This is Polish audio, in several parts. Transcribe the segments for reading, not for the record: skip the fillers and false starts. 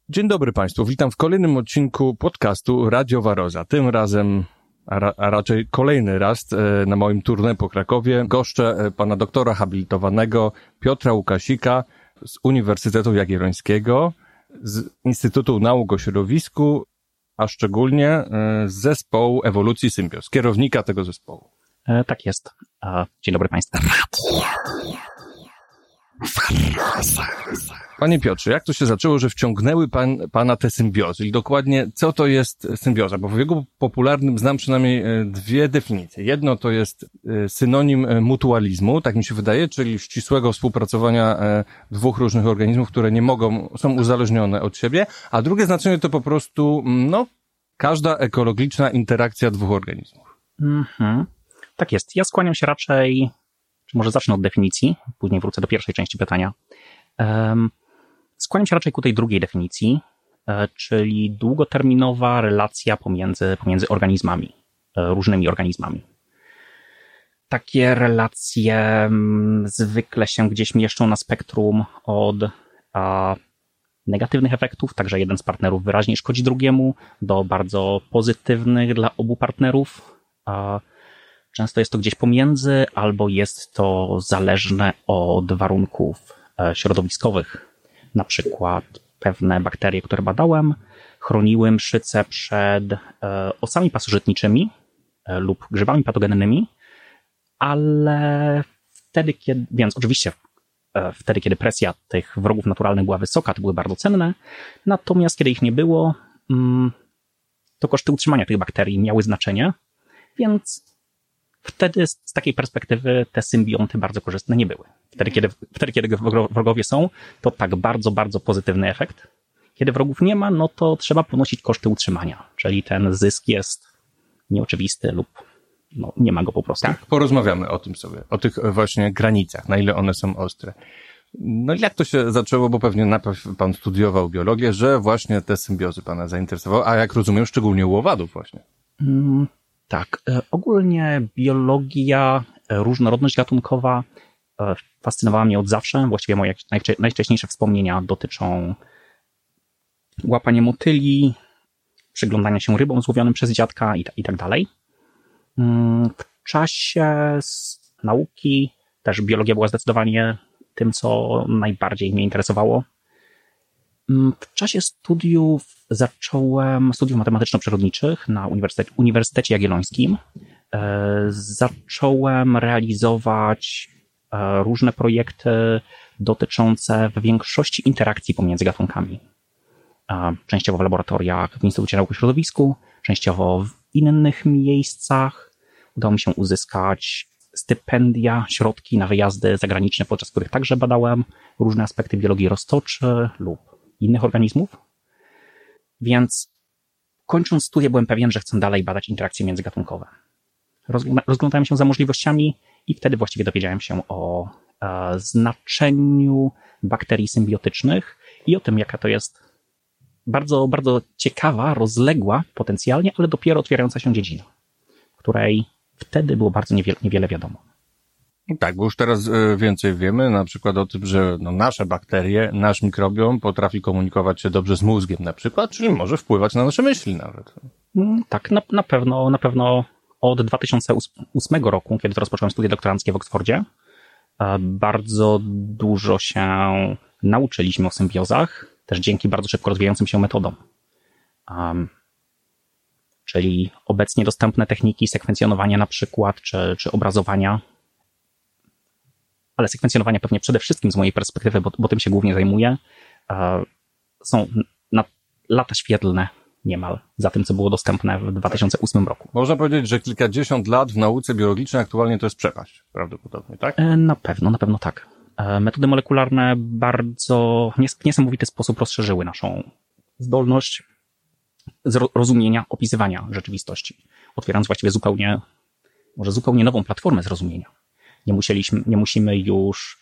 Dzień dobry Państwu, witam w kolejnym odcinku podcastu Radiowa Roza. Tym razem, a raczej kolejny raz na moim tournée po Krakowie goszczę pana doktora habilitowanego Piotra Łukasika z Uniwersytetu Jagiellońskiego, z Instytutu Nauk o Środowisku, a szczególnie z zespołu Ewolucji Symbios, kierownika tego zespołu. Tak jest. Dzień dobry Państwu. Panie Piotrze, jak to się zaczęło, że wciągnęły pana te symbiozy? I dokładnie, co to jest symbioza? Bo w wieku popularnym znam przynajmniej dwie definicje. Jedno to jest synonim mutualizmu, tak mi się wydaje, czyli ścisłego współpracowania dwóch różnych organizmów, które nie mogą, są uzależnione od siebie, a drugie znaczenie to po prostu, każda ekologiczna interakcja dwóch organizmów. Tak jest. Ja skłaniam się raczej, czy może zacznę od definicji, później wrócę do pierwszej części pytania. Skłaniam się raczej ku tej drugiej definicji, czyli długoterminowa relacja pomiędzy organizmami, różnymi organizmami. Takie relacje zwykle się gdzieś mieszczą na spektrum od negatywnych efektów, także jeden z partnerów wyraźnie szkodzi drugiemu, do bardzo pozytywnych dla obu partnerów. Często jest to gdzieś pomiędzy, albo jest to zależne od warunków środowiskowych. Na przykład pewne bakterie, które badałem, chroniły mszyce przed osami pasożytniczymi lub grzybami patogennymi, ale wtedy, kiedy presja tych wrogów naturalnych była wysoka, to były bardzo cenne, natomiast kiedy ich nie było, to koszty utrzymania tych bakterii miały znaczenie, więc wtedy z takiej perspektywy te symbionty bardzo korzystne nie były. Wtedy, kiedy wrogowie są, to tak bardzo, bardzo pozytywny efekt. Kiedy wrogów nie ma, no to trzeba ponosić koszty utrzymania, czyli ten zysk jest nieoczywisty lub nie ma go po prostu. Tak, porozmawiamy o tym sobie, o tych właśnie granicach, na ile one są ostre. No i jak to się zaczęło, bo pewnie najpierw pan studiował biologię, że właśnie te symbiozy pana zainteresowały, a jak rozumiem, szczególnie u owadów właśnie. Tak, ogólnie biologia, różnorodność gatunkowa fascynowała mnie od zawsze. Właściwie moje najwcześniejsze wspomnienia dotyczą łapania motyli, przyglądania się rybom złowionym przez dziadka i tak dalej. W czasie nauki też biologia była zdecydowanie tym, co najbardziej mnie interesowało. W czasie studiów studiów matematyczno-przyrodniczych na Uniwersytecie Jagiellońskim. Zacząłem realizować różne projekty dotyczące w większości interakcji pomiędzy gatunkami. Częściowo w laboratoriach w Instytucie Nauk o Środowisku, częściowo w innych miejscach. Udało mi się uzyskać stypendia, środki na wyjazdy zagraniczne, podczas których także badałem różne aspekty biologii roztoczy lub innych organizmów. Więc kończąc studia byłem pewien, że chcę dalej badać interakcje międzygatunkowe. Rozglądałem się za możliwościami i wtedy właściwie dowiedziałem się o znaczeniu bakterii symbiotycznych i o tym, jaka to jest bardzo, bardzo ciekawa, rozległa potencjalnie, ale dopiero otwierająca się dziedzina, w której wtedy było bardzo niewiele wiadomo. Tak, bo już teraz więcej wiemy, na przykład o tym, że nasze bakterie, nasz mikrobiom potrafi komunikować się dobrze z mózgiem na przykład, czyli może wpływać na nasze myśli nawet. Tak, na pewno od 2008 roku, kiedy to rozpocząłem studia doktoranckie w Oksfordzie, bardzo dużo się nauczyliśmy o symbiozach, też dzięki bardzo szybko rozwijającym się metodom. Czyli obecnie dostępne techniki sekwencjonowania na przykład, czy obrazowania, ale sekwencjonowania pewnie przede wszystkim z mojej perspektywy, bo tym się głównie zajmuję, są na lata świetlne niemal za tym, co było dostępne w 2008 roku. Można powiedzieć, że kilkadziesiąt lat w nauce biologicznej aktualnie to jest przepaść, prawdopodobnie, tak? Na pewno tak. Metody molekularne bardzo w niesamowity sposób rozszerzyły naszą zdolność rozumienia, opisywania rzeczywistości, otwierając właściwie zupełnie nową platformę zrozumienia. Nie musimy już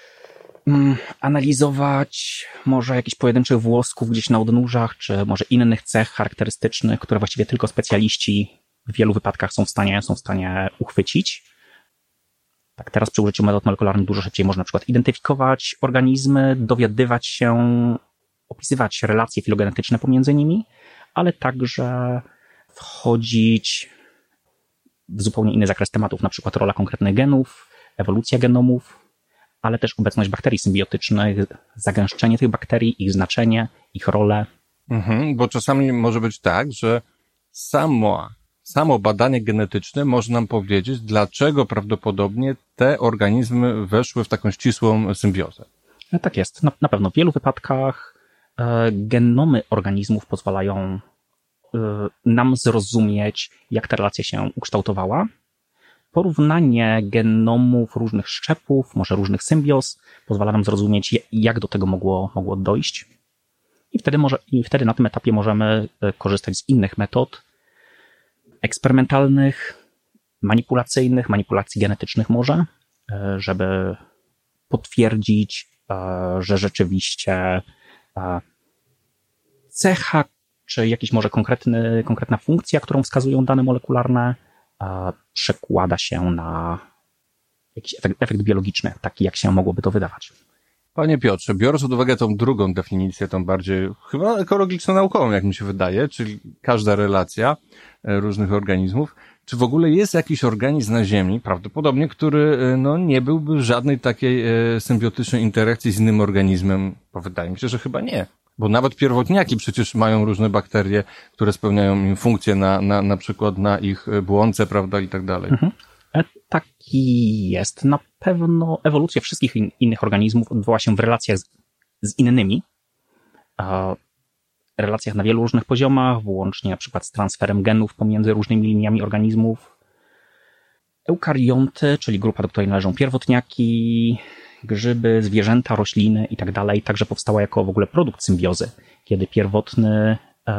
analizować może jakichś pojedynczych włosków gdzieś na odnóżach, czy może innych cech charakterystycznych, które właściwie tylko specjaliści w wielu wypadkach są w stanie uchwycić. Tak, teraz przy użyciu metod molekularnych dużo szybciej można na przykład identyfikować organizmy, dowiadywać się opisywać relacje filogenetyczne pomiędzy nimi, ale także wchodzić w zupełnie inny zakres tematów, na przykład rola konkretnych genów, ewolucja genomów, ale też obecność bakterii symbiotycznych, zagęszczenie tych bakterii, ich znaczenie, ich rolę. Bo czasami może być tak, że samo badanie genetyczne może nam powiedzieć, dlaczego prawdopodobnie te organizmy weszły w taką ścisłą symbiozę. Tak jest. Na pewno w wielu wypadkach genomy organizmów pozwalają nam zrozumieć, jak ta relacja się ukształtowała. Porównanie genomów różnych szczepów, może różnych symbioz, pozwala nam zrozumieć, jak do tego mogło dojść. I wtedy na tym etapie możemy korzystać z innych metod eksperymentalnych, manipulacji genetycznych może, żeby potwierdzić, że rzeczywiście cecha, czy jakiś może konkretna funkcja, którą wskazują dane molekularne, przekłada się na jakiś efekt biologiczny, taki jak się mogłoby to wydawać. Panie Piotrze, biorąc pod uwagę tą drugą definicję, tą bardziej chyba ekologiczno-naukową, jak mi się wydaje, czyli każda relacja różnych organizmów, czy w ogóle jest jakiś organizm na Ziemi, prawdopodobnie, który nie byłby w żadnej takiej symbiotycznej interakcji z innym organizmem? Bo wydaje mi się, że chyba nie. Bo nawet pierwotniaki przecież mają różne bakterie, które spełniają im funkcje na przykład na ich błonce, prawda, i tak dalej. Taki jest. Na pewno ewolucja wszystkich innych organizmów odbyła się w relacjach z innymi. Relacjach na wielu różnych poziomach, włącznie na przykład z transferem genów pomiędzy różnymi liniami organizmów. Eukarionty, czyli grupa, do której należą pierwotniaki, grzyby, zwierzęta, rośliny i tak dalej, także powstała jako w ogóle produkt symbiozy, kiedy pierwotny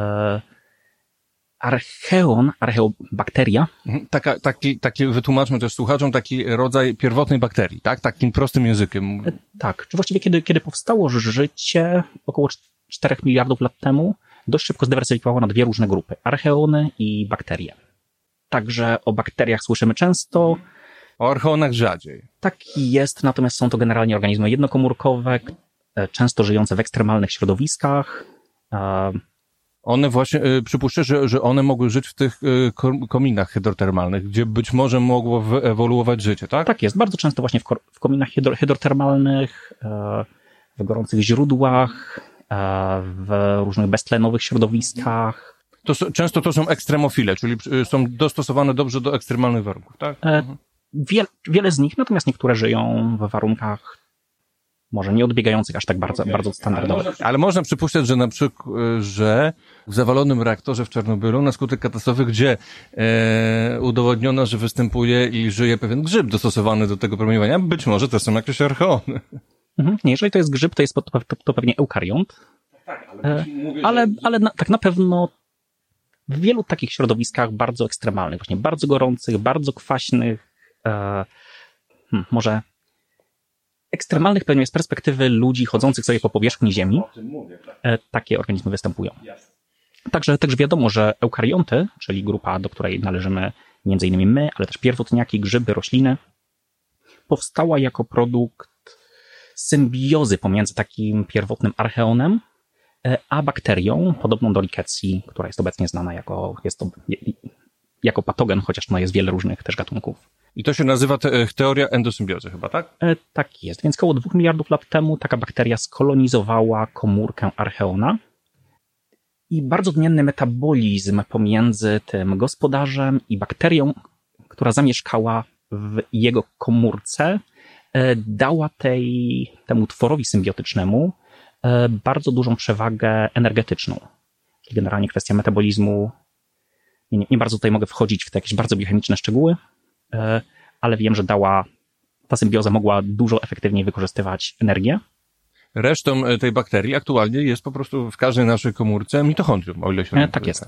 archeobakteria. Taki, wytłumaczmy też słuchaczom, taki rodzaj pierwotnej bakterii, tak? Takim prostym językiem. Tak, czy właściwie kiedy powstało życie około 4 miliardów lat temu, dość szybko zdywersyfikowało na dwie różne grupy, archeony i bakterie. Także o bakteriach słyszymy często. O archeonach rzadziej. Tak jest, natomiast są to generalnie organizmy jednokomórkowe, często żyjące w ekstremalnych środowiskach. One właśnie, przypuszczę, że one mogły żyć w tych kominach hydrotermalnych, gdzie być może mogło wyewoluować życie, tak? Tak jest, bardzo często właśnie w kominach hydrotermalnych, w gorących źródłach, w różnych beztlenowych środowiskach. Często to są ekstremofile, czyli są dostosowane dobrze do ekstremalnych warunków, tak? Wiele z nich, natomiast niektóre żyją w warunkach może nie odbiegających aż tak bardzo od standardowych. Ale można przypuszczać, że na przykład, że w zawalonym reaktorze w Czarnobylu na skutek katastrofy, gdzie udowodniono, że występuje i żyje pewien grzyb dostosowany do tego promieniowania, być może to są jakieś archeony. Nie, jeżeli to jest grzyb, to jest to pewnie eukariont. Tak, ale tak na pewno w wielu takich środowiskach bardzo ekstremalnych, właśnie bardzo gorących, bardzo kwaśnych, może ekstremalnych pewnie z perspektywy ludzi chodzących sobie po powierzchni Ziemi, takie organizmy występują. Także wiadomo, że eukarionty, czyli grupa, do której należymy między innymi my, ale też pierwotniaki, grzyby, rośliny, powstała jako produkt symbiozy pomiędzy takim pierwotnym archeonem a bakterią podobną do Rickettsi, która jest obecnie znana jako patogen, chociaż jest wiele różnych też gatunków. I to się nazywa teoria endosymbiozy chyba, tak? Tak jest. Więc około 2 miliardów lat temu taka bakteria skolonizowała komórkę archeona i bardzo odmienny metabolizm pomiędzy tym gospodarzem i bakterią, która zamieszkała w jego komórce, dała temu tworowi symbiotycznemu bardzo dużą przewagę energetyczną. Czyli generalnie kwestia metabolizmu. Nie bardzo tutaj mogę wchodzić w te jakieś bardzo biochemiczne szczegóły, ale wiem, że ta symbioza mogła dużo efektywniej wykorzystywać energię. Resztą tej bakterii aktualnie jest po prostu w każdej naszej komórce mitochondrium, o ile się tak jest.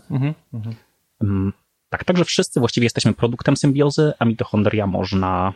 Tak, także wszyscy właściwie jesteśmy produktem symbiozy, a mitochondria można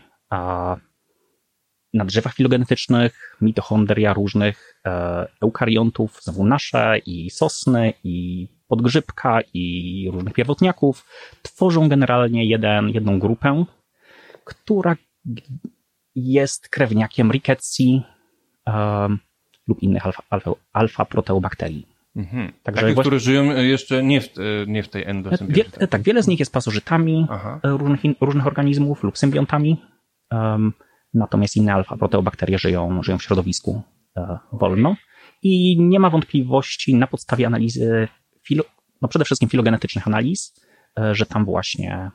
na drzewach filogenetycznych, mitochondria różnych eukariontów, znowu nasze i sosny i podgrzybka i różnych pierwotniaków, tworzą generalnie jedną grupę, która jest krewniakiem Rickettsi, lub innych alfa-proteobakterii. Także takie, które żyją jeszcze nie w tej endosymbiozie. Tak, wiele z nich jest pasożytami różnych organizmów lub symbiontami, natomiast inne alfa-proteobakterie żyją w środowisku wolno i nie ma wątpliwości na podstawie analizy, przede wszystkim filogenetycznych analiz, że tam właśnie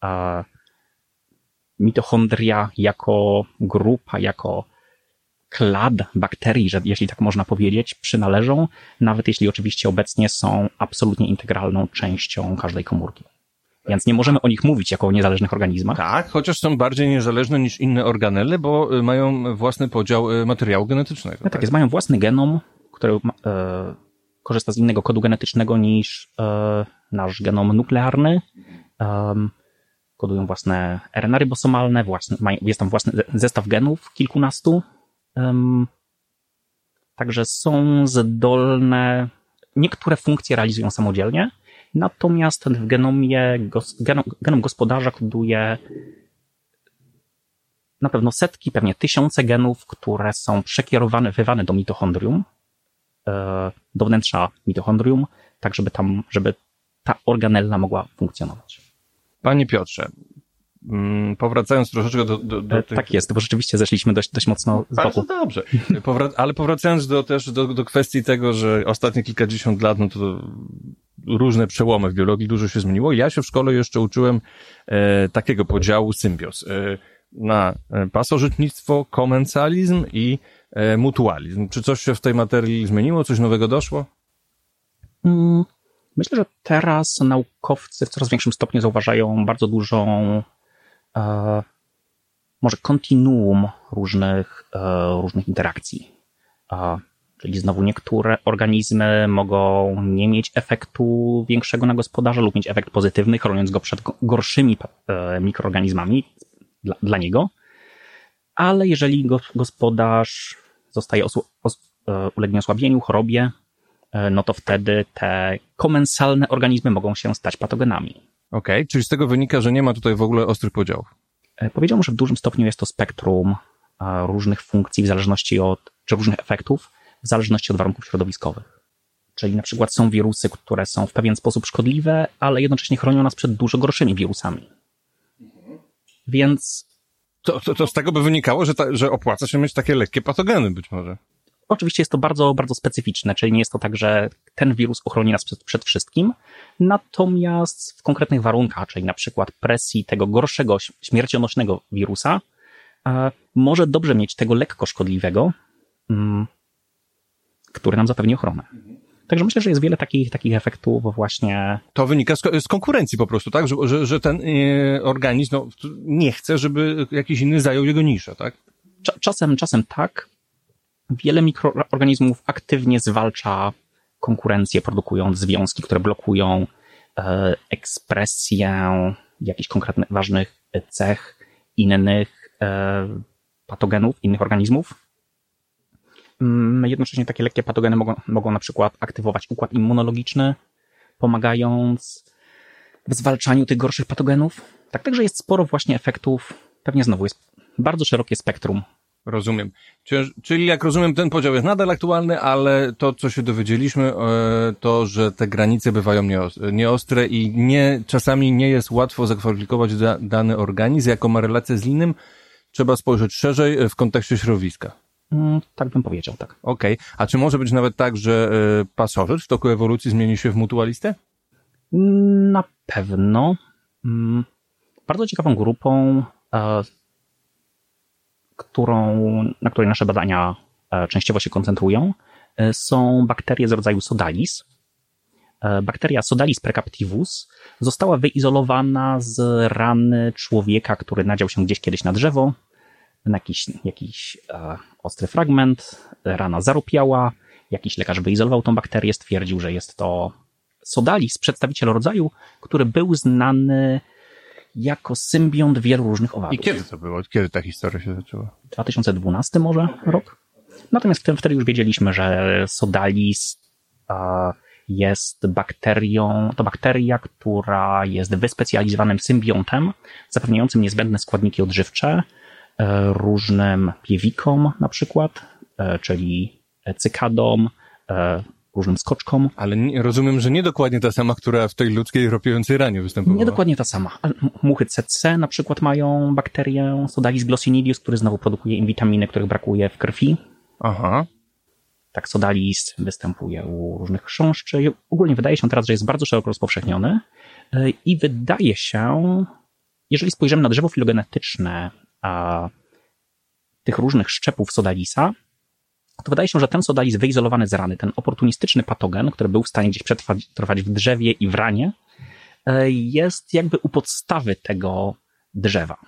mitochondria jako grupa, jako klad bakterii, że jeśli tak można powiedzieć, przynależą, nawet jeśli oczywiście obecnie są absolutnie integralną częścią każdej komórki. Więc nie możemy o nich mówić jako o niezależnych organizmach. Tak, chociaż są bardziej niezależne niż inne organele, bo mają własny podział materiału genetycznego. Tak jest, mają własny genom, który korzysta z innego kodu genetycznego niż nasz genom nuklearny. Kodują własne RNA ribosomalne, jest tam własny zestaw genów kilkunastu. Także są zdolne, niektóre funkcje realizują samodzielnie, natomiast w genom gospodarza koduje na pewno setki, pewnie tysiące genów, które są przekierowane do mitochondrium, do wnętrza mitochondrium, tak żeby ta organella mogła funkcjonować. Panie Piotrze, powracając troszeczkę do tych... Tak jest, bo rzeczywiście zeszliśmy dość mocno z boku. Bardzo dobrze. Ale powracając do kwestii tego, że ostatnie kilkadziesiąt lat, no to różne przełomy w biologii, dużo się zmieniło. Ja się w szkole jeszcze uczyłem takiego podziału symbioz na pasożytnictwo, komensalizm i mutualizm. Czy coś się w tej materii zmieniło? Coś nowego doszło? Myślę, że teraz naukowcy w coraz większym stopniu zauważają bardzo dużą może kontinuum różnych interakcji. Czyli znowu niektóre organizmy mogą nie mieć efektu większego na gospodarza lub mieć efekt pozytywny, chroniąc go przed gorszymi mikroorganizmami dla niego. Ale jeżeli gospodarz ulegnie osłabieniu, chorobie, no to wtedy te komensalne organizmy mogą się stać patogenami. Okej, czyli z tego wynika, że nie ma tutaj w ogóle ostrych podziałów. Powiedziałbym, że w dużym stopniu jest to spektrum różnych funkcji czy różnych efektów w zależności od warunków środowiskowych. Czyli na przykład są wirusy, które są w pewien sposób szkodliwe, ale jednocześnie chronią nas przed dużo gorszymi wirusami. Więc... To z tego by wynikało, że opłaca się mieć takie lekkie patogeny być może. Oczywiście jest to bardzo, bardzo specyficzne, czyli nie jest to tak, że ten wirus ochroni nas przed wszystkim, natomiast w konkretnych warunkach, czyli na przykład presji tego gorszego, śmiercionośnego wirusa, może dobrze mieć tego lekko szkodliwego, który nam zapewni ochronę. Także myślę, że jest wiele takich efektów właśnie. To wynika z konkurencji po prostu, tak? Że ten organizm nie chce, żeby jakiś inny zajął jego niszę, tak? Czasem tak. Wiele mikroorganizmów aktywnie zwalcza konkurencję, produkując związki, które blokują ekspresję jakichś konkretnych ważnych cech innych patogenów, innych organizmów. Jednocześnie takie lekkie patogeny mogą na przykład aktywować układ immunologiczny, pomagając w zwalczaniu tych gorszych patogenów. Także jest sporo właśnie efektów. Pewnie znowu jest bardzo szerokie spektrum. Rozumiem. Czyli jak rozumiem, ten podział jest nadal aktualny, ale to, co się dowiedzieliśmy, to, że te granice bywają nieostre i czasami nie jest łatwo zakwalifikować dany organizm, jaką ma relację z innym. Trzeba spojrzeć szerzej w kontekście środowiska. Tak bym powiedział, tak. Okej. A czy może być nawet tak, że pasożyt w toku ewolucji zmieni się w mutualistę? Na pewno. Bardzo ciekawą grupą, na której nasze badania częściowo się koncentrują, są bakterie z rodzaju Sodalis. Bakteria Sodalis precaptivus została wyizolowana z rany człowieka, który nadział się gdzieś kiedyś na drzewo, na jakiś ostry fragment, rana zaropiała, jakiś lekarz wyizolował tą bakterię, stwierdził, że jest to Sodalis, przedstawiciel rodzaju, który był znany jako symbiont wielu różnych owadów. I kiedy to było? Kiedy ta historia się zaczęła? 2012 może rok. Natomiast wtedy już wiedzieliśmy, że Sodalis jest bakterią, to bakteria, która jest wyspecjalizowanym symbiontem, zapewniającym niezbędne składniki odżywcze różnym piewikom na przykład, czyli cykadom, różnym skoczkom. Ale rozumiem, że nie dokładnie ta sama, która w tej ludzkiej ropiącej ranie występowała. Nie dokładnie ta sama. Muchy CC na przykład mają bakterię Sodalis glossinidius, który znowu produkuje im witaminy, których brakuje w krwi. Aha. Tak, Sodalis występuje u różnych chrząszczy. Ogólnie wydaje się teraz, że jest bardzo szeroko rozpowszechniony i wydaje się, jeżeli spojrzymy na drzewo filogenetyczne tych różnych szczepów Sodalisa, to wydaje się, że ten Sodalis wyizolowany z rany, ten oportunistyczny patogen, który był w stanie gdzieś przetrwać w drzewie i w ranie, jest jakby u podstawy tego drzewa.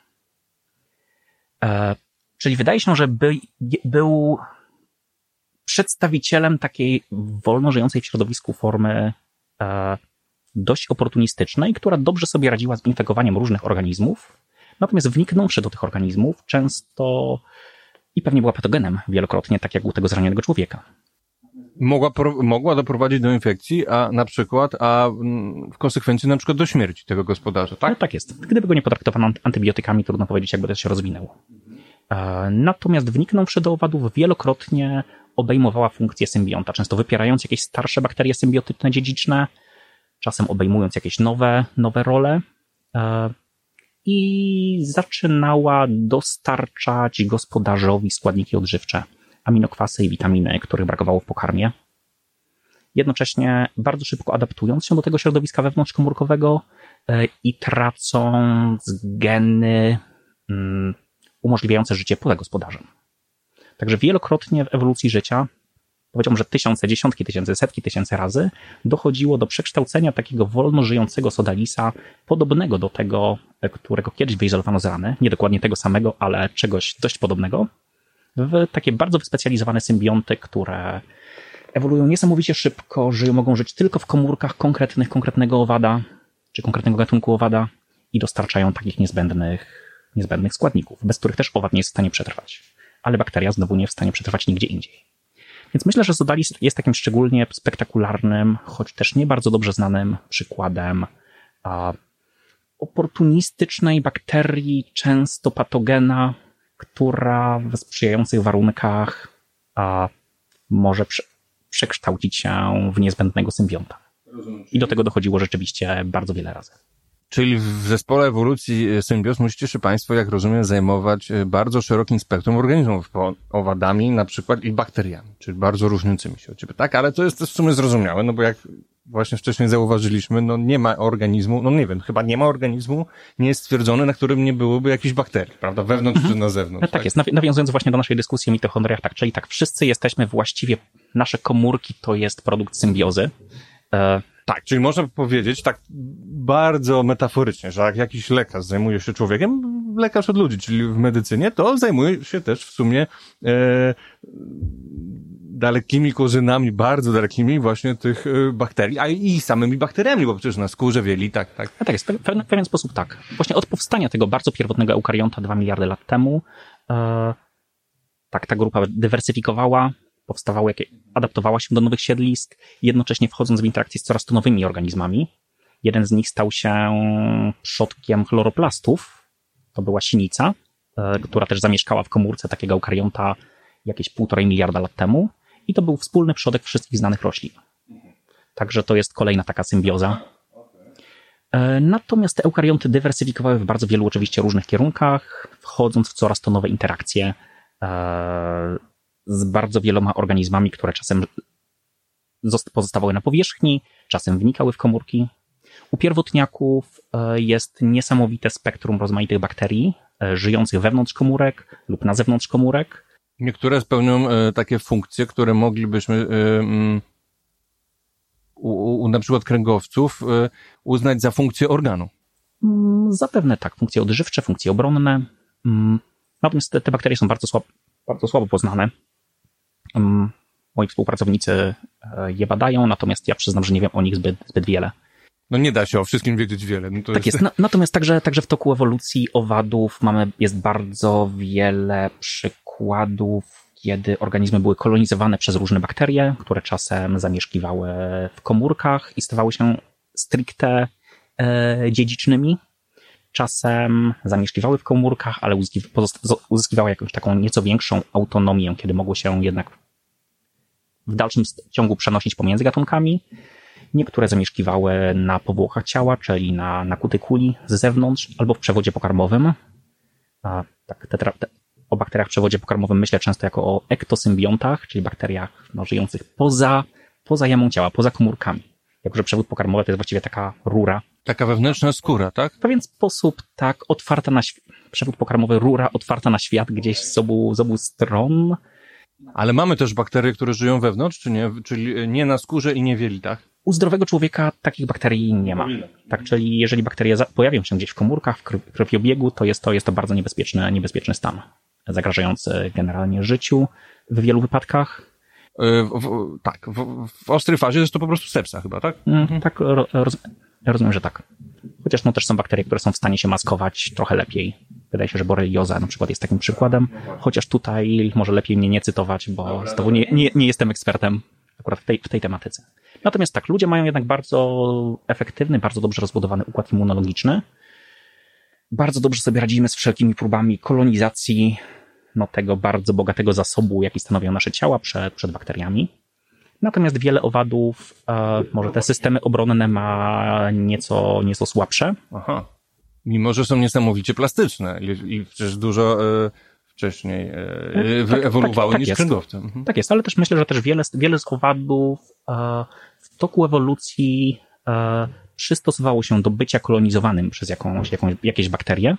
Czyli wydaje się, że był przedstawicielem takiej wolno żyjącej w środowisku formy dość oportunistycznej, która dobrze sobie radziła z infekowaniem różnych organizmów, natomiast wniknąwszy do tych organizmów często i pewnie była patogenem wielokrotnie, tak jak u tego zranionego człowieka. Mogła doprowadzić do infekcji, a w konsekwencji na przykład do śmierci tego gospodarza, tak? No, tak jest. Gdyby go nie potraktowano antybiotykami, trudno powiedzieć, jakby to się rozwinęło. Natomiast wniknąwszy do owadów, wielokrotnie obejmowała funkcję symbionta, często wypierając jakieś starsze bakterie symbiotyczne, dziedziczne, czasem obejmując jakieś nowe role i zaczynała dostarczać gospodarzowi składniki odżywcze, aminokwasy i witaminy, których brakowało w pokarmie. Jednocześnie bardzo szybko adaptując się do tego środowiska wewnątrzkomórkowego i tracąc geny umożliwiające życie poza gospodarzem. Także wielokrotnie w ewolucji życia, powiedziałbym, że tysiące, dziesiątki tysięcy, setki tysięcy razy dochodziło do przekształcenia takiego wolno żyjącego Sodalisa, podobnego do tego, którego kiedyś wyizolowano z rany, nie dokładnie tego samego, ale czegoś dość podobnego, w takie bardzo wyspecjalizowane symbionty, które ewoluują niesamowicie szybko, mogą żyć tylko w komórkach konkretnego owada, czy konkretnego gatunku owada i dostarczają takich niezbędnych składników, bez których też owad nie jest w stanie przetrwać. Ale bakteria znowu nie jest w stanie przetrwać nigdzie indziej. Więc myślę, że Sodalis jest takim szczególnie spektakularnym, choć też nie bardzo dobrze znanym przykładem oportunistycznej bakterii, często patogena, która w sprzyjających warunkach może przekształcić się w niezbędnego symbionta. I do tego dochodziło rzeczywiście bardzo wiele razy. Czyli w zespole ewolucji symbios musicie się Państwo, jak rozumiem, zajmować bardzo szerokim spektrum organizmów, owadami na przykład i bakteriami, czyli bardzo różniącymi się od siebie. Tak, ale to jest też w sumie zrozumiałe, no bo jak właśnie wcześniej zauważyliśmy, no nie ma organizmu, no nie wiem, chyba nie ma organizmu, nie jest stwierdzone, na którym nie byłoby jakichś bakterii, prawda, wewnątrz czy na zewnątrz. Tak jest, nawiązując właśnie do naszej dyskusji o mitochondriach, tak, czyli tak, wszyscy jesteśmy właściwie, nasze komórki to jest produkt symbiozy. Tak, czyli można powiedzieć tak bardzo metaforycznie, że jak jakiś lekarz zajmuje się człowiekiem, lekarz od ludzi, czyli w medycynie, to zajmuje się też w sumie dalekimi korzeniami, bardzo dalekimi właśnie tych bakterii, a i samymi bakteriami, bo przecież na skórze wieli, tak. A tak jest, w pewien sposób tak. Właśnie od powstania tego bardzo pierwotnego eukariota 2 miliardy lat temu, tak ta grupa dywersyfikowała, adaptowała się do nowych siedlisk, jednocześnie wchodząc w interakcję z coraz to nowymi organizmami. Jeden z nich stał się przodkiem chloroplastów. To była sinica, która też zamieszkała w komórce takiego eukariota jakieś 1,5 miliarda lat temu. I to był wspólny przodek wszystkich znanych roślin. Także to jest kolejna taka symbioza. Natomiast te eukarionty dywersyfikowały w bardzo wielu oczywiście różnych kierunkach, wchodząc w coraz to nowe interakcje z bardzo wieloma organizmami, które czasem pozostawały na powierzchni, czasem wnikały w komórki. U pierwotniaków jest niesamowite spektrum rozmaitych bakterii żyjących wewnątrz komórek lub na zewnątrz komórek. Niektóre spełnią takie funkcje, które moglibyśmy u na przykład kręgowców uznać za funkcje organu. Zapewne tak, funkcje odżywcze, funkcje obronne. Natomiast te bakterie są bardzo słabo poznane. Moi współpracownicy je badają, natomiast ja przyznam, że nie wiem o nich zbyt wiele. No nie da się o wszystkim wiedzieć wiele. No to tak jest. Natomiast także w toku ewolucji owadów jest bardzo wiele przykładów, kiedy organizmy były kolonizowane przez różne bakterie, które czasem zamieszkiwały w komórkach i stawały się stricte dziedzicznymi. Czasem zamieszkiwały w komórkach, ale uzyskiwały jakąś taką nieco większą autonomię, kiedy mogły się jednak w dalszym ciągu przenosić pomiędzy gatunkami. Niektóre zamieszkiwały na powłokach ciała, czyli na kutykuli z zewnątrz, albo w przewodzie pokarmowym. O bakteriach w przewodzie pokarmowym myślę często jako o ektosymbiontach, czyli bakteriach żyjących poza jamą ciała, poza komórkami. Jako że przewód pokarmowy to jest właściwie taka rura. Taka wewnętrzna skóra, tak? W pewien sposób tak, otwarta na przewód pokarmowy, rura otwarta na świat gdzieś z obu stron. Ale mamy też bakterie, które żyją wewnątrz, czy nie? Czyli nie na skórze i nie w jelitach? U zdrowego człowieka takich bakterii nie ma. Tak, czyli jeżeli bakterie pojawią się gdzieś w komórkach, w krwiobiegu, to jest to bardzo niebezpieczny stan, zagrażający generalnie życiu w wielu wypadkach. W ostrej fazie jest to po prostu sepsa chyba, tak? Tak, rozumiem, że tak. Chociaż też są bakterie, które są w stanie się maskować trochę lepiej. Wydaje się, że borelioza na przykład jest takim przykładem, chociaż tutaj może lepiej mnie nie cytować, bo znowu nie jestem ekspertem akurat w tej tematyce. Natomiast tak, ludzie mają jednak bardzo efektywny, bardzo dobrze rozbudowany układ immunologiczny. Bardzo dobrze sobie radzimy z wszelkimi próbami kolonizacji tego bardzo bogatego zasobu, jaki stanowią nasze ciała przed bakteriami. Natomiast wiele owadów, może te systemy obronne ma nieco słabsze. Aha. Mimo, że są niesamowicie plastyczne i przecież dużo wcześniej wyewoluowały niż kręgowce. Tak jest, ale też myślę, że też wiele z owadów w toku ewolucji przystosowało się do bycia kolonizowanym przez jakieś bakterie.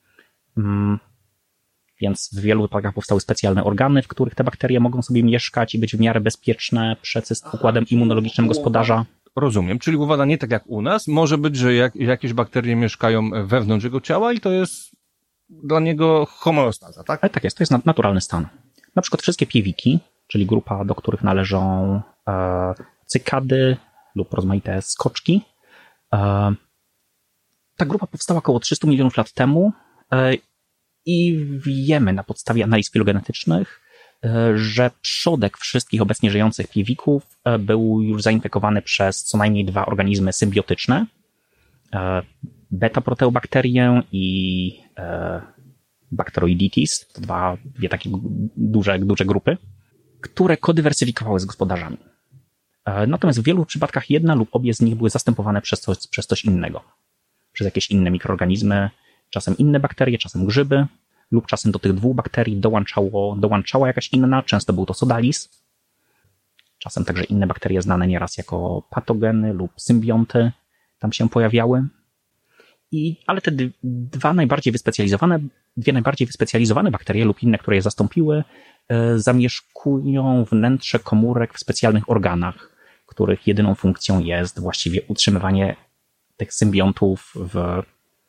Więc w wielu wypadkach powstały specjalne organy, w których te bakterie mogą sobie mieszkać i być w miarę bezpieczne przed układem immunologicznym gospodarza. Rozumiem, czyli owada nie tak jak u nas. Może być, że jakieś bakterie mieszkają wewnątrz jego ciała i to jest dla niego homeostaza, tak? Tak jest, to jest naturalny stan. Na przykład wszystkie piewiki, czyli grupa, do których należą cykady lub rozmaite skoczki. Ta grupa powstała około 300 milionów lat temu i wiemy na podstawie analiz filogenetycznych, że przodek wszystkich obecnie żyjących piewików był już zainfekowany przez co najmniej 2 organizmy symbiotyczne. Beta-proteobakterię i Bacteroidetes, to dwie takie duże grupy, które kodywersyfikowały z gospodarzami. Natomiast w wielu przypadkach jedna lub obie z nich były zastępowane przez coś innego. Przez jakieś inne mikroorganizmy, czasem inne bakterie, czasem grzyby, lub czasem do tych 2 bakterii dołączała jakaś inna, często był to sodalis. Czasem także inne bakterie znane nieraz jako patogeny lub symbionty tam się pojawiały. Ale te dwie najbardziej wyspecjalizowane bakterie lub inne, które je zastąpiły, zamieszkują wnętrze komórek w specjalnych organach, których jedyną funkcją jest właściwie utrzymywanie tych symbiontów w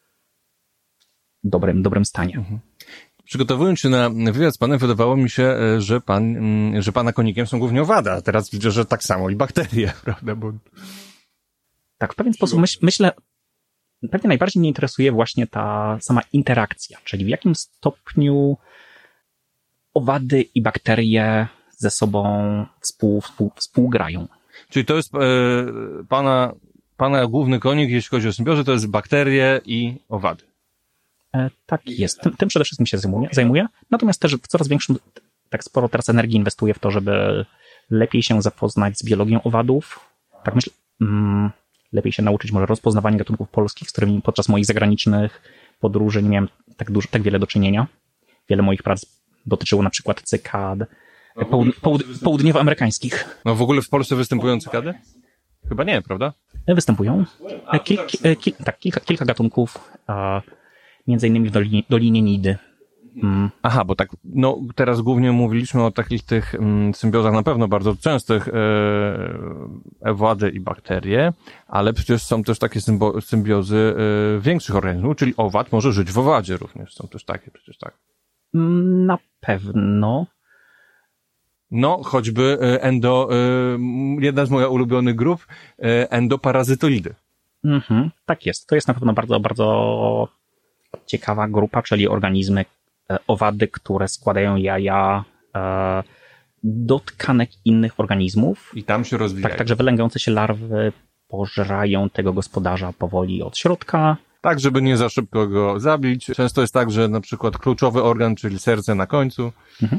dobrym stanie. Przygotowując się na wywiad z panem, wydawało mi się, że pana konikiem są głównie owady, a teraz widzę, że tak samo i bakterie, prawda? Tak, w pewien sposób myślę, pewnie najbardziej mnie interesuje właśnie ta sama interakcja, czyli w jakim stopniu owady i bakterie ze sobą współgrają. Czyli to jest pana główny konik, jeśli chodzi o symbiozę, to jest bakterie i owady. Tak jest. Tym przede wszystkim się zajmuję. Natomiast też w coraz większym, tak sporo teraz energii inwestuję w to, żeby lepiej się zapoznać z biologią owadów. Tak myślę, lepiej się nauczyć może rozpoznawania gatunków polskich, z którymi podczas moich zagranicznych podróży nie miałem tak wiele do czynienia. Wiele moich prac dotyczyło na przykład cykad południowoamerykańskich. No w ogóle w Polsce występują cykady? Chyba nie, prawda? Występują. Kilka gatunków, między innymi w Dolinie Nidy. Aha, bo tak, no teraz głównie mówiliśmy o takich tych symbiozach na pewno bardzo częstych, owady i bakterie, ale przecież są też takie symbiozy większych organizmów, czyli owad może żyć w owadzie również, są też takie przecież, tak? Na pewno. No, choćby jedna z moich ulubionych grup, endoparazytoidy. Tak jest. To jest na pewno bardzo, bardzo ciekawa grupa, czyli organizmy, owady, które składają jaja do tkanek innych organizmów. I tam się rozwijają. Także wylęgające się larwy pożerają tego gospodarza powoli od środka. Tak, żeby nie za szybko go zabić. Często jest tak, że na przykład kluczowy organ, czyli serce na końcu.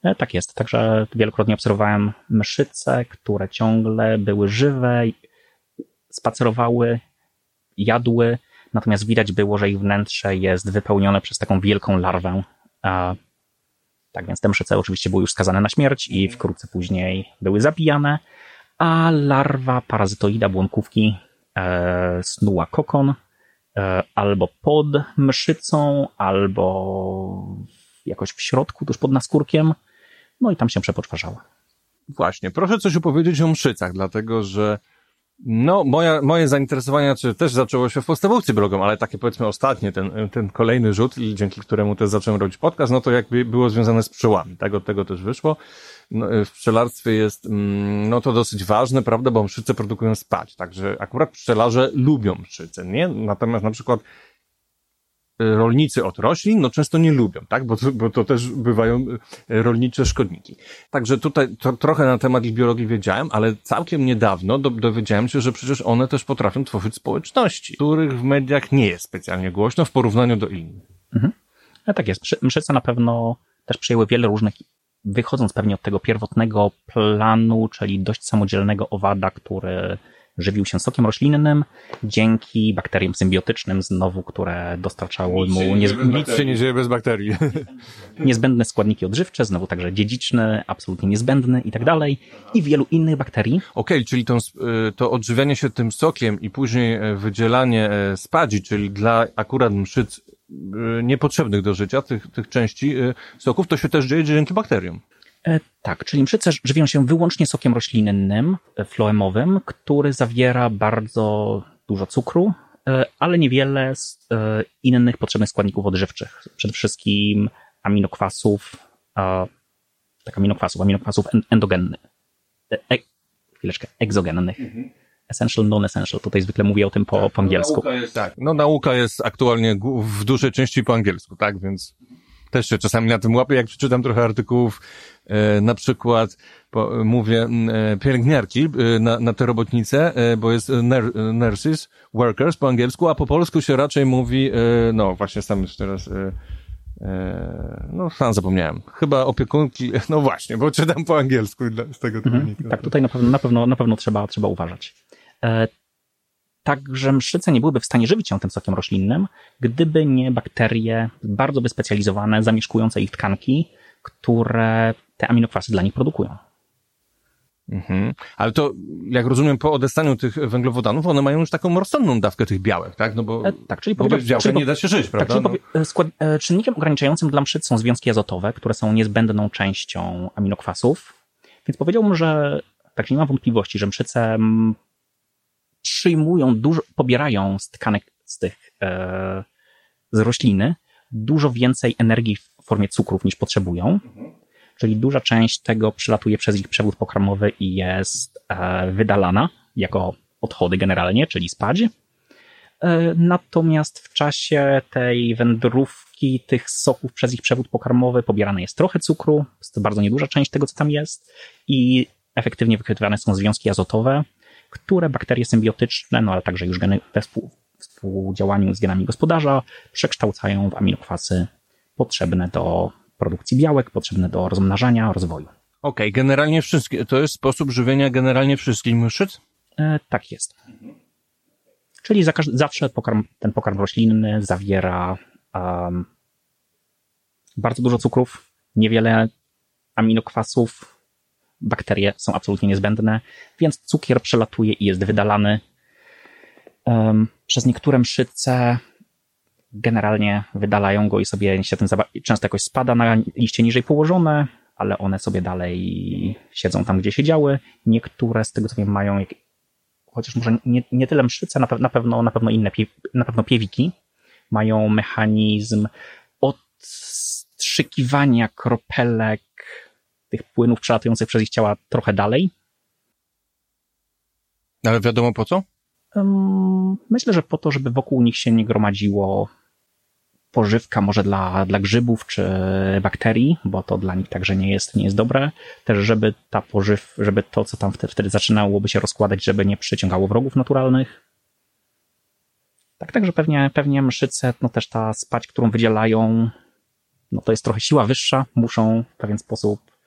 Tak jest, także wielokrotnie obserwowałem mszyce, które ciągle były żywe, spacerowały, jadły, natomiast widać było, że ich wnętrze jest wypełnione przez taką wielką larwę. Tak więc te mszyce oczywiście były już skazane na śmierć i wkrótce później były zabijane, a larwa parazytoida błąkówki snuła kokon albo pod mszycą, albo jakoś w środku, tuż pod naskórkiem, no i tam się przepoczwarzała. Właśnie, proszę coś opowiedzieć o mszycach, dlatego że no, moje zainteresowanie też zaczęło się w podstawówce biologom, ale takie powiedzmy ostatnie, ten kolejny rzut, i dzięki któremu też zacząłem robić podcast, no to jakby było związane z pszczołami. Tak, od tego też wyszło. No, w pszczelarstwie jest, no to dosyć ważne, prawda, bo mszyce produkują spać, także akurat pszczelarze lubią mszyce, nie? Natomiast na przykład rolnicy od roślin, no często nie lubią, tak? Bo to też bywają rolnicze szkodniki. Także tutaj trochę na temat ich biologii wiedziałem, ale całkiem niedawno dowiedziałem się, że przecież one też potrafią tworzyć społeczności, których w mediach nie jest specjalnie głośno w porównaniu do innych. Mhm. No tak jest. Mszyce na pewno też przyjęły wiele różnych, wychodząc pewnie od tego pierwotnego planu, czyli dość samodzielnego owada, który żywił się sokiem roślinnym dzięki bakteriom symbiotycznym znowu, które dostarczało mu nic się nie dzieje bez bakterii. Niezbędne składniki odżywcze, znowu także dziedziczny, absolutnie niezbędny i tak dalej, i wielu innych bakterii. Okej, czyli to odżywianie się tym sokiem i później wydzielanie spadzi, czyli dla akurat mszyc niepotrzebnych do życia, tych części soków, to się też dzieje dzięki bakteriom. Tak, czyli mszyce żywią się wyłącznie sokiem roślinnym, floemowym, który zawiera bardzo dużo cukru, ale niewiele z innych potrzebnych składników odżywczych. Przede wszystkim aminokwasów endogennych. Egzogennych. Essential, non-essential. Tutaj zwykle mówię o tym po angielsku. Nauka jest aktualnie w dużej części po angielsku, tak, więc też się czasami na tym łapię, jak przeczytam trochę artykułów, na przykład mówię pielęgniarki na te robotnice, bo jest nurses, workers po angielsku, a po polsku się raczej mówi, no właśnie sam już teraz, sam zapomniałem. Chyba opiekunki, no właśnie, bo czytam po angielsku z tego to wynika. Tak, tutaj na pewno trzeba uważać. Także mszyce nie byłyby w stanie żywić się tym sokiem roślinnym, gdyby nie bakterie bardzo wyspecjalizowane, zamieszkujące ich tkanki, które te aminokwasy dla nich produkują. Mhm. Ale to, jak rozumiem, po odestaniu tych węglowodanów, one mają już taką rozsądną dawkę tych białek, tak? No bo tak, czyli bez białka nie da się żyć, prawda? Czynnikiem ograniczającym dla mszyc są związki azotowe, które są niezbędną częścią aminokwasów. Więc powiedziałbym, że tak nie mam wątpliwości, że mszyce przyjmują pobierają z tkanek z rośliny dużo więcej energii w formie cukrów niż potrzebują. Czyli duża część tego przelatuje przez ich przewód pokarmowy i jest wydalana jako odchody generalnie, czyli spać. Natomiast w czasie tej wędrówki tych soków przez ich przewód pokarmowy pobierane jest trochę cukru, jest to bardzo nieduża część tego, co tam jest, i efektywnie wychwytywane są związki azotowe, które bakterie symbiotyczne, no ale także już geny we współdziałaniu z genami gospodarza przekształcają w aminokwasy potrzebne do produkcji białek, potrzebne do rozmnażania, rozwoju. Okej, generalnie wszystkie. To jest sposób żywienia generalnie wszystkich mszyc? Tak jest. Czyli zawsze ten pokarm roślinny zawiera bardzo dużo cukrów, niewiele aminokwasów. Bakterie są absolutnie niezbędne, więc cukier przelatuje i jest wydalany. Przez niektóre mszyce generalnie wydalają go i sobie się tym często jakoś spada na liście niżej położone, ale one sobie dalej siedzą tam, gdzie siedziały. Niektóre z tego, co wiem, mają, chociaż może nie tyle mszyce, na pewno inne, na pewno piewiki, mają mechanizm odstrzykiwania kropelek tych płynów przelatujących przez ich ciała trochę dalej. Ale wiadomo po co? Myślę, że po to, żeby wokół nich się nie gromadziło pożywka może dla grzybów czy bakterii, bo to dla nich także nie jest dobre. Też żeby żeby to, co tam wtedy zaczynałoby się rozkładać, żeby nie przyciągało wrogów naturalnych. Tak, także pewnie mszyce, no też ta spać, którą wydzielają, no to jest trochę siła wyższa, muszą w pewien sposób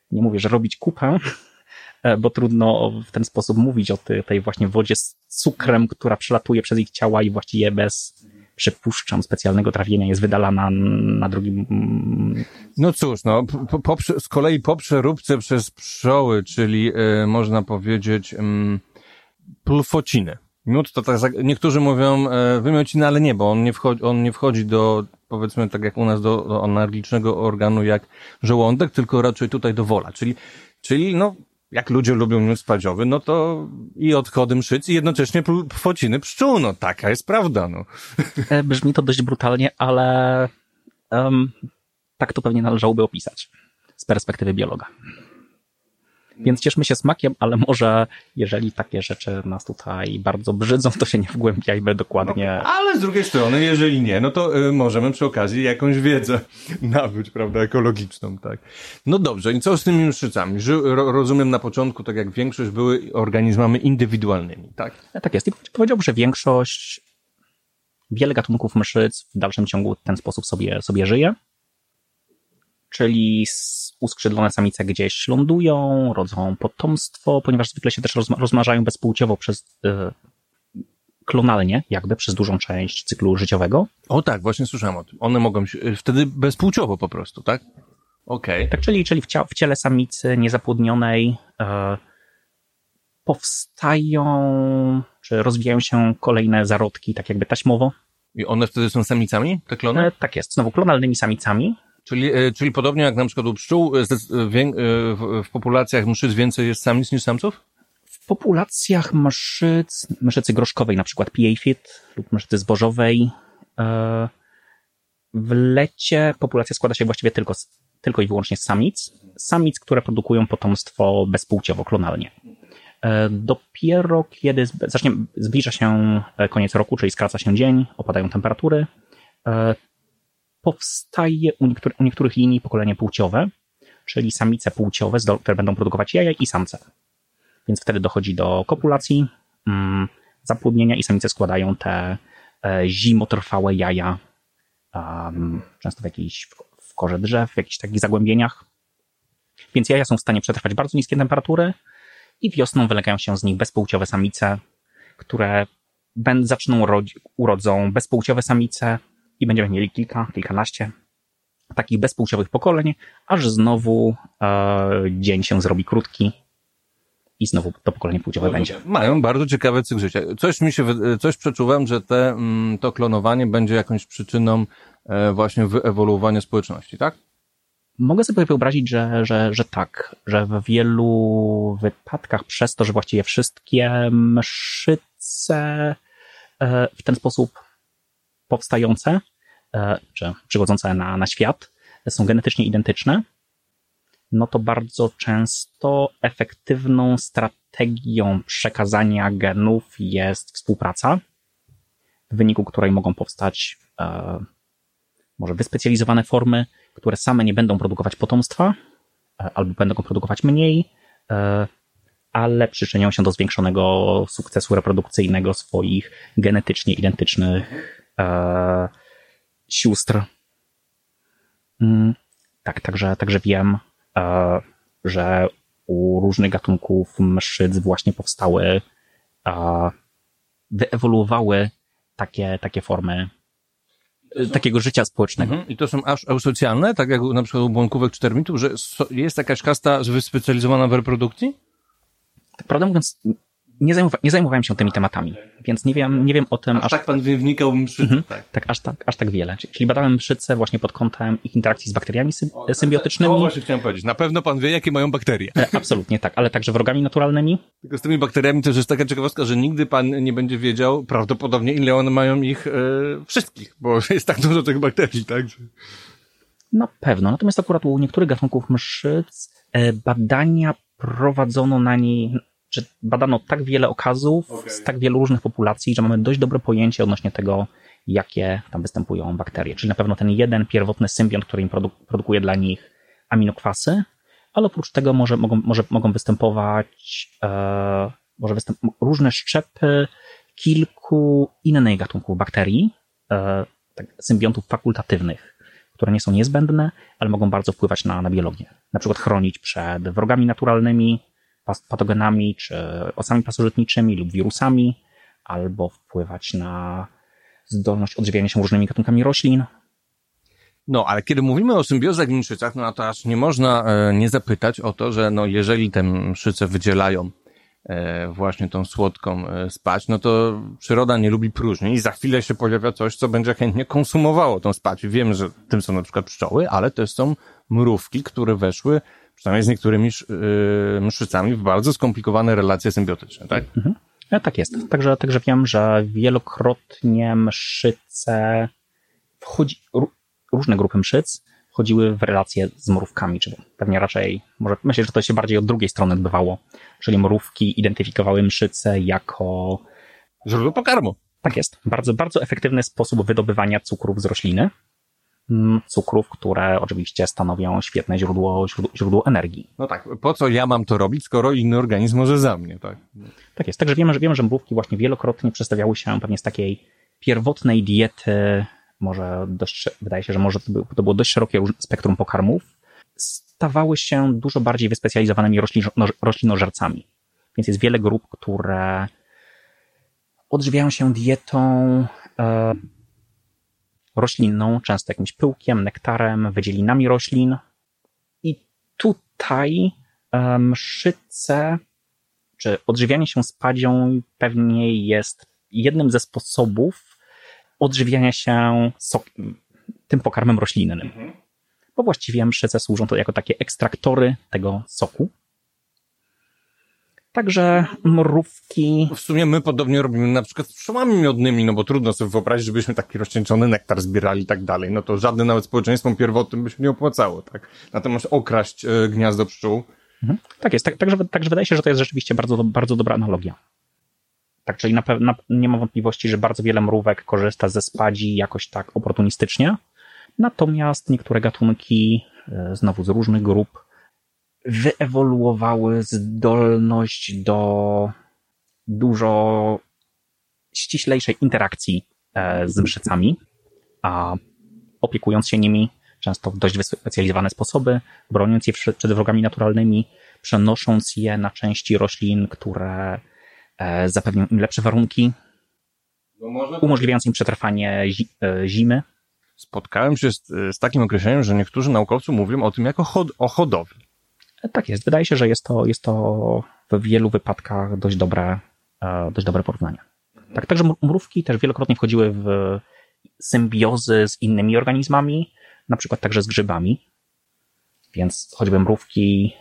nie mówię, że robić kupę, bo trudno w ten sposób mówić o tej właśnie wodzie z cukrem, która przelatuje przez ich ciała i właściwie bez, przypuszczam, specjalnego trawienia jest wydalana na drugim... No cóż, no, z kolei po przeróbce przez pszczoły, czyli można powiedzieć plufociny. Miód to tak, niektórzy mówią wymiociny, ale nie, bo on nie wchodzi do, powiedzmy tak jak u nas, do analogicznego organu jak żołądek, tylko raczej tutaj do wola, czyli no, jak ludzie lubią miód spadziowy, no to i odchody mszyc i jednocześnie plufociny pszczół, no taka jest prawda, no. Brzmi to dość brutalnie, ale tak to pewnie należałoby opisać z perspektywy biologa. Więc cieszmy się smakiem, ale może jeżeli takie rzeczy nas tutaj bardzo brzydzą, to się nie wgłębiajmy dokładnie. No, ale z drugiej strony, jeżeli nie, no to możemy przy okazji jakąś wiedzę nabyć, prawda, ekologiczną, tak. No dobrze, i co z tymi mszycami? Rozumiem na początku, tak jak większość, były organizmami indywidualnymi, tak? Tak jest. I powiedziałbym, że wiele gatunków mszyc w dalszym ciągu w ten sposób sobie żyje. Czyli uskrzydlone samice gdzieś lądują, rodzą potomstwo, ponieważ zwykle się też rozmnażają bezpłciowo klonalnie, jakby przez dużą część cyklu życiowego. O tak, właśnie słyszałem o tym. One mogą się wtedy bezpłciowo po prostu, tak? Okej. Tak, czyli w ciele samicy niezapłodnionej powstają, czy rozwijają się kolejne zarodki, tak jakby taśmowo. I one wtedy są samicami, te klony? Tak jest, znowu klonalnymi samicami. Czyli podobnie jak na przykład u pszczół, w populacjach mszyc więcej jest samic niż samców? W populacjach mszycy groszkowej, na przykład pea fit lub mszycy zbożowej, w lecie populacja składa się właściwie tylko i wyłącznie z samic, które produkują potomstwo bezpłciowo, klonalnie. Dopiero kiedy zbliża się koniec roku, czyli skraca się dzień, opadają temperatury, powstaje u niektórych linii pokolenie płciowe, czyli samice płciowe, które będą produkować jaja i samce. Więc wtedy dochodzi do kopulacji, zapłodnienia i samice składają te zimotrwałe jaja, często w korze drzew, w jakichś takich zagłębieniach. Więc jaja są w stanie przetrwać bardzo niskie temperatury i wiosną wylegają się z nich bezpłciowe samice, które urodzą bezpłciowe samice, i będziemy mieli kilkanaście takich bezpłciowych pokoleń, aż znowu dzień się zrobi krótki i znowu to pokolenie płciowe będzie. Mają bardzo ciekawy cykl życia. Coś przeczuwam, że to klonowanie będzie jakąś przyczyną właśnie wyewoluowania społeczności, tak? Mogę sobie wyobrazić, że tak, że w wielu wypadkach przez to, że właściwie wszystkie mszyce w ten sposób powstające, czy przychodzące na świat, są genetycznie identyczne, no to bardzo często efektywną strategią przekazania genów jest współpraca, w wyniku której mogą powstać może wyspecjalizowane formy, które same nie będą produkować potomstwa, albo będą go produkować mniej, ale przyczynią się do zwiększonego sukcesu reprodukcyjnego swoich genetycznie identycznych sióstr. Tak, także wiem, że u różnych gatunków mszyc właśnie powstały, wyewoluowały takie formy takiego życia społecznego. I to są aż eusocjalne, tak jak na przykład u błąkówek czy termitów, że jest jakaś kasta wyspecjalizowana w reprodukcji? Tak, prawdę mówiąc, nie zajmowałem się tymi tematami, więc nie wiem o tym. Tak pan wnikał w mszyce, tak. Aż tak wiele. Czyli badałem mszyce właśnie pod kątem ich interakcji z bakteriami symbiotycznymi. To właśnie chciałem powiedzieć. Na pewno pan wie, jakie mają bakterie. Absolutnie tak, ale także wrogami naturalnymi. Tylko z tymi bakteriami też jest taka ciekawostka, że nigdy pan nie będzie wiedział prawdopodobnie, ile one mają ich wszystkich, bo jest tak dużo tych bakterii, tak? Na pewno. Natomiast akurat u niektórych gatunków mszyc badania prowadzono na niej, czy badano tak wiele okazów z tak wielu różnych populacji, że mamy dość dobre pojęcie odnośnie tego, jakie tam występują bakterie. Czyli na pewno ten jeden pierwotny symbiont, który im produkuje dla nich aminokwasy, ale oprócz tego mogą występować różne szczepy kilku innych gatunków bakterii, tak, symbiontów fakultatywnych, które nie są niezbędne, ale mogą bardzo wpływać na biologię. Na przykład chronić przed wrogami naturalnymi, patogenami, czy osami pasożytniczymi lub wirusami, albo wpływać na zdolność odżywiania się różnymi gatunkami roślin. No, ale kiedy mówimy o symbiozach i mszycach, no to aż nie można nie zapytać o to, że no jeżeli te mszyce wydzielają właśnie tą słodką spać, no to przyroda nie lubi próżni i za chwilę się pojawia coś, co będzie chętnie konsumowało tą spać. Wiem, że tym są na przykład pszczoły, ale też są mrówki, które weszły, przynajmniej z niektórymi mszycami, w bardzo skomplikowane relacje symbiotyczne, tak? Mhm. Tak jest. Także wiem, że wielokrotnie mszyce różne grupy mszyc wchodziły w relacje z mrówkami, czy pewnie raczej, może myślę, że to się bardziej od drugiej strony odbywało, czyli mrówki identyfikowały mszyce jako źródło pokarmu. Tak jest. Bardzo, bardzo efektywny sposób wydobywania cukrów z rośliny. Cukrów, które oczywiście stanowią świetne źródło energii. No tak, po co ja mam to robić, skoro inny organizm może za mnie, tak? Tak jest. Także wiemy, że mrówki właśnie wielokrotnie przestawiały się pewnie z takiej pierwotnej diety, wydaje się, że może to było dość szerokie spektrum pokarmów, stawały się dużo bardziej wyspecjalizowanymi roślinożercami. Więc jest wiele grup, które odżywiają się dietą roślinną, często jakimś pyłkiem, nektarem, wydzielinami roślin. I tutaj mszyce, czy odżywianie się spadzią pewnie jest jednym ze sposobów odżywiania się tym pokarmem roślinnym. Bo właściwie mszyce służą to jako takie ekstraktory tego soku. Także mrówki... W sumie my podobnie robimy na przykład z pszczołami miodnymi, no bo trudno sobie wyobrazić, żebyśmy taki rozcieńczony nektar zbierali i tak dalej. No to żadne nawet społeczeństwom pierwotnym by się nie opłacało, tak? Natomiast okraść gniazdo pszczół... Tak jest. Także wydaje się, że to jest rzeczywiście bardzo, bardzo dobra analogia. Tak, czyli nie ma wątpliwości, że bardzo wiele mrówek korzysta ze spadzi jakoś tak oportunistycznie. Natomiast niektóre gatunki, znowu z różnych grup, wyewoluowały zdolność do dużo ściślejszej interakcji z mszycami, a opiekując się nimi często w dość wyspecjalizowane sposoby, broniąc je przed wrogami naturalnymi, przenosząc je na części roślin, które zapewnią im lepsze warunki, umożliwiając im przetrwanie zimy. Spotkałem się z takim określeniem, że niektórzy naukowcy mówią o tym jako o hodowli. Tak jest. Wydaje się, że jest to w wielu wypadkach dość dobre porównanie. Tak, także mrówki też wielokrotnie wchodziły w symbiozy z innymi organizmami, na przykład także z grzybami. Więc choćby mrówki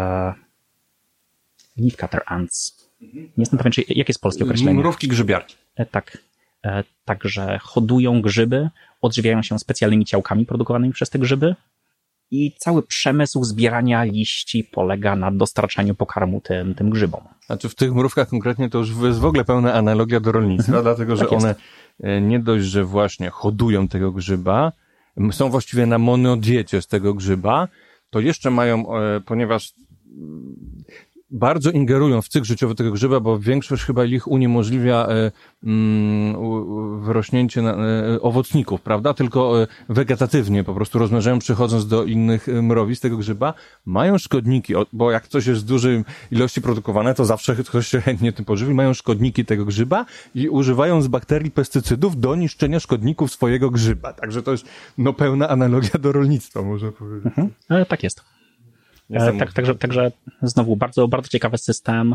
leafcutter ants. Nie jestem pewien, jakie jest polskie określenie. Mrówki grzybiarki. Tak. Także hodują grzyby, odżywiają się specjalnymi ciałkami produkowanymi przez te grzyby i cały przemysł zbierania liści polega na dostarczaniu pokarmu tym grzybom. Znaczy w tych mrówkach konkretnie to już jest w ogóle pełna analogia do rolnictwa, dlatego że one nie dość, że właśnie hodują tego grzyba, są właściwie na monodiecie z tego grzyba, to jeszcze mają, ponieważ bardzo ingerują w cykl życiowy tego grzyba, bo większość chyba ich uniemożliwia wyrośnięcie owocników, prawda? Tylko wegetatywnie po prostu rozmnażają, przychodząc do innych mrowi z tego grzyba. Mają szkodniki, bo jak coś jest w dużej ilości produkowane, to zawsze ktoś się chętnie tym pożywi. Mają szkodniki tego grzyba i używają z bakterii pestycydów do niszczenia szkodników swojego grzyba. Także to jest pełna analogia do rolnictwa, można powiedzieć. Tak jest. Także znowu bardzo, bardzo ciekawy system,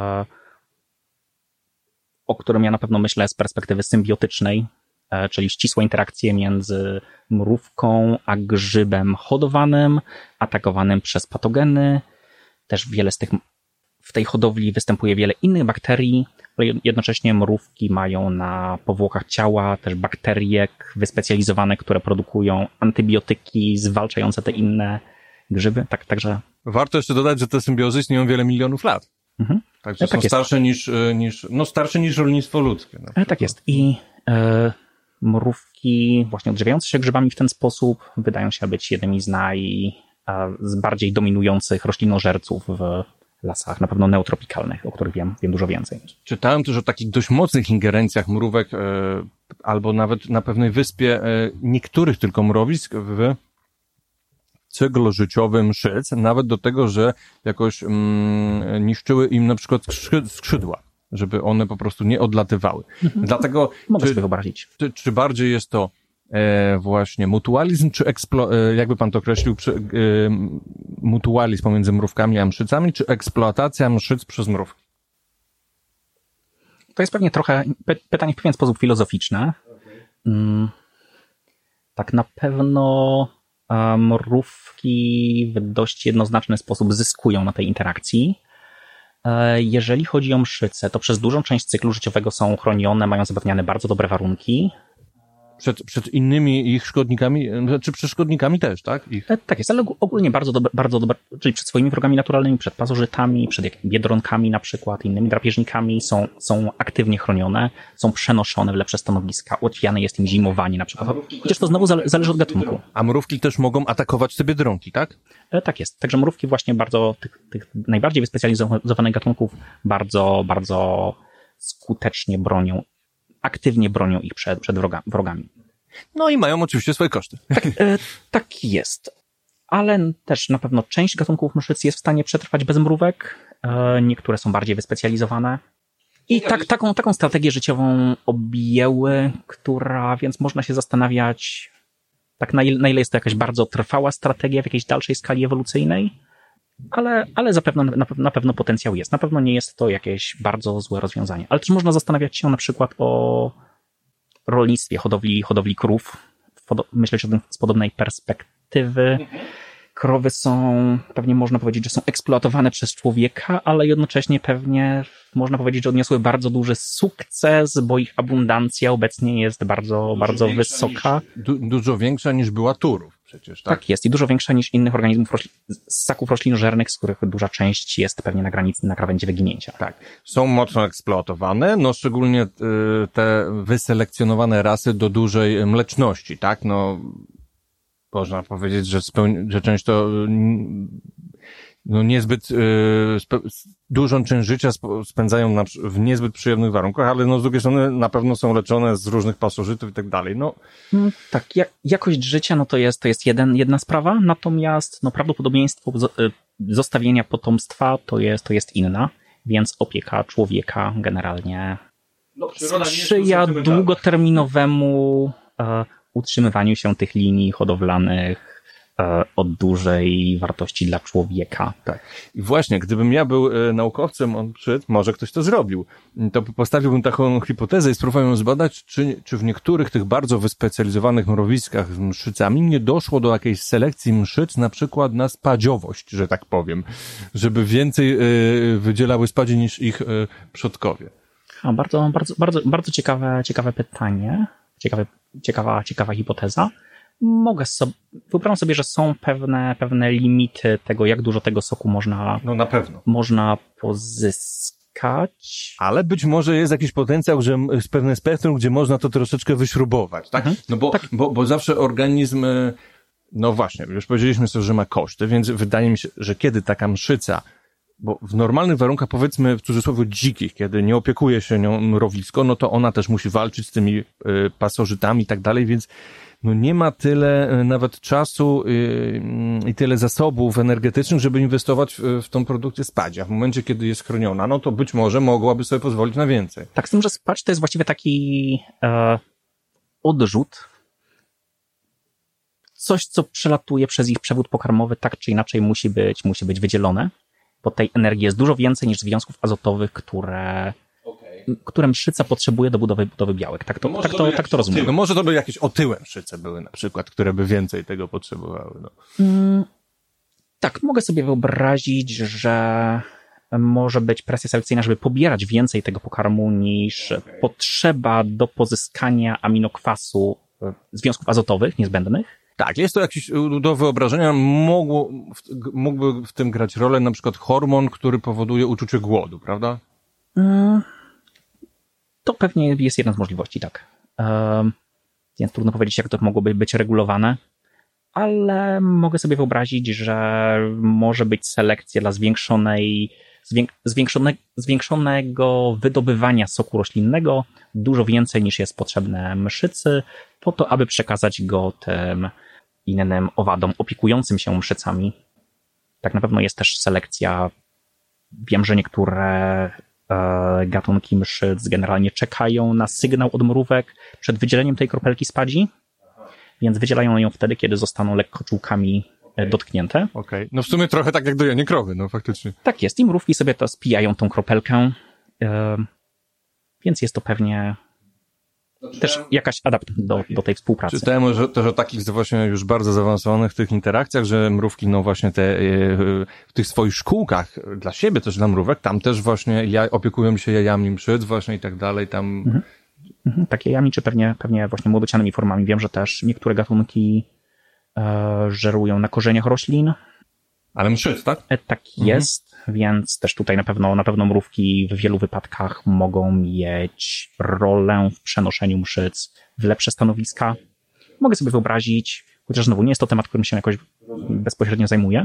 o którym ja na pewno myślę z perspektywy symbiotycznej, czyli ścisłe interakcje między mrówką a grzybem hodowanym, atakowanym przez patogeny. Też w tej hodowli występuje wiele innych bakterii, ale jednocześnie mrówki mają na powłokach ciała też bakterie wyspecjalizowane, które produkują antybiotyki zwalczające te inne grzyby, także... Warto jeszcze dodać, że te symbiozy istnieją wiele milionów lat. Także są starsze niż rolnictwo ludzkie. Tak jest. I mrówki właśnie odżywiające się grzybami w ten sposób wydają się być jednymi z bardziej dominujących roślinożerców w lasach, na pewno neotropikalnych, o których wiem dużo więcej. Czytałem też o takich dość mocnych ingerencjach mrówek albo nawet na pewnej wyspie niektórych tylko mrowisk w cyklu życiowym mszyc, nawet do tego, że jakoś niszczyły im na przykład skrzydła, żeby one po prostu nie odlatywały. Dlatego mogę sobie wyobrazić. Czy bardziej jest to właśnie mutualizm, czy jakby pan to określił, mutualizm pomiędzy mrówkami a mszycami, czy eksploatacja mszyc przez mrówki? To jest pewnie trochę pytanie w pewien sposób filozoficzne. Tak na pewno mrówki w dość jednoznaczny sposób zyskują na tej interakcji. Jeżeli chodzi o mszyce, to przez dużą część cyklu życiowego są chronione, mają zapewniane bardzo dobre warunki. Przed innymi ich szkodnikami, czy przed szkodnikami też, tak? Tak jest, ale ogólnie bardzo dobre, czyli przed swoimi wrogami naturalnymi, przed pasożytami, przed biedronkami na przykład, innymi drapieżnikami są aktywnie chronione, są przenoszone w lepsze stanowiska, ułatwiane jest im zimowanie na przykład. Chociaż to znowu zależy od gatunku. A mrówki też mogą atakować te biedronki, tak? Tak jest. Także mrówki właśnie bardzo, tych najbardziej wyspecjalizowanych gatunków bardzo skutecznie bronią, aktywnie bronią ich przed wrogami. No i mają oczywiście swoje koszty. Tak jest. Ale też na pewno część gatunków mszyc jest w stanie przetrwać bez mrówek. Niektóre są bardziej wyspecjalizowane. I taką strategię życiową objęły, która, więc można się zastanawiać, tak na ile jest to jakaś bardzo trwała strategia w jakiejś dalszej skali ewolucyjnej, ale zapewne na pewno potencjał jest. Na pewno nie jest to jakieś bardzo złe rozwiązanie. Ale też można zastanawiać się na przykład o rolnictwie, hodowli krów. Myśleć o tym z podobnej perspektywy. Krowy pewnie można powiedzieć, że są eksploatowane przez człowieka, ale jednocześnie pewnie można powiedzieć, że odniosły bardzo duży sukces, bo ich abundancja obecnie jest bardzo wysoka. Dużo większa niż była turów przecież, tak? Tak jest i dużo większa niż innych organizmów, ssaków roślinnożernych, z których duża część jest pewnie na krawędzi wyginięcia. Tak. Są mocno eksploatowane, no szczególnie te wyselekcjonowane rasy do dużej mleczności, tak? No można powiedzieć, że często niezbyt dużą część życia spędzają w niezbyt przyjemnych warunkach, ale z drugiej strony na pewno są leczone z różnych pasożytów i tak dalej. Tak, jakość życia to jest jedna sprawa, natomiast prawdopodobieństwo zostawienia potomstwa to jest inna, więc opieka człowieka generalnie sprzyja długoterminowemu utrzymywaniu się tych linii hodowlanych o dużej wartości dla człowieka. Tak. I właśnie, gdybym ja był naukowcem od mszyc, może ktoś to zrobił, to postawiłbym taką hipotezę i spróbowałem zbadać, czy w niektórych tych bardzo wyspecjalizowanych mrowiskach z mszycami nie doszło do jakiejś selekcji mszyc, na przykład na spadziowość, że tak powiem, żeby więcej wydzielały spadzi niż ich przodkowie. Bardzo ciekawe pytanie. Ciekawa hipoteza. Wyobrażam sobie, że są pewne limity tego, jak dużo tego soku na pewno można pozyskać. Ale być może jest jakiś potencjał, że jest pewne spektrum, gdzie można to troszeczkę wyśrubować, tak? Bo zawsze organizm, no właśnie, już powiedzieliśmy sobie, że ma koszty, więc wydaje mi się, że kiedy taka mszyca, bo w normalnych warunkach, powiedzmy w cudzysłowie dzikich, kiedy nie opiekuje się nią mrowisko, no to ona też musi walczyć z tymi pasożytami i tak dalej, więc nie ma tyle nawet czasu i tyle zasobów energetycznych, żeby inwestować w tą produkcję spadzia. W momencie, kiedy jest chroniona, no to być może mogłaby sobie pozwolić na więcej. Tak, z tym, że spadź to jest właściwie taki odrzut. Coś, co przelatuje przez ich przewód pokarmowy, tak czy inaczej musi być wydzielone, bo tej energii jest dużo więcej niż związków azotowych, które mszyca potrzebuje do budowy białek. Tak to rozumiem. No może to by jakieś otyłe mszyce były na przykład, które by więcej tego potrzebowały. Tak, mogę sobie wyobrazić, że może być presja selekcyjna, żeby pobierać więcej tego pokarmu niż potrzeba do pozyskania aminokwasu związków azotowych niezbędnych. Tak, jest to jakiś do wyobrażenia, mógłby w tym grać rolę na przykład hormon, który powoduje uczucie głodu, prawda? To pewnie jest jedna z możliwości, tak. Więc trudno powiedzieć, jak to mogłoby być regulowane, ale mogę sobie wyobrazić, że może być selekcja dla zwiększonego wydobywania soku roślinnego, dużo więcej niż jest potrzebne mszycy, po to, aby przekazać go tym innym owadom opiekującym się mszycami. Tak na pewno jest też selekcja. Wiem, że niektóre gatunki mszyc generalnie czekają na sygnał od mrówek przed wydzieleniem tej kropelki spadzi, więc wydzielają ją wtedy, kiedy zostaną lekko czułkami dotknięte. Okej. No w sumie trochę tak jak dojenie krowy, no faktycznie. Tak jest. I mrówki sobie to spijają tą kropelkę, więc jest to pewnie też jakaś adapt do tej współpracy. Czytałem też o takich właśnie już bardzo zaawansowanych tych interakcjach, że mrówki, no właśnie w tych swoich szkółkach dla siebie też dla mrówek, tam też właśnie opiekują się jajami mszyc właśnie i tak dalej, tam... Tak, jajami czy pewnie właśnie młodocianymi formami. Wiem, że też niektóre gatunki żerują na korzeniach roślin. Ale mszyc, tak? Tak jest, więc też tutaj na pewno mrówki w wielu wypadkach mogą mieć rolę w przenoszeniu mszyc w lepsze stanowiska. Mogę sobie wyobrazić, chociaż znowu nie jest to temat, którym się jakoś bezpośrednio zajmuję,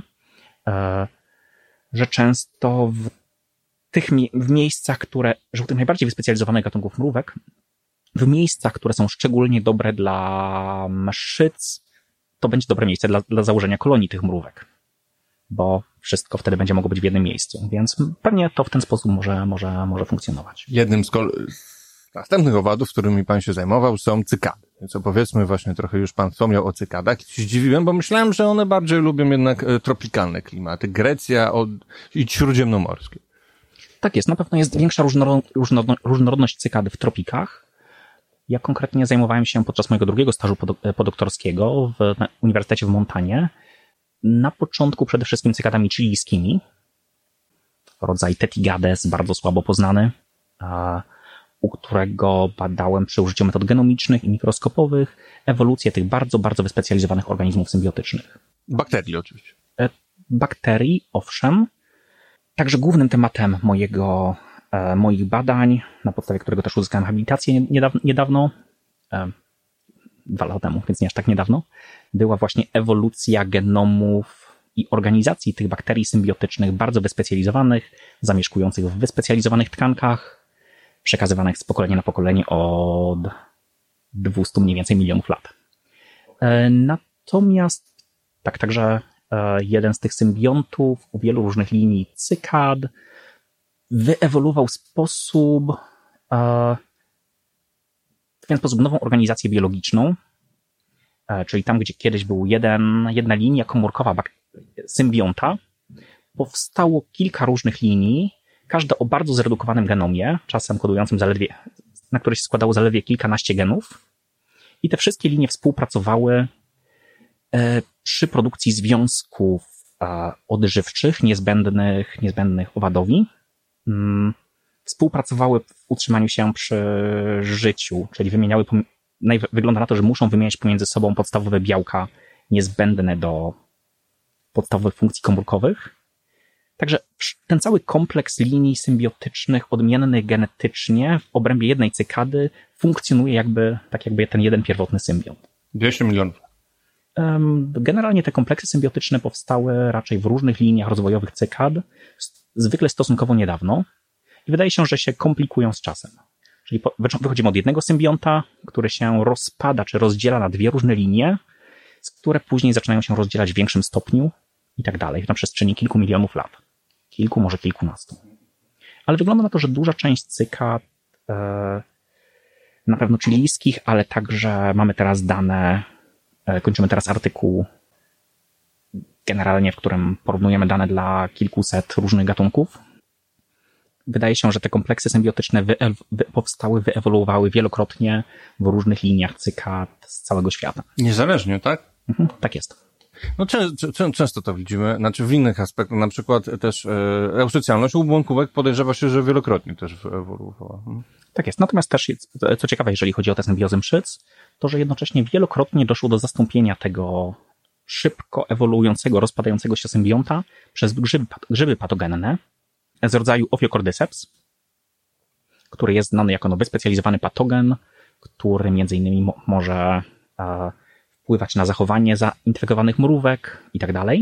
że często w miejscach, że u tych najbardziej wyspecjalizowanych gatunków mrówek, w miejscach, które są szczególnie dobre dla mszyc, to będzie dobre miejsce dla założenia kolonii tych mrówek, bo wszystko wtedy będzie mogło być w jednym miejscu, więc pewnie to w ten sposób może funkcjonować. Jednym z następnych owadów, którymi pan się zajmował, są cykady. Więc opowiedzmy właśnie trochę, już pan wspomniał o cykadach. I się zdziwiłem, bo myślałem, że one bardziej lubią jednak tropikalne klimaty. Grecja i śródziemnomorskie. Tak jest, na pewno jest większa różnorodność cykady w tropikach. Ja konkretnie zajmowałem się podczas mojego drugiego stażu podoktorskiego na Uniwersytecie w Montanie. Na początku przede wszystkim cykadami chilijskimi. Rodzaj Tetygades, bardzo słabo poznany, u którego badałem przy użyciu metod genomicznych i mikroskopowych ewolucję tych bardzo, bardzo wyspecjalizowanych organizmów symbiotycznych. Bakterii oczywiście. Bakterii, owszem. Także głównym tematem moich badań, na podstawie którego też uzyskałem habilitację niedawno, 2 lata temu, więc nie aż tak niedawno, była właśnie ewolucja genomów i organizacji tych bakterii symbiotycznych bardzo wyspecjalizowanych, zamieszkujących w wyspecjalizowanych tkankach, przekazywanych z pokolenia na pokolenie od 200 mniej więcej milionów lat. Natomiast także jeden z tych symbiontów u wielu różnych linii cykad wyewoluował w pewien sposób nową organizację biologiczną, czyli tam, gdzie kiedyś był jedna linia komórkowa symbionta, powstało kilka różnych linii, każda o bardzo zredukowanym genomie, czasem kodującym na które się składało zaledwie kilkanaście genów, i te wszystkie linie współpracowały przy produkcji związków odżywczych niezbędnych owadowi. Współpracowały w utrzymaniu się przy życiu, czyli wygląda na to, że muszą wymieniać pomiędzy sobą podstawowe białka niezbędne do podstawowych funkcji komórkowych. Także ten cały kompleks linii symbiotycznych odmiennych genetycznie w obrębie jednej cykady funkcjonuje jakby ten jeden pierwotny symbiont. 200 milionów. Generalnie te kompleksy symbiotyczne powstały raczej w różnych liniach rozwojowych cykad, zwykle stosunkowo niedawno, i wydaje się, że się komplikują z czasem. Czyli wychodzimy od jednego symbionta, który się rozpada czy rozdziela na 2 różne linie, które później zaczynają się rozdzielać w większym stopniu i tak dalej, na przestrzeni kilku milionów lat. Kilku, może kilkunastu. Ale wygląda na to, że duża część cykad, na pewno chilijskich, ale także mamy teraz kończymy teraz artykuł generalnie, w którym porównujemy dane dla kilkuset różnych gatunków. Wydaje się, że te kompleksy symbiotyczne wyewoluowały wielokrotnie w różnych liniach cykad z całego świata. Niezależnie, tak? Tak jest. No często to widzimy, znaczy w innych aspektach, na przykład też eusocjalność u błąkówek podejrzewa się, że wielokrotnie też ewoluowała. Tak jest. Natomiast też, co ciekawe, jeżeli chodzi o te symbiozy mszyc, to że jednocześnie wielokrotnie doszło do zastąpienia tego szybko ewoluującego, rozpadającego się symbionta przez grzyby patogenne z rodzaju Ophiocordyceps, który jest znany jako wyspecjalizowany patogen, który między innymi może wpływać na zachowanie zainfekowanych mrówek i tak dalej.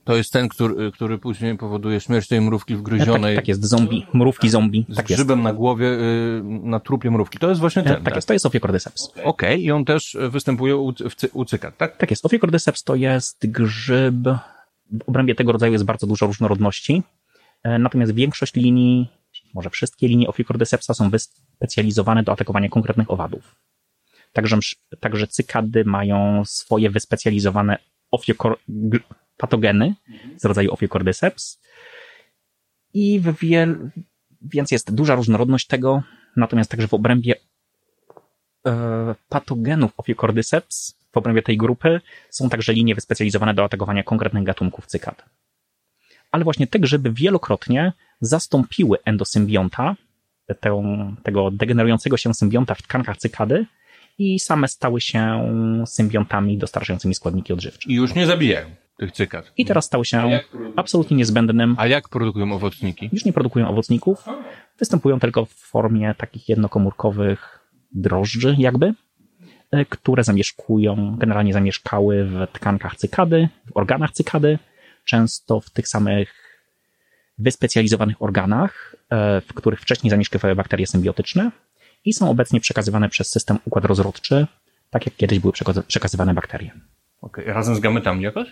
To jest ten, który później powoduje śmierć tej mrówki wgryzionej. Tak jest, zombie, mrówki zombie. Z tak grzybem jest. na głowie, na trupie mrówki. To jest właśnie ten, Tak jest, to jest Ophiocordyceps. Okej, i on też występuje u cykad, tak? Tak jest, Ophiocordyceps to jest grzyb, w obrębie tego rodzaju jest bardzo dużo różnorodności, natomiast większość linii, może wszystkie linie Ophiocordycepsa są wyspecjalizowane do atakowania konkretnych owadów. Także cykady mają swoje wyspecjalizowane patogeny z rodzaju Ophiocordyceps i więc jest duża różnorodność tego, natomiast także w obrębie patogenów Ophiocordyceps, w obrębie tej grupy są także linie wyspecjalizowane do atakowania konkretnych gatunków cykad. Ale właśnie te grzyby wielokrotnie zastąpiły endosymbionta, tego degenerującego się symbionta w tkankach cykady i same stały się symbiontami dostarczającymi składniki odżywcze. I już nie zabijają tych cykad. I teraz stały się absolutnie niezbędnym. A jak produkują owocniki? Już nie produkują owocników, występują tylko w formie takich jednokomórkowych drożdży jakby, które generalnie zamieszkały w tkankach cykady, w organach cykady, często w tych samych wyspecjalizowanych organach, w których wcześniej zamieszkiwały bakterie symbiotyczne i są obecnie przekazywane przez system układ rozrodczy, tak jak kiedyś były przekazywane bakterie. Okej, razem z gametami jakoś?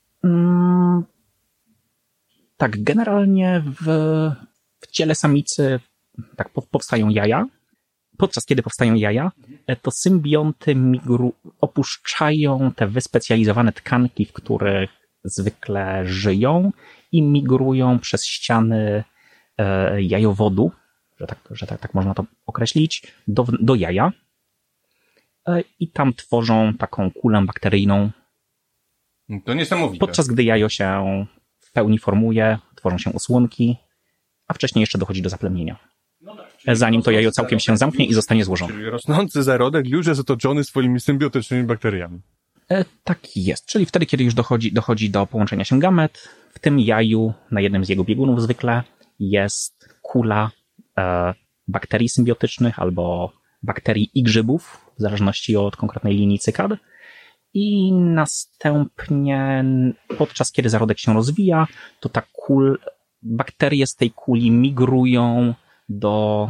Tak, generalnie w ciele samicy tak powstają jaja. Podczas kiedy powstają jaja, to symbionty opuszczają te wyspecjalizowane tkanki, w których zwykle żyją i migrują przez ściany jajowodu, że tak można to określić, do jaja i tam tworzą taką kulę bakteryjną. To niesamowite. Podczas gdy jajo się w pełni formuje, tworzą się osłonki, a wcześniej jeszcze dochodzi do zaplemnienia. Zanim to jajo całkiem się zamknie i zostanie złożone. Czyli rosnący zarodek już jest otoczony swoimi symbiotycznymi bakteriami. Tak jest, czyli wtedy, kiedy już dochodzi do połączenia się gamet, w tym jaju, na jednym z jego biegunów zwykle, jest kula bakterii symbiotycznych albo bakterii i grzybów, w zależności od konkretnej linii cykad. I następnie, podczas kiedy zarodek się rozwija, to bakterie z tej kuli migrują do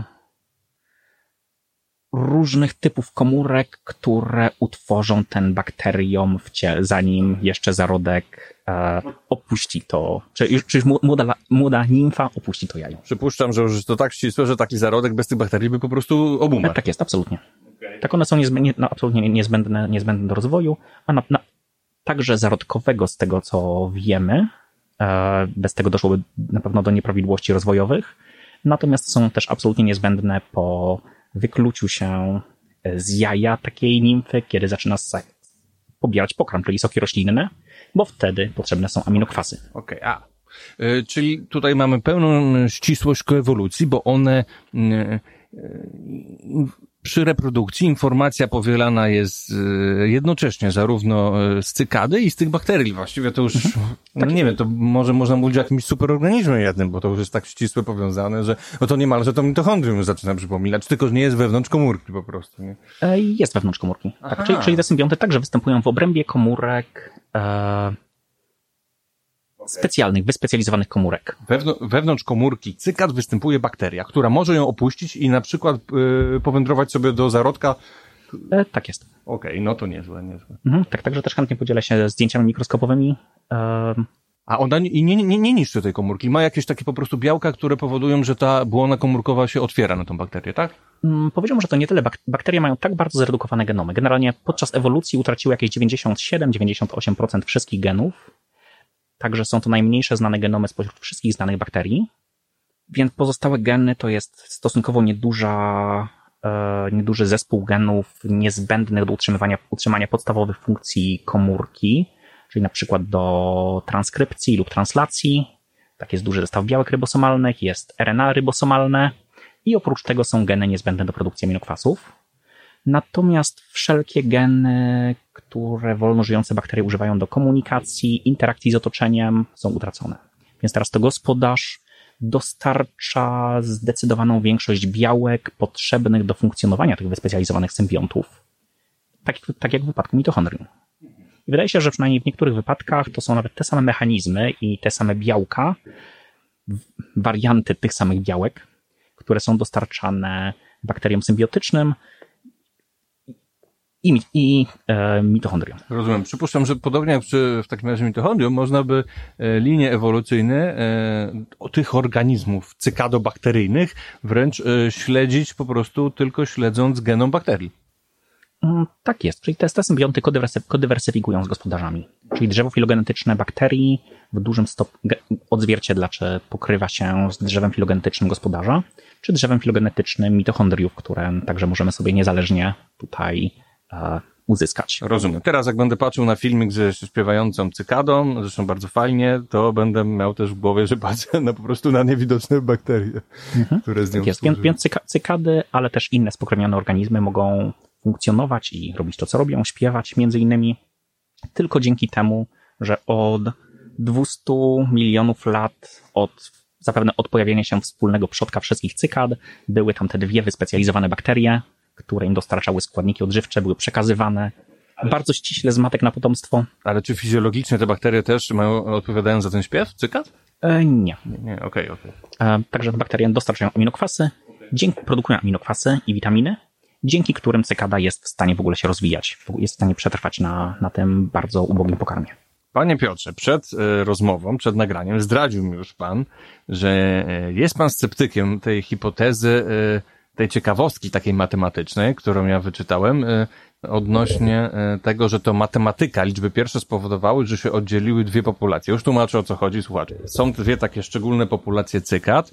różnych typów komórek, które utworzą ten bakteriom w ciele, zanim jeszcze zarodek opuści to, czy już młoda nimfa opuści to jajo. Przypuszczam, że już to tak ścisłe, że taki zarodek bez tych bakterii by po prostu obumarł. Tak jest, absolutnie. Okay. Tak one są absolutnie niezbędne do rozwoju, a także zarodkowego, z tego co wiemy, bez tego doszłoby na pewno do nieprawidłowości rozwojowych, natomiast są też absolutnie niezbędne po wykluciu się z jaja takiej nimfy, kiedy zaczyna pobierać pokarm, czyli soki roślinne, bo wtedy potrzebne są aminokwasy. Okej, czyli tutaj mamy pełną ścisłość koewolucji, bo one przy reprodukcji informacja powielana jest jednocześnie zarówno z cykady i z tych bakterii. Właściwie to już, nie wiem, to może można mówić o jakimś superorganizmie jednym, bo to już jest tak ścisłe powiązane, że to niemalże to mitochondrium zaczyna przypominać, tylko że nie jest wewnątrz komórki po prostu, nie? Jest wewnątrz komórki. Tak, czyli te symbionty także występują w obrębie komórek specjalnych, wyspecjalizowanych komórek. Wewnątrz komórki cykad występuje bakteria, która może ją opuścić i na przykład powędrować sobie do zarodka. Tak jest. Okej, no to niezłe. Tak, także też chętnie podzielę się zdjęciami mikroskopowymi. A ona nie niszczy tej komórki. Ma jakieś takie po prostu białka, które powodują, że ta błona komórkowa się otwiera na tą bakterię, tak? Powiedziałbym, że to nie tyle. Bakterie mają tak bardzo zredukowane genomy. Generalnie podczas ewolucji utraciły jakieś 97-98% wszystkich genów. Także są to najmniejsze znane genomy spośród wszystkich znanych bakterii, więc pozostałe geny to jest stosunkowo nieduży zespół genów niezbędnych do utrzymania podstawowych funkcji komórki, czyli na przykład do transkrypcji lub translacji. Tak jest duży zestaw białek rybosomalnych, jest RNA rybosomalne i oprócz tego są geny niezbędne do produkcji aminokwasów. Natomiast wszelkie geny, które wolnożyjące bakterie używają do komunikacji, interakcji z otoczeniem, są utracone. Więc teraz to gospodarz dostarcza zdecydowaną większość białek potrzebnych do funkcjonowania tych wyspecjalizowanych symbiontów, tak jak w wypadku mitochondrium. I wydaje się, że przynajmniej w niektórych wypadkach to są nawet te same mechanizmy i te same białka, warianty tych samych białek, które są dostarczane bakteriom symbiotycznym i mitochondriom. Rozumiem. Przypuszczam, że podobnie jak w takim razie mitochondrium, można by linie ewolucyjne tych organizmów cykadobakteryjnych wręcz śledzić po prostu tylko śledząc genom bakterii. Tak jest. Czyli te symbionty kodywersyfikują z gospodarzami. Czyli drzewo filogenetyczne bakterii w dużym stopniu odzwierciedla, czy pokrywa się z drzewem filogenetycznym gospodarza, czy drzewem filogenetycznym mitochondriów, które także możemy sobie niezależnie tutaj uzyskać. Rozumiem. Teraz jak będę patrzył na filmik ze śpiewającą cykadą, zresztą bardzo fajnie, to będę miał też w głowie, że patrzę po prostu na niewidoczne bakterie, które z nią tak jest. Więc cykady, ale też inne spokrewnione organizmy mogą funkcjonować i robić to, co robią, śpiewać między innymi tylko dzięki temu, że od 200 milionów lat zapewne od pojawienia się wspólnego przodka wszystkich cykad były tam te dwie wyspecjalizowane bakterie, które im dostarczały składniki odżywcze, były przekazywane bardzo ściśle z matek na potomstwo. Ale czy fizjologicznie te bakterie też odpowiadają za ten śpiew, cykad? Nie. Nie, okej. Także te bakterie dostarczają aminokwasy, produkują aminokwasy i witaminy, dzięki którym cykada jest w stanie w ogóle się rozwijać, jest w stanie przetrwać na tym bardzo ubogim pokarmie. Panie Piotrze, przed rozmową, przed nagraniem zdradził mi już pan, że jest pan sceptykiem tej hipotezy, tej ciekawostki takiej matematycznej, którą ja wyczytałem, odnośnie tego, że to matematyka, liczby pierwsze spowodowały, że się oddzieliły dwie populacje. Już tłumaczę, o co chodzi, słuchajcie. Są dwie takie szczególne populacje cykad,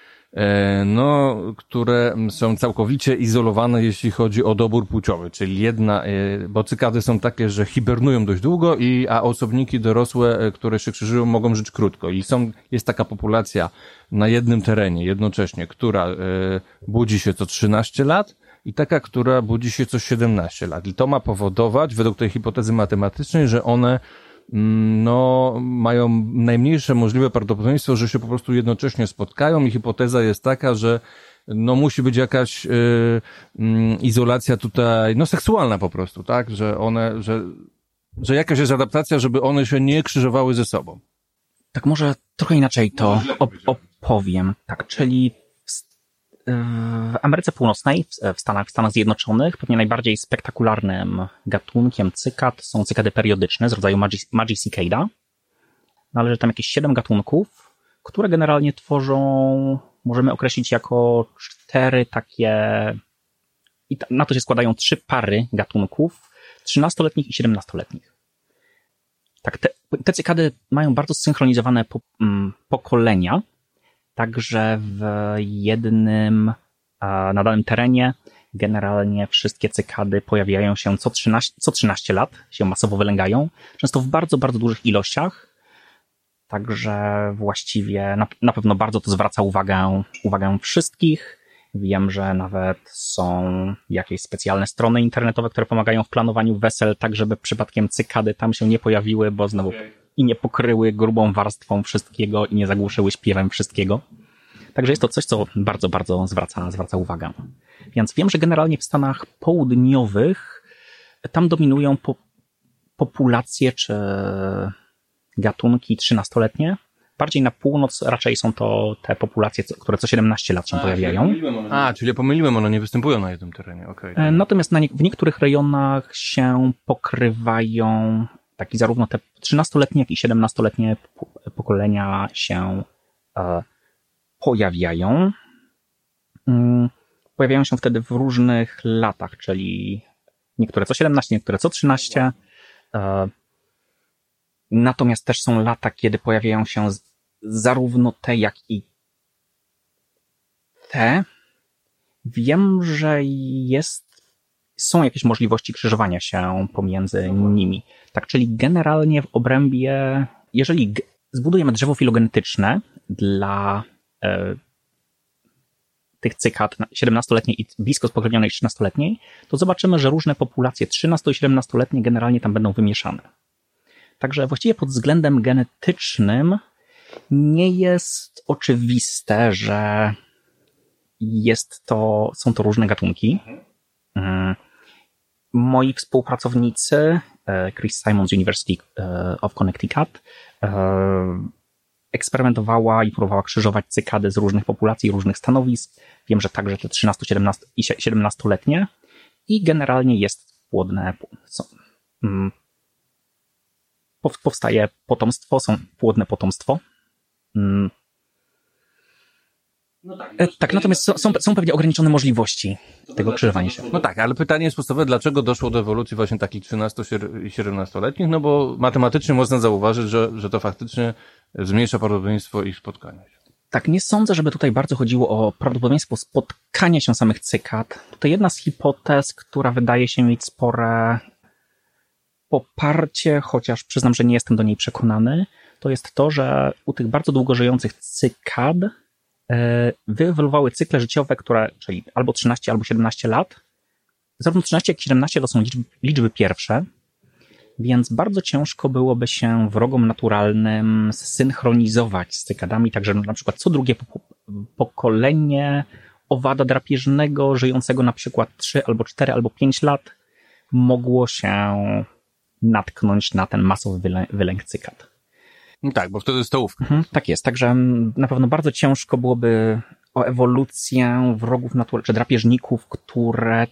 które są całkowicie izolowane, jeśli chodzi o dobór płciowy, czyli bo cykady są takie, że hibernują dość długo, a osobniki dorosłe, które się krzyżują, mogą żyć krótko. I jest taka populacja na jednym terenie jednocześnie, która budzi się co 13 lat i taka, która budzi się co 17 lat. I to ma powodować, według tej hipotezy matematycznej, że one mają najmniejsze możliwe prawdopodobieństwo, że się po prostu jednocześnie spotkają i hipoteza jest taka, że musi być jakaś izolacja tutaj, seksualna po prostu, tak? Że jakaś jest adaptacja, żeby one się nie krzyżowały ze sobą. Tak, może trochę inaczej to opowiem. Tak, czyli w Ameryce Północnej, w Stanach Zjednoczonych, pewnie najbardziej spektakularnym gatunkiem cykad są cykady periodyczne z rodzaju Magicicada. Należy tam jakieś 7 gatunków, które generalnie możemy określić jako 4 takie, i na to się składają 3 pary gatunków, 13-letnich i 17-letnich. Tak, te cykady mają bardzo zsynchronizowane pokolenia, także na danym terenie generalnie wszystkie cykady pojawiają się co 13 lat, się masowo wylęgają, często w bardzo, bardzo dużych ilościach, także właściwie na pewno bardzo to zwraca uwagę wszystkich. Wiem, że nawet są jakieś specjalne strony internetowe, które pomagają w planowaniu wesel, tak żeby przypadkiem cykady tam się nie pojawiły, bo znowu i nie pokryły grubą warstwą wszystkiego i nie zagłuszyły śpiewem wszystkiego. Także jest to coś, co bardzo, bardzo zwraca uwagę. Więc wiem, że generalnie w Stanach Południowych tam dominują populacje czy gatunki 13-letnie. Bardziej na północ raczej są to te populacje, które co 17 lat się pojawiają. Czyli pomyliłem, one nie występują na jednym terenie. Okay. Natomiast w niektórych rejonach się pokrywają tak i zarówno te 13-letnie, jak i 17-letnie pokolenia się pojawiają. Pojawiają się wtedy w różnych latach, czyli niektóre co 17, niektóre co 13. Natomiast też są lata, kiedy pojawiają się zarówno te, jak i te. Wiem, że są jakieś możliwości krzyżowania się pomiędzy nimi. Tak, czyli generalnie w obrębie, jeżeli zbudujemy drzewo filogenetyczne dla tych cykad 17-letniej i blisko spokrewnionej 13-letniej, to zobaczymy, że różne populacje 13- i 17-letnie generalnie tam będą wymieszane. Także właściwie pod względem genetycznym nie jest oczywiste, że są to różne gatunki. moi współpracownicy, Chris Simon z University of Connecticut, eksperymentowała i próbowała krzyżować cykady z różnych populacji, różnych stanowisk. Wiem, że także te 13, 17 i 17-letnie i generalnie jest płodne. Powstaje potomstwo, są płodne potomstwo. No tak, natomiast są pewnie ograniczone możliwości tego krzyżowania się. No tak, ale pytanie jest podstawowe, dlaczego doszło do ewolucji właśnie takich 13- i 17-letnich? No bo matematycznie można zauważyć, że to faktycznie zmniejsza prawdopodobieństwo ich spotkania się. Tak, nie sądzę, żeby tutaj bardzo chodziło o prawdopodobieństwo spotkania się samych cykad. To jedna z hipotez, która wydaje się mieć spore poparcie, chociaż przyznam, że nie jestem do niej przekonany. To jest to, że u tych bardzo długo żyjących cykad wyewoluowały cykle życiowe, czyli albo 13, albo 17 lat. Zarówno 13, jak i 17 to są liczby pierwsze, więc bardzo ciężko byłoby się wrogom naturalnym zsynchronizować z cykadami, tak że na przykład co drugie pokolenie owada drapieżnego żyjącego na przykład 3, albo 4, albo 5 lat mogło się natknąć na ten masowy wylęk cykad. No tak, bo wtedy jest stołówka. Tak jest, także na pewno bardzo ciężko byłoby o ewolucję wrogów natury, czy drapieżników, które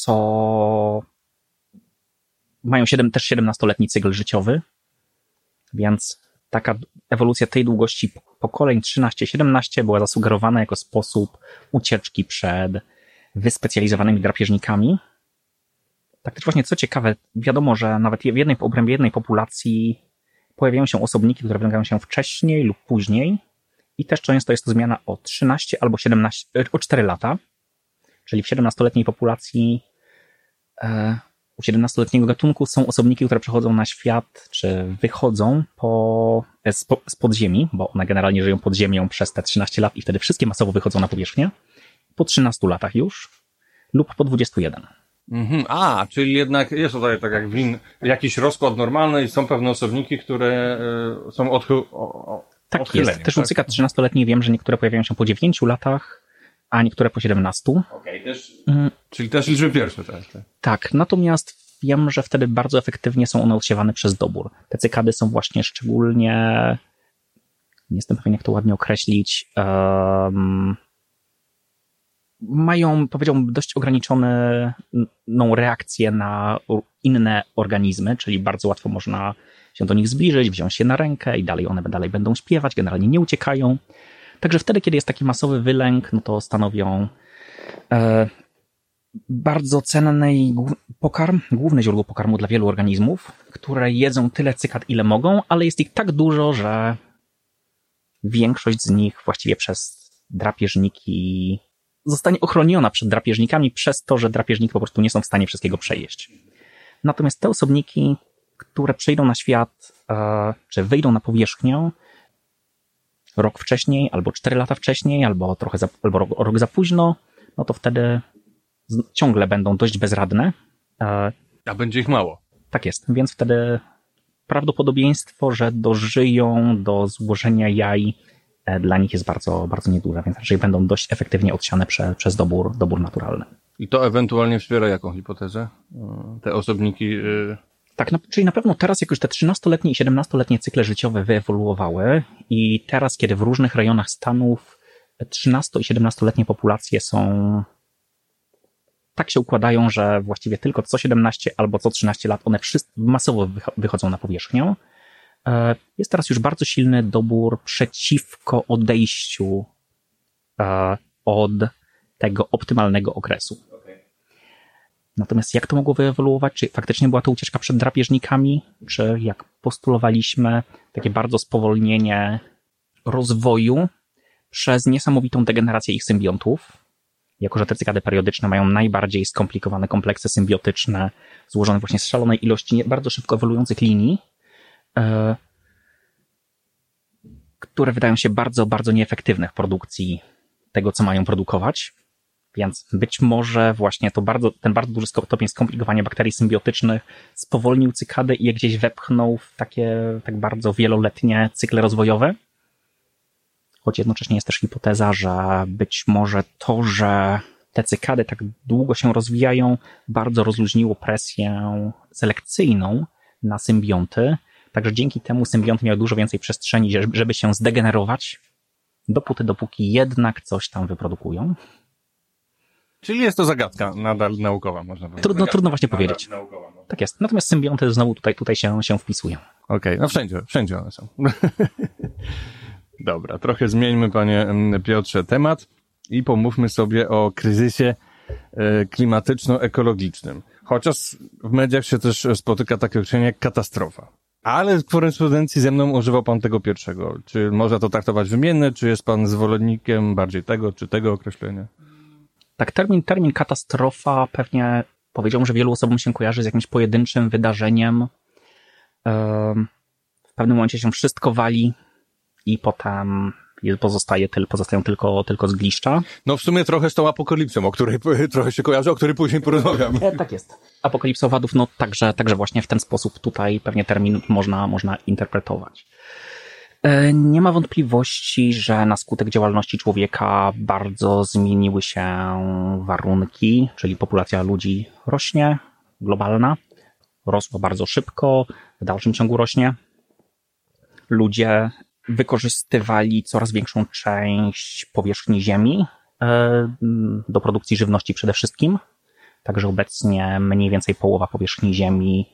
mają też 17-letni cykl życiowy, więc taka ewolucja tej długości pokoleń 13-17 była zasugerowana jako sposób ucieczki przed wyspecjalizowanymi drapieżnikami. Tak też właśnie, co ciekawe, wiadomo, że nawet w obrębie jednej populacji pojawiają się osobniki, które wylęgają się wcześniej lub później i też często jest to zmiana o 13 albo 17, o 4 lata, czyli w 17-letniej populacji u 17-letniego gatunku są osobniki, które przychodzą na świat, czy wychodzą z podziemi, bo one generalnie żyją pod ziemią przez te 13 lat i wtedy wszystkie masowo wychodzą na powierzchnię, po 13 latach już lub po 21. Czyli jednak jest tutaj tak jak jakiś rozkład normalny i są pewne osobniki, które są tak odchylenia. Jest. Też u cykad 13-letnich wiem, że niektóre pojawiają się po 9 latach, a niektóre po 17. Czyli też liczby pierwsze. Tak, natomiast wiem, że wtedy bardzo efektywnie są one odsiewane przez dobór. Te cykady są właśnie szczególnie, nie jestem pewien jak to ładnie określić, mają, powiedziałbym, dość ograniczoną reakcję na inne organizmy, czyli bardzo łatwo można się do nich zbliżyć, wziąć je na rękę i one dalej będą śpiewać, generalnie nie uciekają. Także wtedy, kiedy jest taki masowy wylęk, no to stanowią bardzo cenny główne źródło pokarmu dla wielu organizmów, które jedzą tyle cykad, ile mogą, ale jest ich tak dużo, że większość z nich właściwie przez drapieżniki zostanie ochroniona przed drapieżnikami przez to, że drapieżniki po prostu nie są w stanie wszystkiego przejeść. Natomiast te osobniki, które przyjdą na świat, czy wyjdą na powierzchnię rok wcześniej, albo 4 lata wcześniej, albo rok za późno, no to wtedy ciągle będą dość bezradne. A będzie ich mało. Tak jest, więc wtedy prawdopodobieństwo, że dożyją do złożenia jaj, dla nich jest bardzo, bardzo nieduże, więc raczej będą dość efektywnie odsiane przez dobór naturalny. I to ewentualnie wspiera jaką hipotezę? Te osobniki... Tak, czyli na pewno teraz, jak już te 13-letnie i 17-letnie cykle życiowe wyewoluowały i teraz, kiedy w różnych rejonach Stanów 13- i 17-letnie populacje tak się układają, że właściwie tylko co 17 albo co 13 lat one masowo wychodzą na powierzchnię. Jest teraz już bardzo silny dobór przeciwko odejściu od tego optymalnego okresu. Natomiast jak to mogło wyewoluować? Czy faktycznie była to ucieczka przed drapieżnikami? Czy jak postulowaliśmy, takie bardzo spowolnienie rozwoju przez niesamowitą degenerację ich symbiontów? Jako że te cykady periodyczne mają najbardziej skomplikowane kompleksy symbiotyczne, złożone właśnie z szalonej ilości bardzo szybko ewoluujących linii, które wydają się bardzo, bardzo nieefektywne w produkcji tego, co mają produkować. Więc być może właśnie ten bardzo duży stopień skomplikowania bakterii symbiotycznych spowolnił cykady i je gdzieś wepchnął w takie tak bardzo wieloletnie cykle rozwojowe. Choć jednocześnie jest też hipoteza, że być może to, że te cykady tak długo się rozwijają, bardzo rozluźniło presję selekcyjną na symbionty, także dzięki temu symbionty miały dużo więcej przestrzeni, żeby się zdegenerować, dopóki jednak coś tam wyprodukują. Czyli jest to zagadka nadal naukowa, można powiedzieć. Trudno właśnie powiedzieć. Tak jest. Natomiast symbionty znowu tutaj się wpisują. Okej, no wszędzie one są. Dobra, trochę zmieńmy, panie Piotrze, temat i pomówmy sobie o kryzysie klimatyczno-ekologicznym. Chociaż w mediach się też spotyka takie określenie jak katastrofa. Ale w korespondencji ze mną używał pan tego pierwszego. Czy można to traktować wymiennie, czy jest pan zwolennikiem bardziej tego, czy tego określenia? Tak, termin katastrofa pewnie powiedziałbym, że wielu osobom się kojarzy z jakimś pojedynczym wydarzeniem. W pewnym momencie się wszystko wali i potem pozostają tylko zgliszcza. No w sumie trochę z tą apokalipsą, o której trochę się kojarzy, o której później porozmawiamy. Tak jest. Apokalipsa owadów, no także właśnie w ten sposób tutaj pewnie termin można interpretować. Nie ma wątpliwości, że na skutek działalności człowieka bardzo zmieniły się warunki, czyli populacja ludzi rośnie, globalna, rosła bardzo szybko, w dalszym ciągu rośnie. Ludzie wykorzystywali coraz większą część powierzchni Ziemi do produkcji żywności przede wszystkim, także obecnie mniej więcej połowa powierzchni Ziemi,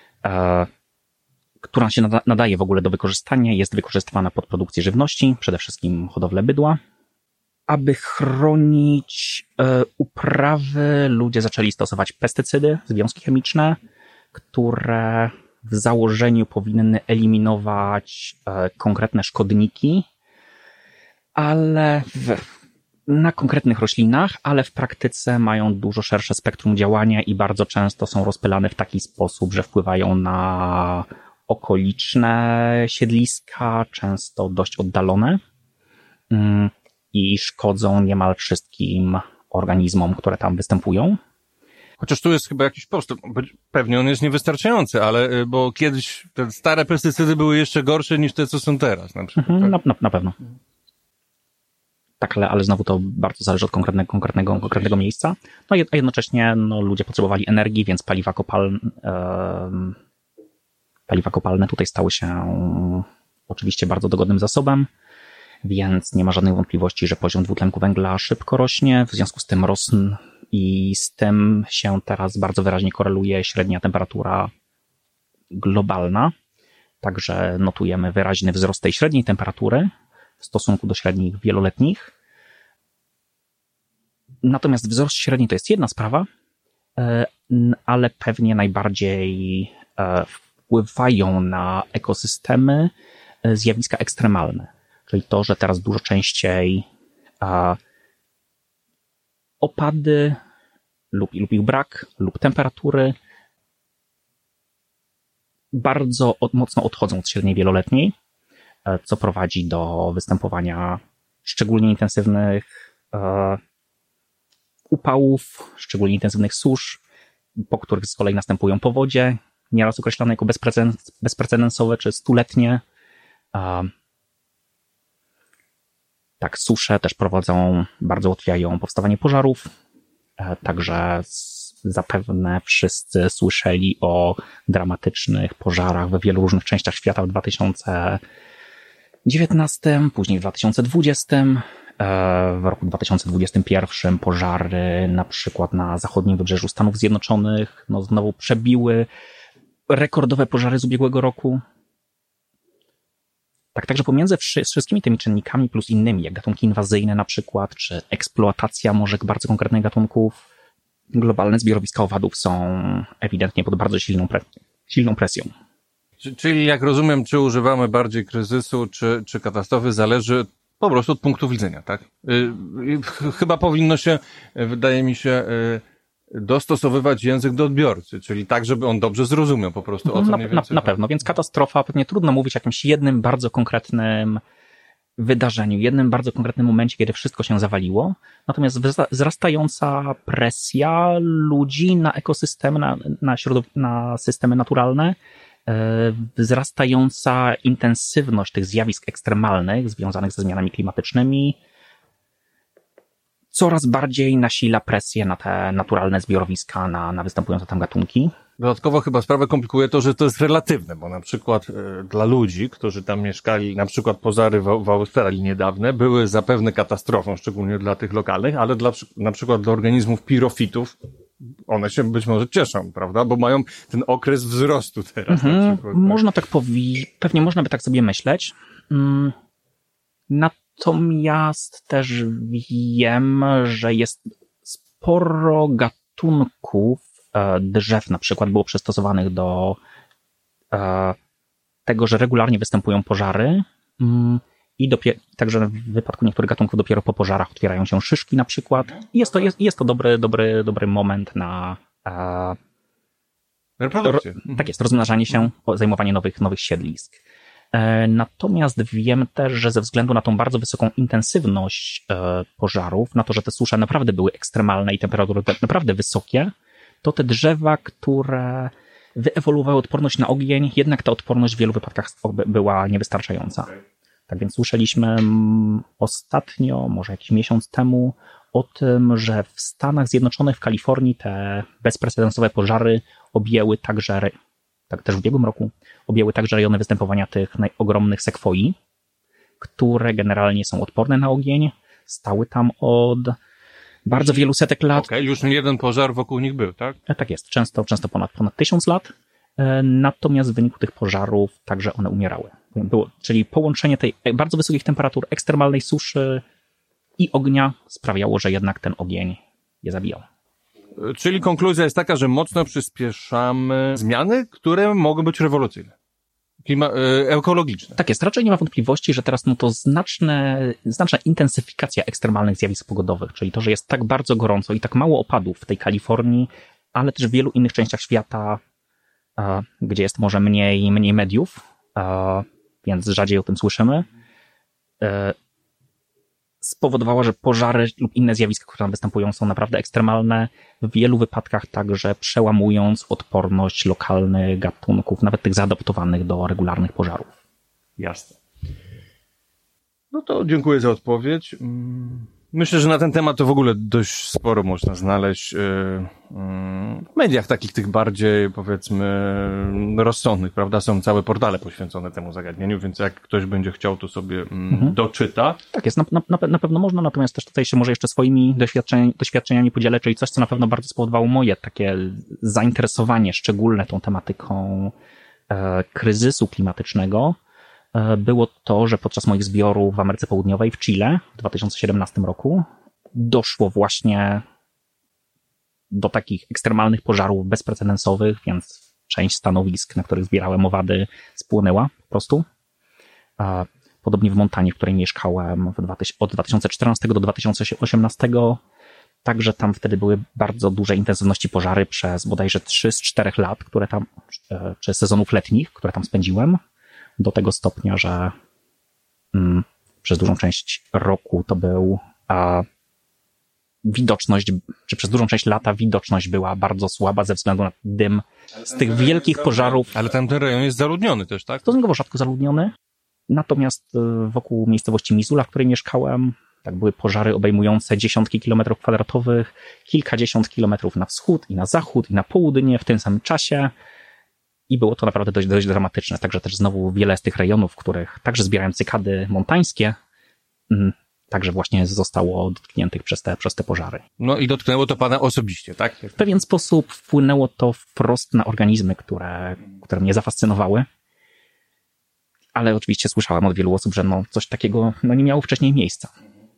która się nadaje w ogóle do wykorzystania, jest wykorzystywana pod produkcję żywności, przede wszystkim hodowlę bydła. Aby chronić uprawy, ludzie zaczęli stosować pestycydy, związki chemiczne, które w założeniu powinny eliminować konkretne szkodniki, ale na konkretnych roślinach, ale w praktyce mają dużo szersze spektrum działania i bardzo często są rozpylane w taki sposób, że wpływają na okoliczne siedliska, często dość oddalone i szkodzą niemal wszystkim organizmom, które tam występują. Chociaż tu jest chyba jakiś postęp. Pewnie on jest niewystarczający, ale bo kiedyś te stare pestycydy były jeszcze gorsze niż te, co są teraz. Na przykład, tak? Na pewno. Tak, ale znowu to bardzo zależy od konkretnego miejsca. No a jednocześnie ludzie potrzebowali energii, więc paliwa kopalne tutaj stały się oczywiście bardzo dogodnym zasobem, więc nie ma żadnych wątpliwości, że poziom dwutlenku węgla szybko rośnie, w związku z tym i z tym się teraz bardzo wyraźnie koreluje średnia temperatura globalna, także notujemy wyraźny wzrost tej średniej temperatury w stosunku do średnich wieloletnich. Natomiast wzrost średni to jest jedna sprawa, ale pewnie najbardziej wpływają na ekosystemy zjawiska ekstremalne, czyli to, że teraz dużo częściej opady lub ich brak, lub temperatury bardzo mocno odchodzą od średniej wieloletniej, co prowadzi do występowania szczególnie intensywnych upałów, szczególnie intensywnych susz, po których z kolei następują powodzie, nieraz określane jako bezprecedensowe czy stuletnie. Tak, susze też bardzo ułatwiają powstawanie pożarów, także zapewne wszyscy słyszeli o dramatycznych pożarach we wielu różnych częściach świata w 2019, później w 2020, w roku 2021 pożary na przykład na zachodnim wybrzeżu Stanów Zjednoczonych znowu przebiły rekordowe pożary z ubiegłego roku. Także pomiędzy wszystkimi tymi czynnikami plus innymi, jak gatunki inwazyjne na przykład, czy eksploatacja może bardzo konkretnych gatunków, globalne zbiorowiska owadów są ewidentnie pod bardzo silną presją. Czyli jak rozumiem, czy używamy bardziej kryzysu, czy katastrofy, zależy po prostu od punktu widzenia, tak? Chyba powinno się, wydaje mi się, dostosowywać język do odbiorcy, czyli tak, żeby on dobrze zrozumiał po prostu, o co mniej więcej. Na pewno, więc katastrofa, pewnie trudno mówić o jakimś jednym bardzo konkretnym wydarzeniu, jednym bardzo konkretnym momencie, kiedy wszystko się zawaliło, natomiast wzrastająca presja ludzi na ekosystemy, na systemy naturalne, wzrastająca intensywność tych zjawisk ekstremalnych związanych ze zmianami klimatycznymi, coraz bardziej nasila presję na te naturalne zbiorowiska, na występujące tam gatunki. Dodatkowo chyba sprawę komplikuje to, że to jest relatywne, bo na przykład dla ludzi, którzy tam mieszkali, na przykład pożary w Australii niedawne, były zapewne katastrofą, szczególnie dla tych lokalnych, ale na przykład dla organizmów pirofitów one się być może cieszą, prawda? Bo mają ten okres wzrostu teraz. Na przykład, tak? Można tak pewnie można by tak sobie myśleć. Natomiast też wiem, że jest sporo gatunków drzew na przykład było przystosowanych do tego, że regularnie występują pożary i także w wypadku niektórych gatunków dopiero po pożarach otwierają się szyszki na przykład. Jest to dobry moment na reprodukcję. Tak jest, rozmnażanie się, zajmowanie nowych siedlisk. Natomiast wiem też, że ze względu na tą bardzo wysoką intensywność pożarów, na to, że te susze naprawdę były ekstremalne i temperatury naprawdę wysokie, to te drzewa, które wyewoluowały odporność na ogień, jednak ta odporność w wielu wypadkach była niewystarczająca. Tak więc słyszeliśmy ostatnio, może jakiś miesiąc temu, o tym, że w Stanach Zjednoczonych, w Kalifornii te bezprecedensowe pożary objęły także, tak też w ubiegłym roku, objęły także rejony występowania tych ogromnych sekwoi, które generalnie są odporne na ogień, stały tam od bardzo wielu setek lat. Okej, już nie jeden pożar wokół nich był, tak? Tak jest, często ponad 1000 lat. Natomiast w wyniku tych pożarów także one umierały. Czyli połączenie tej bardzo wysokich temperatur, ekstremalnej suszy i ognia sprawiało, że jednak ten ogień je zabijał. Czyli konkluzja jest taka, że mocno przyspieszamy zmiany, które mogą być rewolucyjne. Ekologiczne. Tak jest, raczej nie ma wątpliwości, że teraz to znaczna intensyfikacja ekstremalnych zjawisk pogodowych, czyli to, że jest tak bardzo gorąco i tak mało opadów w tej Kalifornii, ale też w wielu innych częściach świata, gdzie jest może mniej mediów, więc rzadziej o tym słyszymy, spowodowała, że pożary lub inne zjawiska, które tam występują, są naprawdę ekstremalne, w wielu wypadkach także przełamując odporność lokalnych gatunków, nawet tych zaadaptowanych do regularnych pożarów. Jasne. No to dziękuję za odpowiedź. Myślę, że na ten temat to w ogóle dość sporo można znaleźć w mediach takich tych bardziej, powiedzmy, rozsądnych, prawda? Są całe portale poświęcone temu zagadnieniu, więc jak ktoś będzie chciał, to sobie doczyta. Tak jest, na pewno można, natomiast też tutaj się może jeszcze swoimi doświadczeniami podzielę, czyli coś, co na pewno bardzo spowodowało moje takie zainteresowanie szczególne tą tematyką kryzysu klimatycznego, było to, że podczas moich zbiorów w Ameryce Południowej, w Chile w 2017 roku doszło właśnie do takich ekstremalnych pożarów bezprecedensowych, więc część stanowisk, na których zbierałem owady, spłonęła po prostu. Podobnie w Montanie, w której mieszkałem od 2014 do 2018, także tam wtedy były bardzo duże intensywności pożary przez bodajże 3 z 4 lat, które tam, czy sezonów letnich, które tam spędziłem. Do tego stopnia, że przez dużą część roku to był widoczność, czy przez dużą część lata widoczność była bardzo słaba ze względu na dym z tych wielkich pożarów. Ale tam ten rejon jest zaludniony też, tak? Stosunkowo rzadko zaludniony. Natomiast wokół miejscowości Missoula, w której mieszkałem, tak były pożary obejmujące dziesiątki kilometrów kwadratowych, kilkadziesiąt kilometrów na wschód i na zachód i na południe w tym samym czasie. I było to naprawdę dość dramatyczne. Także też znowu wiele z tych rejonów, w których także zbierałem cykady montańskie, także właśnie zostało dotkniętych przez te pożary. No i dotknęło to pana osobiście, tak? W pewien sposób wpłynęło to wprost na organizmy, które mnie zafascynowały. Ale oczywiście słyszałem od wielu osób, że coś takiego nie miało wcześniej miejsca.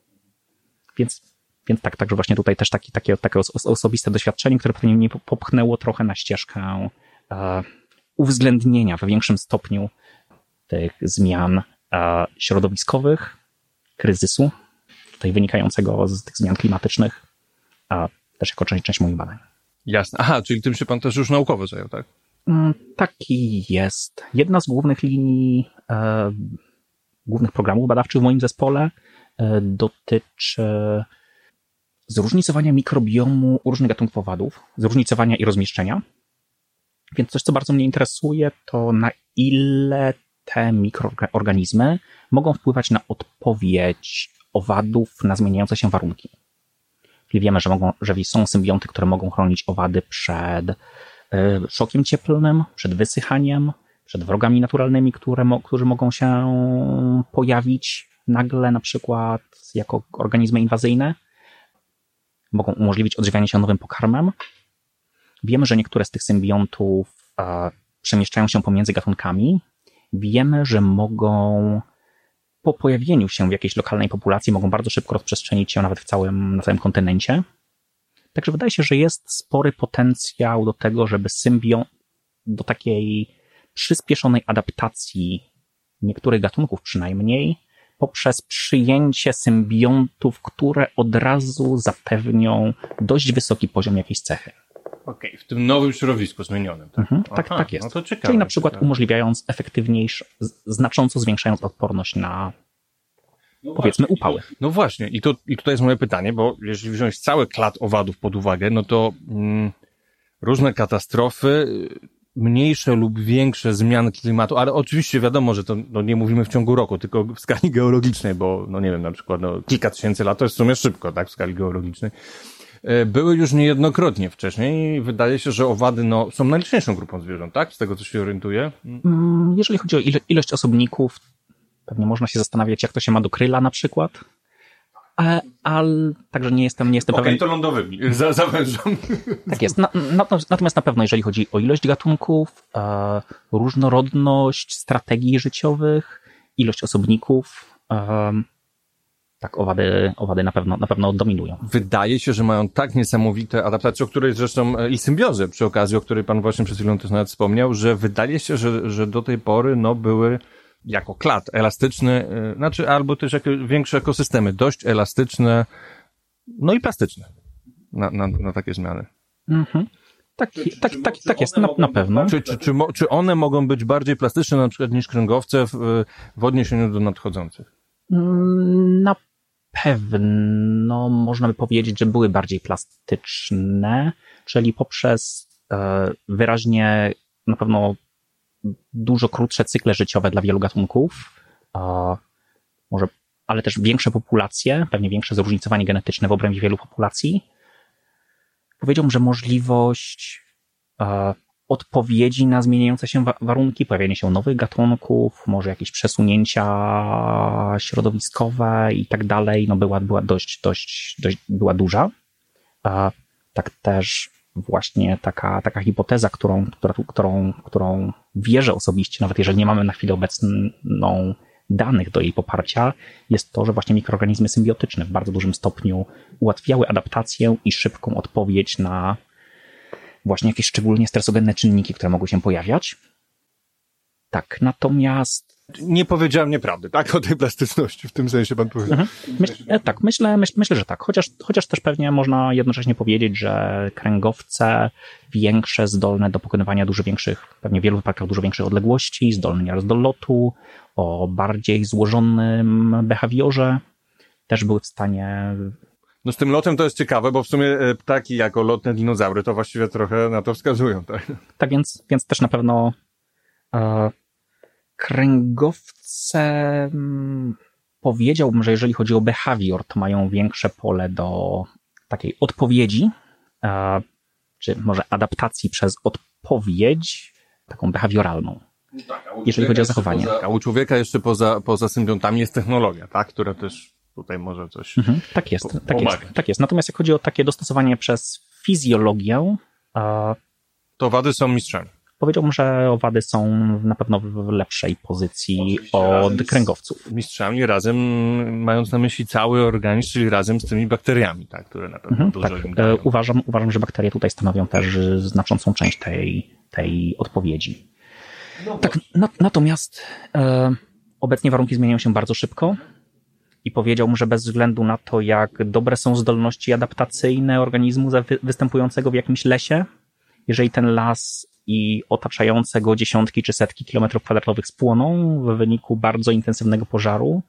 Więc tak, także właśnie tutaj też takie osobiste doświadczenie, które pewnie mnie popchnęło trochę na ścieżkę uwzględnienia w większym stopniu tych zmian środowiskowych, kryzysu, tutaj wynikającego z tych zmian klimatycznych, też jako część moich badań. Jasne. Aha, czyli tym się pan też już naukowo zajął, tak? Taki jest. Jedna z głównych linii, głównych programów badawczych w moim zespole dotyczy zróżnicowania mikrobiomu u różnych gatunków owadów, zróżnicowania i rozmieszczenia. Więc coś, co bardzo mnie interesuje, to na ile te mikroorganizmy mogą wpływać na odpowiedź owadów na zmieniające się warunki. Czyli wiemy, że są symbionty, które mogą chronić owady przed szokiem cieplnym, przed wysychaniem, przed wrogami naturalnymi, którzy mogą się pojawić nagle, na przykład jako organizmy inwazyjne. Mogą umożliwić odżywianie się nowym pokarmem. Wiemy, że niektóre z tych symbiontów przemieszczają się pomiędzy gatunkami. Wiemy, że mogą po pojawieniu się w jakiejś lokalnej populacji mogą bardzo szybko rozprzestrzenić się nawet na całym kontynencie. Także wydaje się, że jest spory potencjał do tego, żeby do takiej przyspieszonej adaptacji niektórych gatunków przynajmniej, poprzez przyjęcie symbiontów, które od razu zapewnią dość wysoki poziom jakiejś cechy. Okej, w tym nowym środowisku zmienionym. Tak, tak jest. No to ciekawe, czyli na przykład umożliwiając znacząco zwiększając odporność na powiedzmy upały. No właśnie, i tutaj jest moje pytanie, bo jeśli wziąć cały klad owadów pod uwagę, no to różne katastrofy, mniejsze lub większe zmiany klimatu, ale oczywiście wiadomo, że to nie mówimy w ciągu roku, tylko w skali geologicznej, bo nie wiem, na przykład kilka tysięcy lat to jest w sumie szybko, tak, w skali geologicznej. Były już niejednokrotnie wcześniej i wydaje się, że owady są najliczniejszą grupą zwierząt, tak? Z tego, co się orientuję. Jeżeli chodzi o ilość osobników, pewnie można się zastanawiać, jak to się ma do kryla na przykład. Ale także nie jestem pewien. To lądowymi, zawężam. Tak jest. Natomiast na pewno, jeżeli chodzi o ilość gatunków, różnorodność strategii życiowych, ilość osobników, tak, owady na pewno dominują. Wydaje się, że mają tak niesamowite adaptacje, o której zresztą i symbiozę przy okazji, o której pan właśnie przed chwilą też nawet wspomniał, że wydaje się, że do tej pory były jako klad elastyczny, albo też jakieś większe ekosystemy, dość elastyczne, i plastyczne na takie zmiany. Mhm. Tak jest, na pewno. Czy one mogą być bardziej plastyczne na przykład niż kręgowce w odniesieniu do nadchodzących? Na pewno można by powiedzieć, że były bardziej plastyczne, czyli poprzez wyraźnie na pewno dużo krótsze cykle życiowe dla wielu gatunków, ale też większe populacje, pewnie większe zróżnicowanie genetyczne w obrębie wielu populacji. Powiedziałbym, że możliwość odpowiedzi na zmieniające się warunki, pojawienie się nowych gatunków, może jakieś przesunięcia środowiskowe i tak dalej, była była duża. Tak też właśnie taka hipoteza, którą wierzę osobiście, nawet jeżeli nie mamy na chwilę obecną danych do jej poparcia, jest to, że właśnie mikroorganizmy symbiotyczne w bardzo dużym stopniu ułatwiały adaptację i szybką odpowiedź na właśnie jakieś szczególnie stresogenne czynniki, które mogły się pojawiać. Tak, natomiast... Nie powiedziałem nieprawdy, tak? O tej plastyczności, w tym sensie pan powiedział. Myślę, że tak. Chociaż też pewnie można jednocześnie powiedzieć, że kręgowce większe, zdolne do pokonywania pewnie w wielu wypadkach dużo większych odległości, zdolne nieraz do lotu, o bardziej złożonym behawiorze, też były w stanie... Z tym lotem to jest ciekawe, bo w sumie ptaki jako lotne dinozaury to właściwie trochę na to wskazują, tak? Tak więc też na pewno kręgowce, powiedziałbym, że jeżeli chodzi o behawior, to mają większe pole do takiej odpowiedzi, czy może adaptacji przez odpowiedź, taką behawioralną. Jeżeli chodzi o zachowanie. A u człowieka jeszcze poza symbiontami jest technologia, tak? Która też tutaj może coś tak jest. Natomiast jak chodzi o takie dostosowanie przez fizjologię, to owady są mistrzami. Powiedziałbym, że owady są na pewno w lepszej pozycji od kręgowców. Mistrzami razem, mając na myśli cały organizm, czyli razem z tymi bakteriami, tak, które na pewno dużo im dają. Uważam, że bakterie tutaj stanowią też znaczącą część tej odpowiedzi. Tak, natomiast obecnie warunki zmieniają się bardzo szybko i powiedziałbym, że bez względu na to, jak dobre są zdolności adaptacyjne organizmu występującego w jakimś lesie, jeżeli ten las i otaczające go dziesiątki czy setki kilometrów kwadratowych spłoną w wyniku bardzo intensywnego pożaru,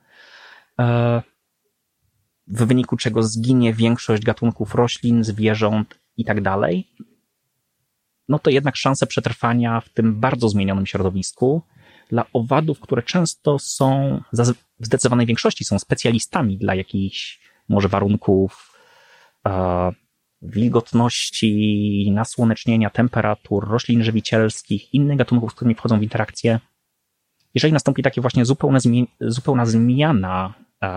w wyniku czego zginie większość gatunków roślin, zwierząt i tak dalej, to jednak szanse przetrwania w tym bardzo zmienionym środowisku dla owadów, które często w zdecydowanej większości są specjalistami dla jakichś może warunków wilgotności, nasłonecznienia, temperatur, roślin żywicielskich, innych gatunków, z którymi wchodzą w interakcję. Jeżeli nastąpi takie właśnie zupełna zmiana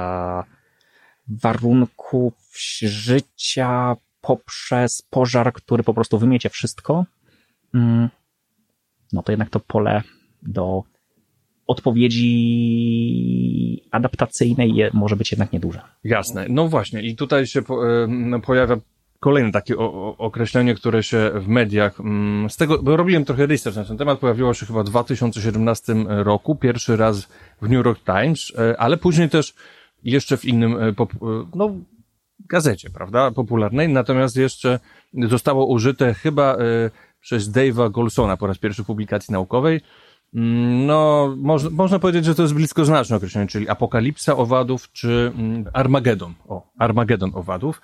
warunków życia poprzez pożar, który po prostu wymiecie wszystko, no to jednak to pole do odpowiedzi adaptacyjnej może być jednak nieduże. Jasne. No właśnie. I tutaj się pojawia kolejne takie określenie, które się w mediach, z tego, bo robiłem trochę research na ten temat, pojawiło się chyba w 2017 roku, pierwszy raz w New York Times, ale później też jeszcze w innym, gazecie, prawda, popularnej, natomiast jeszcze zostało użyte chyba przez Dave'a Golsona po raz pierwszy w publikacji naukowej. No, można powiedzieć, że to jest bliskoznaczne określenie, czyli apokalipsa owadów, czy Armagedon owadów.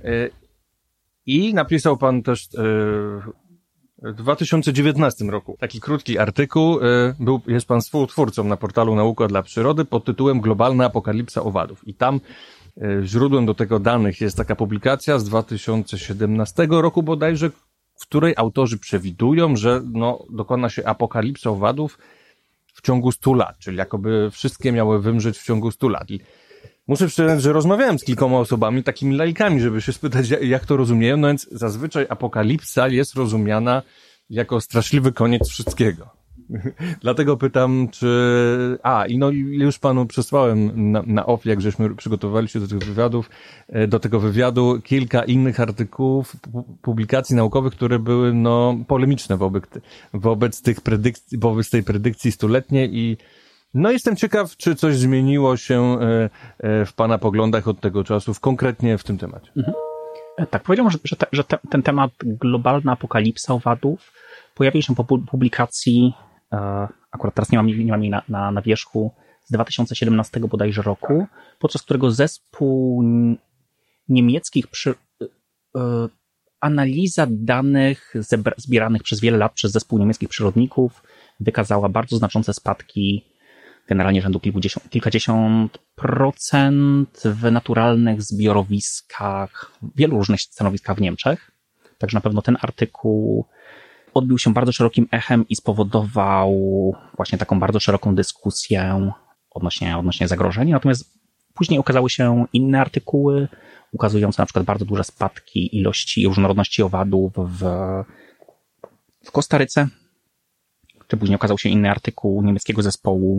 I napisał pan też w 2019 roku taki krótki artykuł, jest pan współtwórcą na portalu Nauka dla Przyrody pod tytułem Globalna apokalipsa owadów. I tam źródłem do tego danych jest taka publikacja z 2017 roku bodajże, w której autorzy przewidują, że dokona się apokalipsa owadów w ciągu 100 lat, czyli jakoby wszystkie miały wymrzeć w ciągu 100 lat. I muszę przyznać, że rozmawiałem z kilkoma osobami, takimi laikami, żeby się spytać, jak to rozumieją, no więc zazwyczaj apokalipsa jest rozumiana jako straszliwy koniec wszystkiego. Dlatego pytam, już panu przesłałem na off, jak żeśmy przygotowywali się do tych wywiadów, do tego wywiadu, kilka innych artykułów, publikacji naukowych, które były, polemiczne wobec tej predykcji stuletniej i jestem ciekaw, czy coś zmieniło się w pana poglądach od tego czasu, konkretnie w tym temacie. Tak, powiedziałbym, że ten temat globalna apokalipsa owadów pojawił się po publikacji, akurat teraz nie mam jej na wierzchu, z 2017 bodajże roku, podczas którego zespół niemieckich analiza danych zbieranych przez wiele lat przez zespół niemieckich przyrodników wykazała bardzo znaczące spadki, generalnie rzędu kilkadziesiąt procent w naturalnych zbiorowiskach, w wielu różnych stanowiskach w Niemczech. Także na pewno ten artykuł odbił się bardzo szerokim echem i spowodował właśnie taką bardzo szeroką dyskusję odnośnie zagrożeń. Natomiast później ukazały się inne artykuły, ukazujące na przykład bardzo duże spadki ilości i różnorodności owadów w Kostaryce. Czy później okazał się inny artykuł niemieckiego zespołu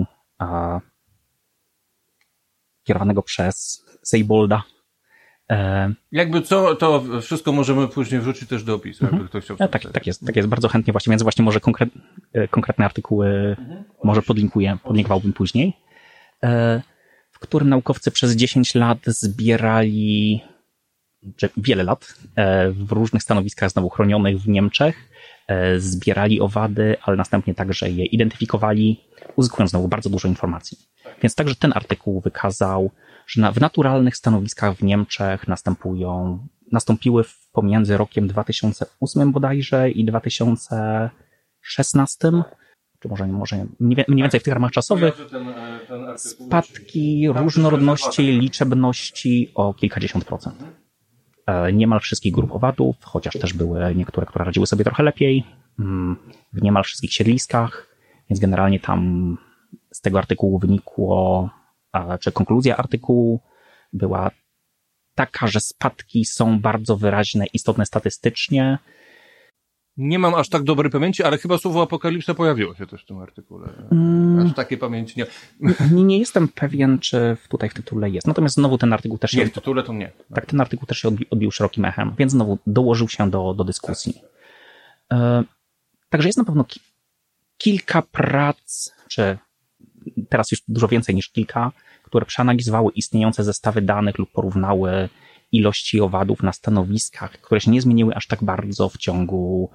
kierowanego przez Seibolda. Jakby to wszystko możemy później wrzucić też do opisu, jakby ktoś chciał. Tak jest, bardzo chętnie właśnie, więc właśnie może konkretne artykuły może podlinkowałbym później, w którym naukowcy przez 10 lat zbierali, wiele lat, w różnych stanowiskach znowu chronionych w Niemczech, zbierali owady, ale następnie także je identyfikowali, uzyskując znowu bardzo dużo informacji. Więc także ten artykuł wykazał, że w naturalnych stanowiskach w Niemczech nastąpiły pomiędzy rokiem 2008 bodajże i 2016, czy może mniej więcej w tych ramach czasowych, spadki różnorodności, liczebności o kilkadziesiąt procent. Niemal wszystkich grup owadów, chociaż też były niektóre, które radziły sobie trochę lepiej, w niemal wszystkich siedliskach, więc generalnie tam z tego artykułu wynikło, czy konkluzja artykułu była taka, że spadki są bardzo wyraźne, istotne statystycznie. Nie mam aż tak dobrej pamięci, ale chyba słowo apokalipsa pojawiło się też w tym artykule. Aż takiej pamięci nie. Nie jestem pewien, czy tutaj w tytule jest. Natomiast znowu ten artykuł też się... Nie, w tytule to nie. Tak, ten artykuł też się odbił szerokim echem, więc znowu dołożył się do dyskusji. Także jest na pewno kilka prac, czy teraz już dużo więcej niż kilka, które przeanalizowały istniejące zestawy danych lub porównały ilości owadów na stanowiskach, które się nie zmieniły aż tak bardzo w ciągu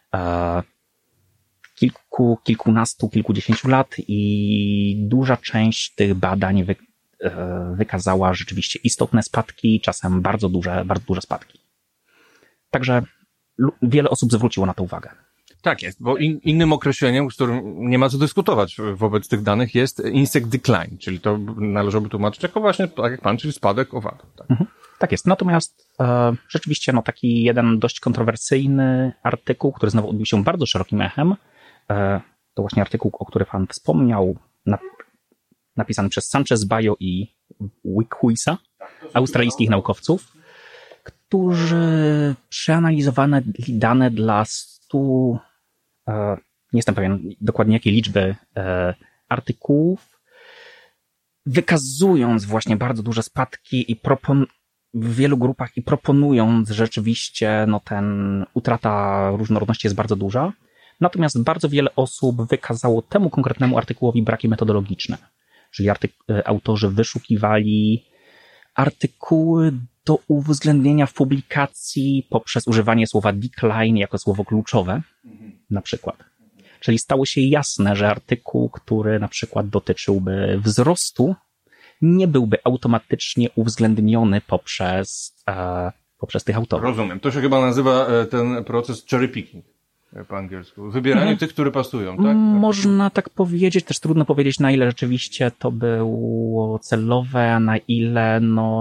kilkunastu, kilkudziesięciu lat i duża część tych badań wykazała rzeczywiście istotne spadki, czasem bardzo duże spadki. Także wiele osób zwróciło na to uwagę. Tak jest, bo innym określeniem, z którym nie ma co dyskutować wobec tych danych, jest insect decline, czyli to należałoby tłumaczyć jako właśnie, tak jak pan, czyli spadek owadów. Tak, tak jest. Natomiast rzeczywiście taki jeden dość kontrowersyjny artykuł, który znowu odbił się bardzo szerokim echem, to właśnie artykuł, o którym pan wspomniał, napisany przez Sanchez Bayo i Wickwisa, australijskich naukowców, którzy przeanalizowali dane dla 100, nie jestem pewien dokładnie jakiej liczby artykułów, wykazując właśnie bardzo duże spadki w wielu grupach i proponując rzeczywiście, utrata różnorodności jest bardzo duża. Natomiast bardzo wiele osób wykazało temu konkretnemu artykułowi braki metodologiczne. Czyli autorzy wyszukiwali artykuły do uwzględnienia w publikacji poprzez używanie słowa decline jako słowo kluczowe, na przykład. Czyli stało się jasne, że artykuł, który na przykład dotyczyłby wzrostu, nie byłby automatycznie uwzględniony poprzez tych autorów. Rozumiem. To się chyba nazywa ten proces cherry picking po angielsku. Wybieranie tych, które pasują, tak? Można tak powiedzieć. Też trudno powiedzieć, na ile rzeczywiście to było celowe, a na ile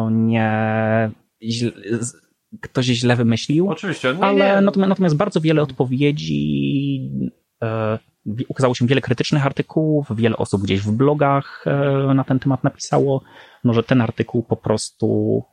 ktoś źle wymyślił. Oczywiście. Ale natomiast bardzo wiele odpowiedzi, ukazało się wiele krytycznych artykułów, wiele osób gdzieś w blogach na ten temat napisało, że ten artykuł po prostu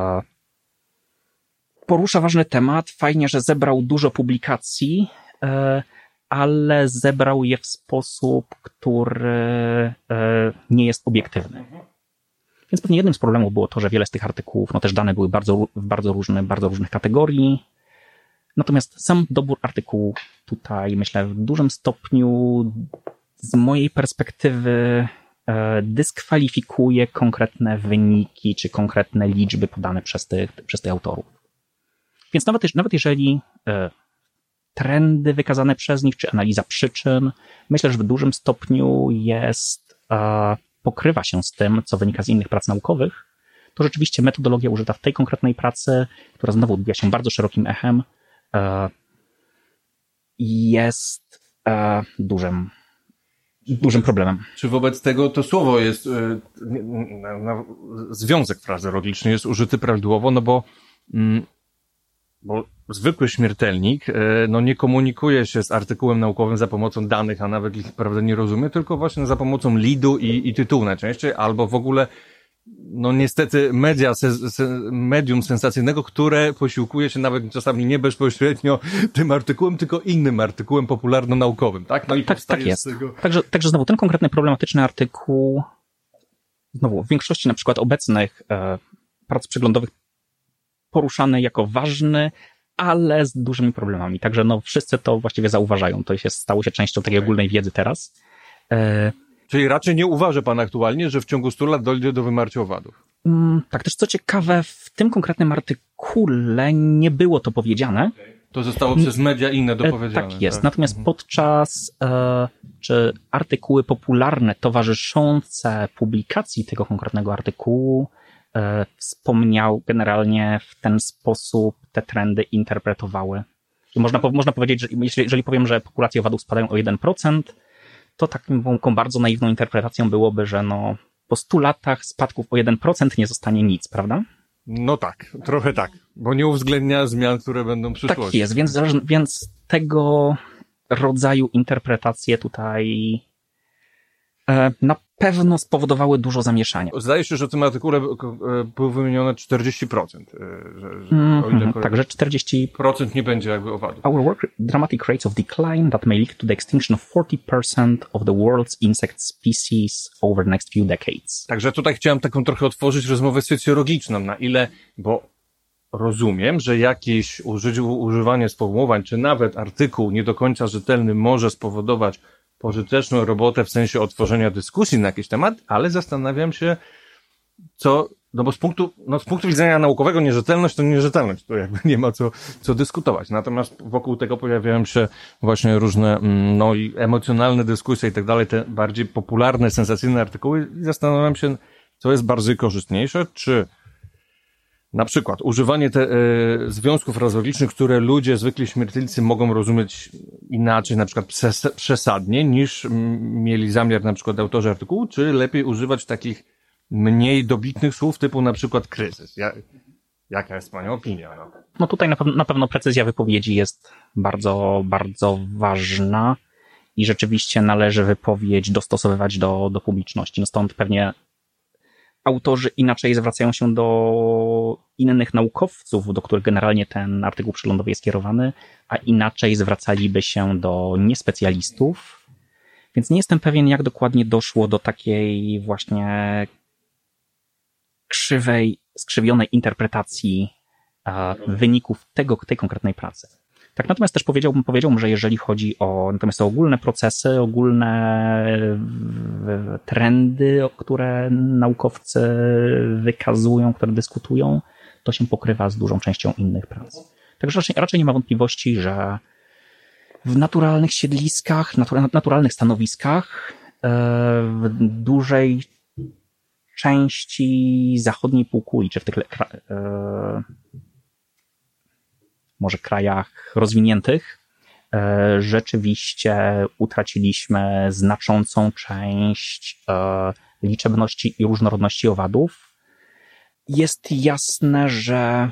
porusza ważny temat. Fajnie, że zebrał dużo publikacji, ale zebrał je w sposób, który nie jest obiektywny. Więc pewnie jednym z problemów było to, że wiele z tych artykułów, też dane były w bardzo różnych kategorii. Natomiast sam dobór artykułu tutaj, myślę, w dużym stopniu z mojej perspektywy dyskwalifikuje konkretne wyniki czy konkretne liczby podane przez tych autorów. Więc nawet jeżeli trendy wykazane przez nich, czy analiza przyczyn, myślę, że w dużym stopniu pokrywa się z tym, co wynika z innych prac naukowych, to rzeczywiście metodologia użyta w tej konkretnej pracy, która znowu odbija się bardzo szerokim echem, jest dużym problemem. Czy wobec tego to słowo jest, związek frazeologiczny jest użyty prawidłowo, bo zwykły śmiertelnik nie komunikuje się z artykułem naukowym za pomocą danych, a nawet ich prawda nie rozumie, tylko właśnie za pomocą leadu i tytułu najczęściej, albo w ogóle niestety medium sensacyjnego, które posiłkuje się nawet czasami nie bezpośrednio tym artykułem, tylko innym artykułem popularno-naukowym, tak? I tak jest. Także znowu ten konkretny problematyczny artykuł, w większości na przykład obecnych prac przeglądowych poruszany jako ważny, ale z dużymi problemami. Także wszyscy to właściwie zauważają. To stało się częścią takiej ogólnej wiedzy teraz. Czyli raczej nie uważa pan aktualnie, że w ciągu 100 lat dojdzie do wymarcia owadów? Tak, też co ciekawe, w tym konkretnym artykule nie było to powiedziane. To zostało przez media inne dopowiedziane. Tak jest. Tak? Natomiast czy artykuły popularne towarzyszące publikacji tego konkretnego artykułu wspomniał generalnie w ten sposób te trendy interpretowały. I można powiedzieć, że jeżeli powiem, że populacje owadów spadają o 1%, to taką bardzo naiwną interpretacją byłoby, że po 100 latach spadków o 1% nie zostanie nic, prawda? Tak, trochę tak, bo nie uwzględnia zmian, które będą w przyszłości. Tak jest, więc tego rodzaju interpretacje tutaj na pewno spowodowały dużo zamieszania. Zdaje się, że w tym artykule było wymienione 40%. Także 40% nie będzie jakby owadów. Our work dramatic rates of decline that may lead to the extinction of 40% of the world's insect species over the next few decades. Także tutaj chciałem taką trochę otworzyć rozmowę socjologiczną, na ile, bo rozumiem, że jakieś używanie sformułowań, czy nawet artykuł nie do końca rzetelny może spowodować pożyteczną robotę w sensie otworzenia dyskusji na jakiś temat, ale zastanawiam się, bo z punktu widzenia naukowego nierzetelność to nierzetelność, to jakby nie ma co dyskutować. Natomiast wokół tego pojawiają się właśnie różne, i emocjonalne dyskusje i tak dalej, te bardziej popularne, sensacyjne artykuły i zastanawiam się, co jest bardziej korzystniejsze, czy na przykład używanie związków frazeologicznych, które ludzie, zwykli śmiertelnicy mogą rozumieć inaczej, na przykład przesadnie, niż mieli zamiar na przykład autorzy artykułu, czy lepiej używać takich mniej dobitnych słów typu na przykład kryzys? Jaka jest Pana opinia? No tutaj na pewno precyzja wypowiedzi jest bardzo, bardzo ważna i rzeczywiście należy wypowiedź dostosowywać do publiczności. No stąd pewnie autorzy inaczej zwracają się do innych naukowców, do których generalnie ten artykuł przeglądowy jest kierowany, a inaczej zwracaliby się do niespecjalistów. Więc nie jestem pewien, jak dokładnie doszło do takiej właśnie skrzywionej interpretacji wyników tej konkretnej pracy. Tak, natomiast też powiedziałbym, że jeżeli chodzi o ogólne procesy, ogólne trendy, które naukowcy wykazują, które dyskutują, to się pokrywa z dużą częścią innych prac. Także raczej nie ma wątpliwości, że w naturalnych siedliskach, naturalnych stanowiskach, w dużej części zachodniej półkuli, czy w tych może krajach rozwiniętych, rzeczywiście utraciliśmy znaczącą część liczebności i różnorodności owadów. Jest jasne, że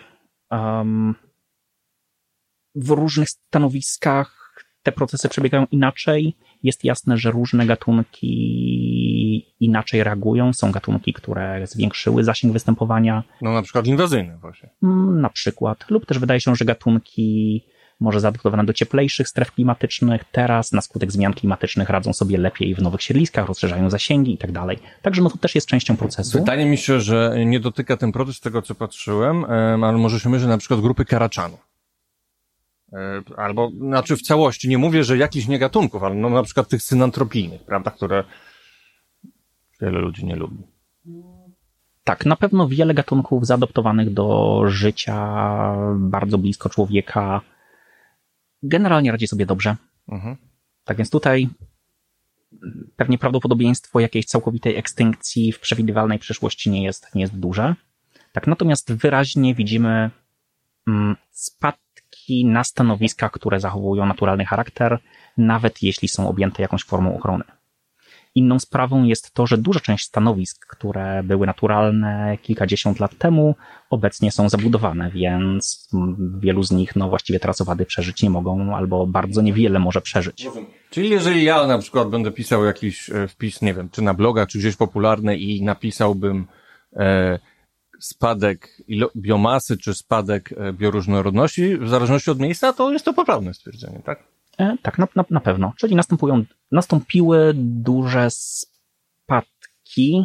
w różnych stanowiskach te procesy przebiegają inaczej. Jest jasne, że różne gatunki inaczej reagują. Są gatunki, które zwiększyły zasięg występowania. No na przykład inwazyjne właśnie. Na przykład. Lub też wydaje się, że gatunki może zaadaptowane do cieplejszych stref klimatycznych teraz na skutek zmian klimatycznych radzą sobie lepiej w nowych siedliskach, rozszerzają zasięgi i tak dalej. Także no to też jest częścią procesu. Wydaje mi się, że nie dotyka ten proces tego, co patrzyłem, ale może się myśleć na przykład grupy karaczanów. Albo, znaczy w całości, nie mówię, że jakichś nie gatunków, ale no na przykład tych synantropijnych, prawda, które wiele ludzi nie lubi. Tak, na pewno wiele gatunków zaadoptowanych do życia bardzo blisko człowieka generalnie radzi sobie dobrze. Mhm. Tak więc tutaj pewnie prawdopodobieństwo jakiejś całkowitej ekstynkcji w przewidywalnej przyszłości nie jest duże. Tak, natomiast wyraźnie widzimy spadki na stanowiskach, które zachowują naturalny charakter, nawet jeśli są objęte jakąś formą ochrony. Inną sprawą jest to, że duża część stanowisk, które były naturalne kilkadziesiąt lat temu, obecnie są zabudowane, więc wielu z nich właściwie teraz owady przeżyć nie mogą, albo bardzo niewiele może przeżyć. Czyli jeżeli ja na przykład będę pisał jakiś wpis, nie wiem, czy na bloga, czy gdzieś popularny i napisałbym spadek biomasy, czy spadek bioróżnorodności, w zależności od miejsca, to jest to poprawne stwierdzenie, tak? Tak, na pewno. Czyli nastąpiły duże spadki.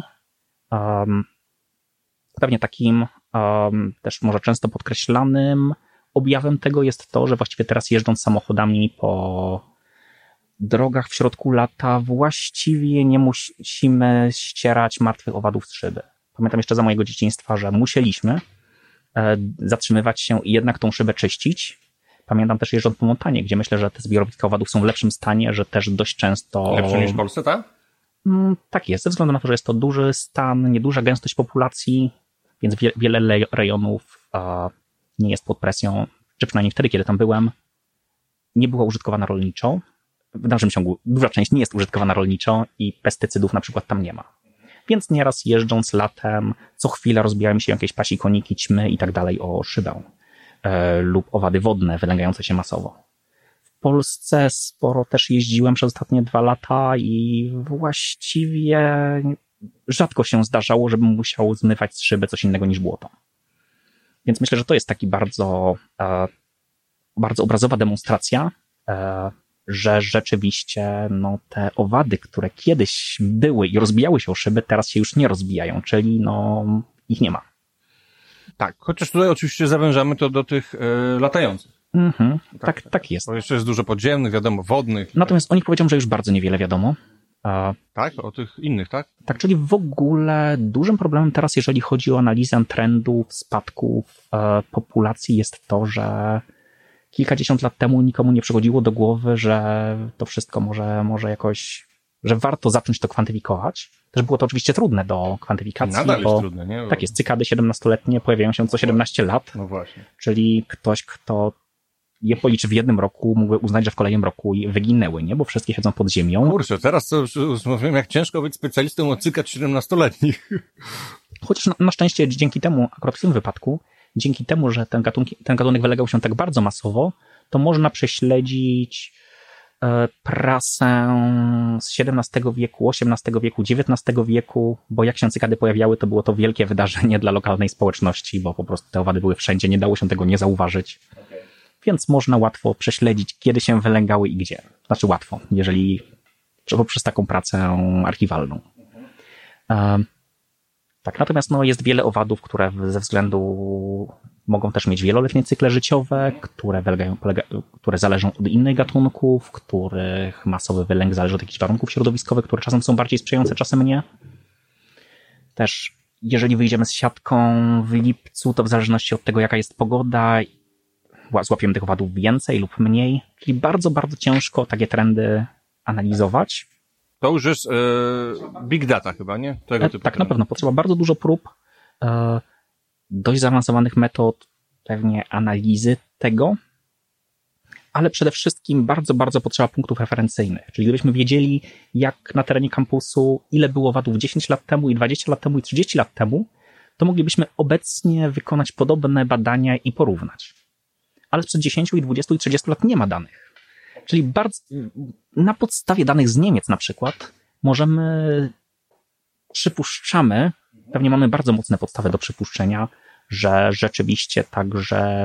Pewnie takim też może często podkreślanym objawem tego jest to, że właściwie teraz jeżdżąc samochodami po drogach w środku lata właściwie nie musimy ścierać martwych owadów z szyby. Pamiętam jeszcze za mojego dzieciństwa, że musieliśmy zatrzymywać się i jednak tą szybę czyścić. Pamiętam też jeżdżąc po Montanie, gdzie myślę, że te zbiorowiska owadów są w lepszym stanie, że też dość często... Lepsze niż w Polsce, tak? Tak jest, ze względu na to, że jest to duży stan, nieduża gęstość populacji, więc wiele rejonów nie jest pod presją, czy przynajmniej wtedy, kiedy tam byłem, nie była użytkowana rolniczo. W dalszym ciągu duża część nie jest użytkowana rolniczo i pestycydów na przykład tam nie ma. Więc nieraz jeżdżąc latem, co chwilę rozbijają się jakieś pasikoniki, ćmy i tak dalej o szybę. Lub owady wodne wylęgające się masowo. W Polsce sporo też jeździłem przez ostatnie 2 lata i właściwie rzadko się zdarzało, żebym musiał zmywać z szyby coś innego niż błoto. Więc myślę, że to jest taki bardzo obrazowa demonstracja, że rzeczywiście te owady, które kiedyś były i rozbijały się o szyby, teraz się już nie rozbijają, czyli ich nie ma. Tak, chociaż tutaj oczywiście zawężamy to do tych latających. Mhm, tak jest. Bo jeszcze jest dużo podziemnych, wiadomo, wodnych. Natomiast o nich powiedziałem, że już bardzo niewiele wiadomo. Tak? O tych innych, tak? Tak, czyli w ogóle dużym problemem teraz, jeżeli chodzi o analizę trendów, spadków populacji, jest to, że kilkadziesiąt lat temu nikomu nie przychodziło do głowy, że to wszystko może jakoś, że warto zacząć to kwantyfikować. Też było to oczywiście trudne do kwantyfikacji. Nadal jest trudne, nie? Tak jest, cykady 17-letnie pojawiają się co 17 lat. No właśnie. Czyli ktoś, kto je policzy w jednym roku, mógłby uznać, że w kolejnym roku wyginęły, nie? Bo wszystkie siedzą pod ziemią. Kurczę, teraz to już mówiłem, jak ciężko być specjalistą od cykać 17-letnich. Chociaż na szczęście dzięki temu, akurat w tym wypadku, dzięki temu, że ten gatunek wylegał się tak bardzo masowo, to można prześledzić prasę z XVII wieku, XVIII wieku, XIX wieku, bo jak się cykady pojawiały, to było to wielkie wydarzenie dla lokalnej społeczności, bo po prostu te owady były wszędzie, nie dało się tego nie zauważyć. Okay. Więc można łatwo prześledzić, kiedy się wylęgały i gdzie. Znaczy łatwo, jeżeli poprzez taką pracę archiwalną. Tak, natomiast jest wiele owadów, które ze względu mogą też mieć wieloletnie cykle życiowe, które zależą od innych gatunków, których masowy wylęk zależy od jakichś warunków środowiskowych, które czasem są bardziej sprzyjające, czasem nie. Też jeżeli wyjdziemy z siatką w lipcu, to w zależności od tego, jaka jest pogoda, złapiemy tych owadów więcej lub mniej, czyli bardzo, bardzo ciężko takie trendy analizować. To już jest big data chyba, nie? Tego typu tak, na pewno. Potrzeba bardzo dużo prób, dość zaawansowanych metod, pewnie analizy tego, ale przede wszystkim bardzo, bardzo potrzeba punktów referencyjnych. Czyli gdybyśmy wiedzieli, jak na terenie kampusu, ile było owadów 10 lat temu i 20 lat temu i 30 lat temu, to moglibyśmy obecnie wykonać podobne badania i porównać. Ale sprzed 10 i 20 i 30 lat nie ma danych. Czyli na podstawie danych z Niemiec na przykład przypuszczamy, pewnie mamy bardzo mocne podstawy do przypuszczenia, że rzeczywiście także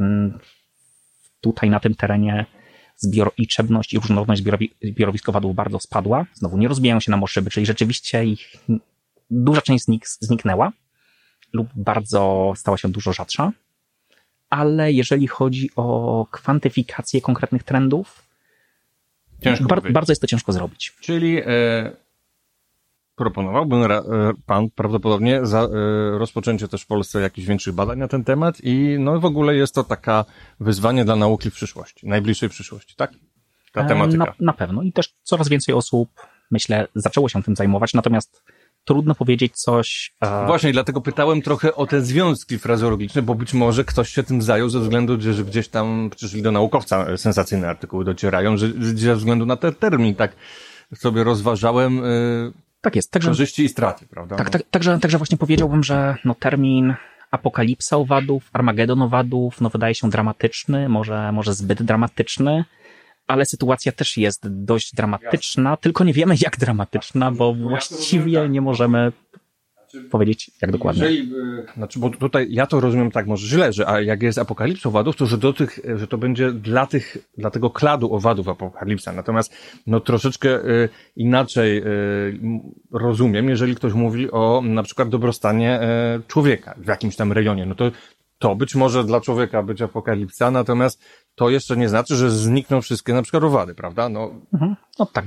tutaj na tym terenie liczebność i różnorodność zbiorowisk owadów bardzo spadła. Znowu nie rozbijają się na moszyby, czyli rzeczywiście ich duża część zniknęła lub bardzo stała się dużo rzadsza. Ale jeżeli chodzi o kwantyfikację konkretnych trendów, bardzo jest to ciężko zrobić. Czyli proponowałbym pan prawdopodobnie rozpoczęcie też w Polsce jakichś większych badań na ten temat i w ogóle jest to taka wyzwanie dla nauki w przyszłości, najbliższej przyszłości, tak? Ta tematyka. Na pewno i też coraz więcej osób, myślę, zaczęło się tym zajmować, natomiast trudno powiedzieć coś... Właśnie, dlatego pytałem trochę o te związki frazeologiczne, bo być może ktoś się tym zajął ze względu, że gdzieś tam przyszli do naukowca sensacyjne artykuły docierają, że ze względu na ten termin, tak sobie rozważałem tak jest, także, korzyści i straty, prawda? Także właśnie powiedziałbym, że termin apokalipsa owadów, Armagedon owadów, wydaje się dramatyczny, może zbyt dramatyczny, ale sytuacja też jest dość dramatyczna, tylko nie wiemy jak dramatyczna, bo właściwie nie możemy powiedzieć jak dokładnie. Bo tutaj ja to rozumiem tak może źle, że a jak jest apokalipsa owadów, to że to będzie dla tego kladu owadów apokalipsa. Natomiast troszeczkę inaczej rozumiem, jeżeli ktoś mówi o na przykład dobrostanie człowieka w jakimś tam rejonie. To być może dla człowieka być apokalipsa, natomiast to jeszcze nie znaczy, że znikną wszystkie na przykład owady, prawda? Tak,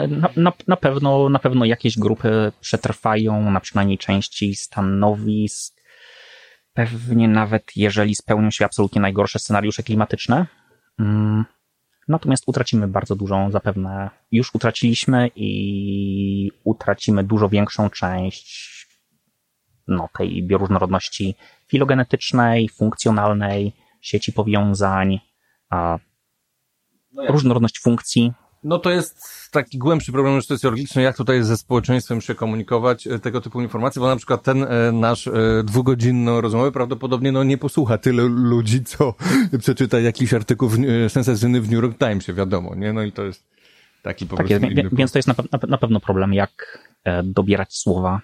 na pewno jakieś grupy przetrwają na przynajmniej części stanowisk, pewnie nawet jeżeli spełnią się absolutnie najgorsze scenariusze klimatyczne. Natomiast utracimy bardzo dużą, zapewne już utraciliśmy i utracimy dużo większą część tej bioróżnorodności filogenetycznej, funkcjonalnej, sieci powiązań, różnorodność funkcji. To jest taki głębszy problem socjologiczny, jak tutaj ze społeczeństwem się komunikować tego typu informacje, bo na przykład ten nasz 2-godzinną rozmowę prawdopodobnie nie posłucha tyle ludzi, co przeczyta jakiś artykuł sensacyjny w New York Timesie, wiadomo, nie? I to jest taki po prostu inny więc to jest na pewno problem, jak dobierać słowa.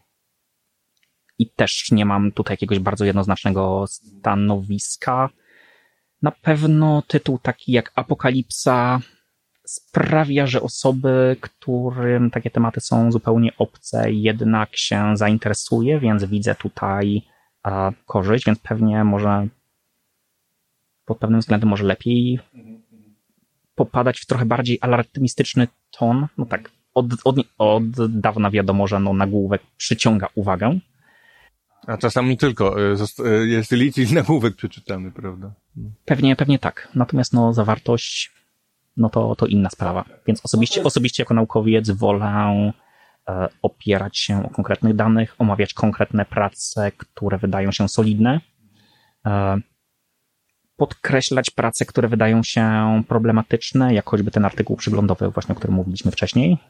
I też nie mam tutaj jakiegoś bardzo jednoznacznego stanowiska. Na pewno tytuł taki jak Apokalipsa sprawia, że osoby, którym takie tematy są zupełnie obce, jednak się zainteresuje, więc widzę tutaj korzyść, więc pewnie może pod pewnym względem może lepiej popadać w trochę bardziej alarmistyczny ton. Od dawna wiadomo, że nagłówek przyciąga uwagę. A czasami tylko, jest liczyć nagłówek przeczytany, prawda? Pewnie tak. Natomiast zawartość, to inna sprawa. Więc osobiście jako naukowiec wolę opierać się o konkretnych danych, omawiać konkretne prace, które wydają się solidne. podkreślać prace, które wydają się problematyczne, jak choćby ten artykuł przyglądowy, właśnie o którym mówiliśmy wcześniej.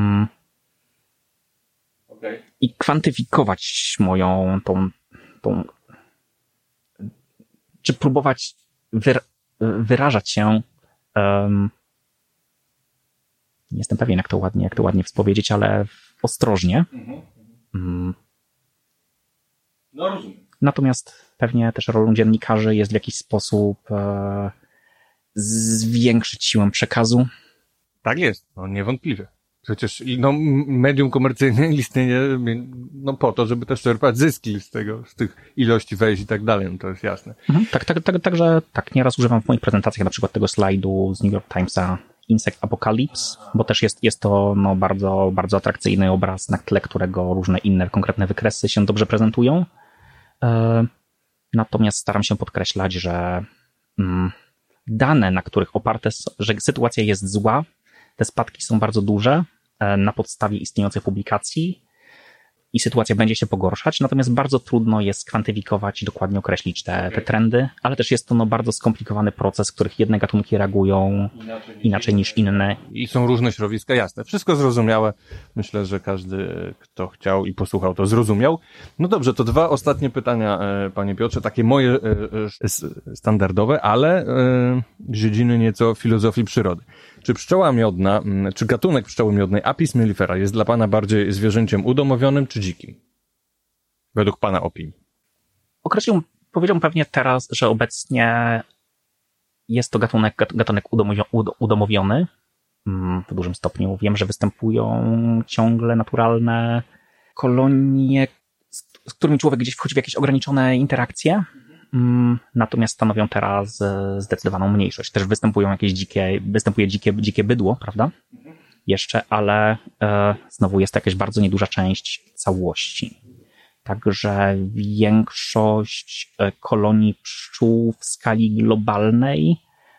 I kwantyfikować moją tą czy próbować wyrażać się, nie jestem pewien, jak to ładnie powiedzieć, ale ostrożnie. No rozumiem. Natomiast pewnie też rolą dziennikarzy jest w jakiś sposób zwiększyć siłę przekazu. Tak jest, no niewątpliwie. Przecież medium komercyjne istnieje po to, żeby też czerpać zyski z tych ilości wejść i tak dalej, no to jest jasne. Także nieraz używam w moich prezentacjach na przykład tego slajdu z New York Timesa Insect Apocalypse, bo też jest to bardzo, bardzo atrakcyjny obraz, na tle którego różne inne konkretne wykresy się dobrze prezentują. Natomiast staram się podkreślać, że dane, na których oparte są, że sytuacja jest zła, te spadki są bardzo duże na podstawie istniejących publikacji i sytuacja będzie się pogorszać, natomiast bardzo trudno jest skwantyfikować i dokładnie określić te trendy, ale też jest to bardzo skomplikowany proces, w których jedne gatunki reagują inaczej niż inne. I są różne środowiska, jasne. Wszystko zrozumiałe. Myślę, że każdy, kto chciał i posłuchał, to zrozumiał. No dobrze, to 2 ostatnie pytania, panie Piotrze, takie moje standardowe, ale z dziedziny nieco filozofii przyrody. Czy pszczoła miodna, czy gatunek pszczoły miodnej Apis mellifera jest dla pana bardziej zwierzęciem udomowionym czy dzikim? Według pana opinii. Powiedziałbym pewnie teraz, że obecnie jest to gatunek udomowiony w dużym stopniu. Wiem, że występują ciągle naturalne kolonie, z którymi człowiek gdzieś wchodzi w jakieś ograniczone interakcje. Natomiast stanowią teraz zdecydowaną mniejszość. Też występuje dzikie bydło, prawda? Jeszcze, ale znowu jest to jakaś bardzo nieduża część całości. Także większość kolonii pszczół w skali globalnej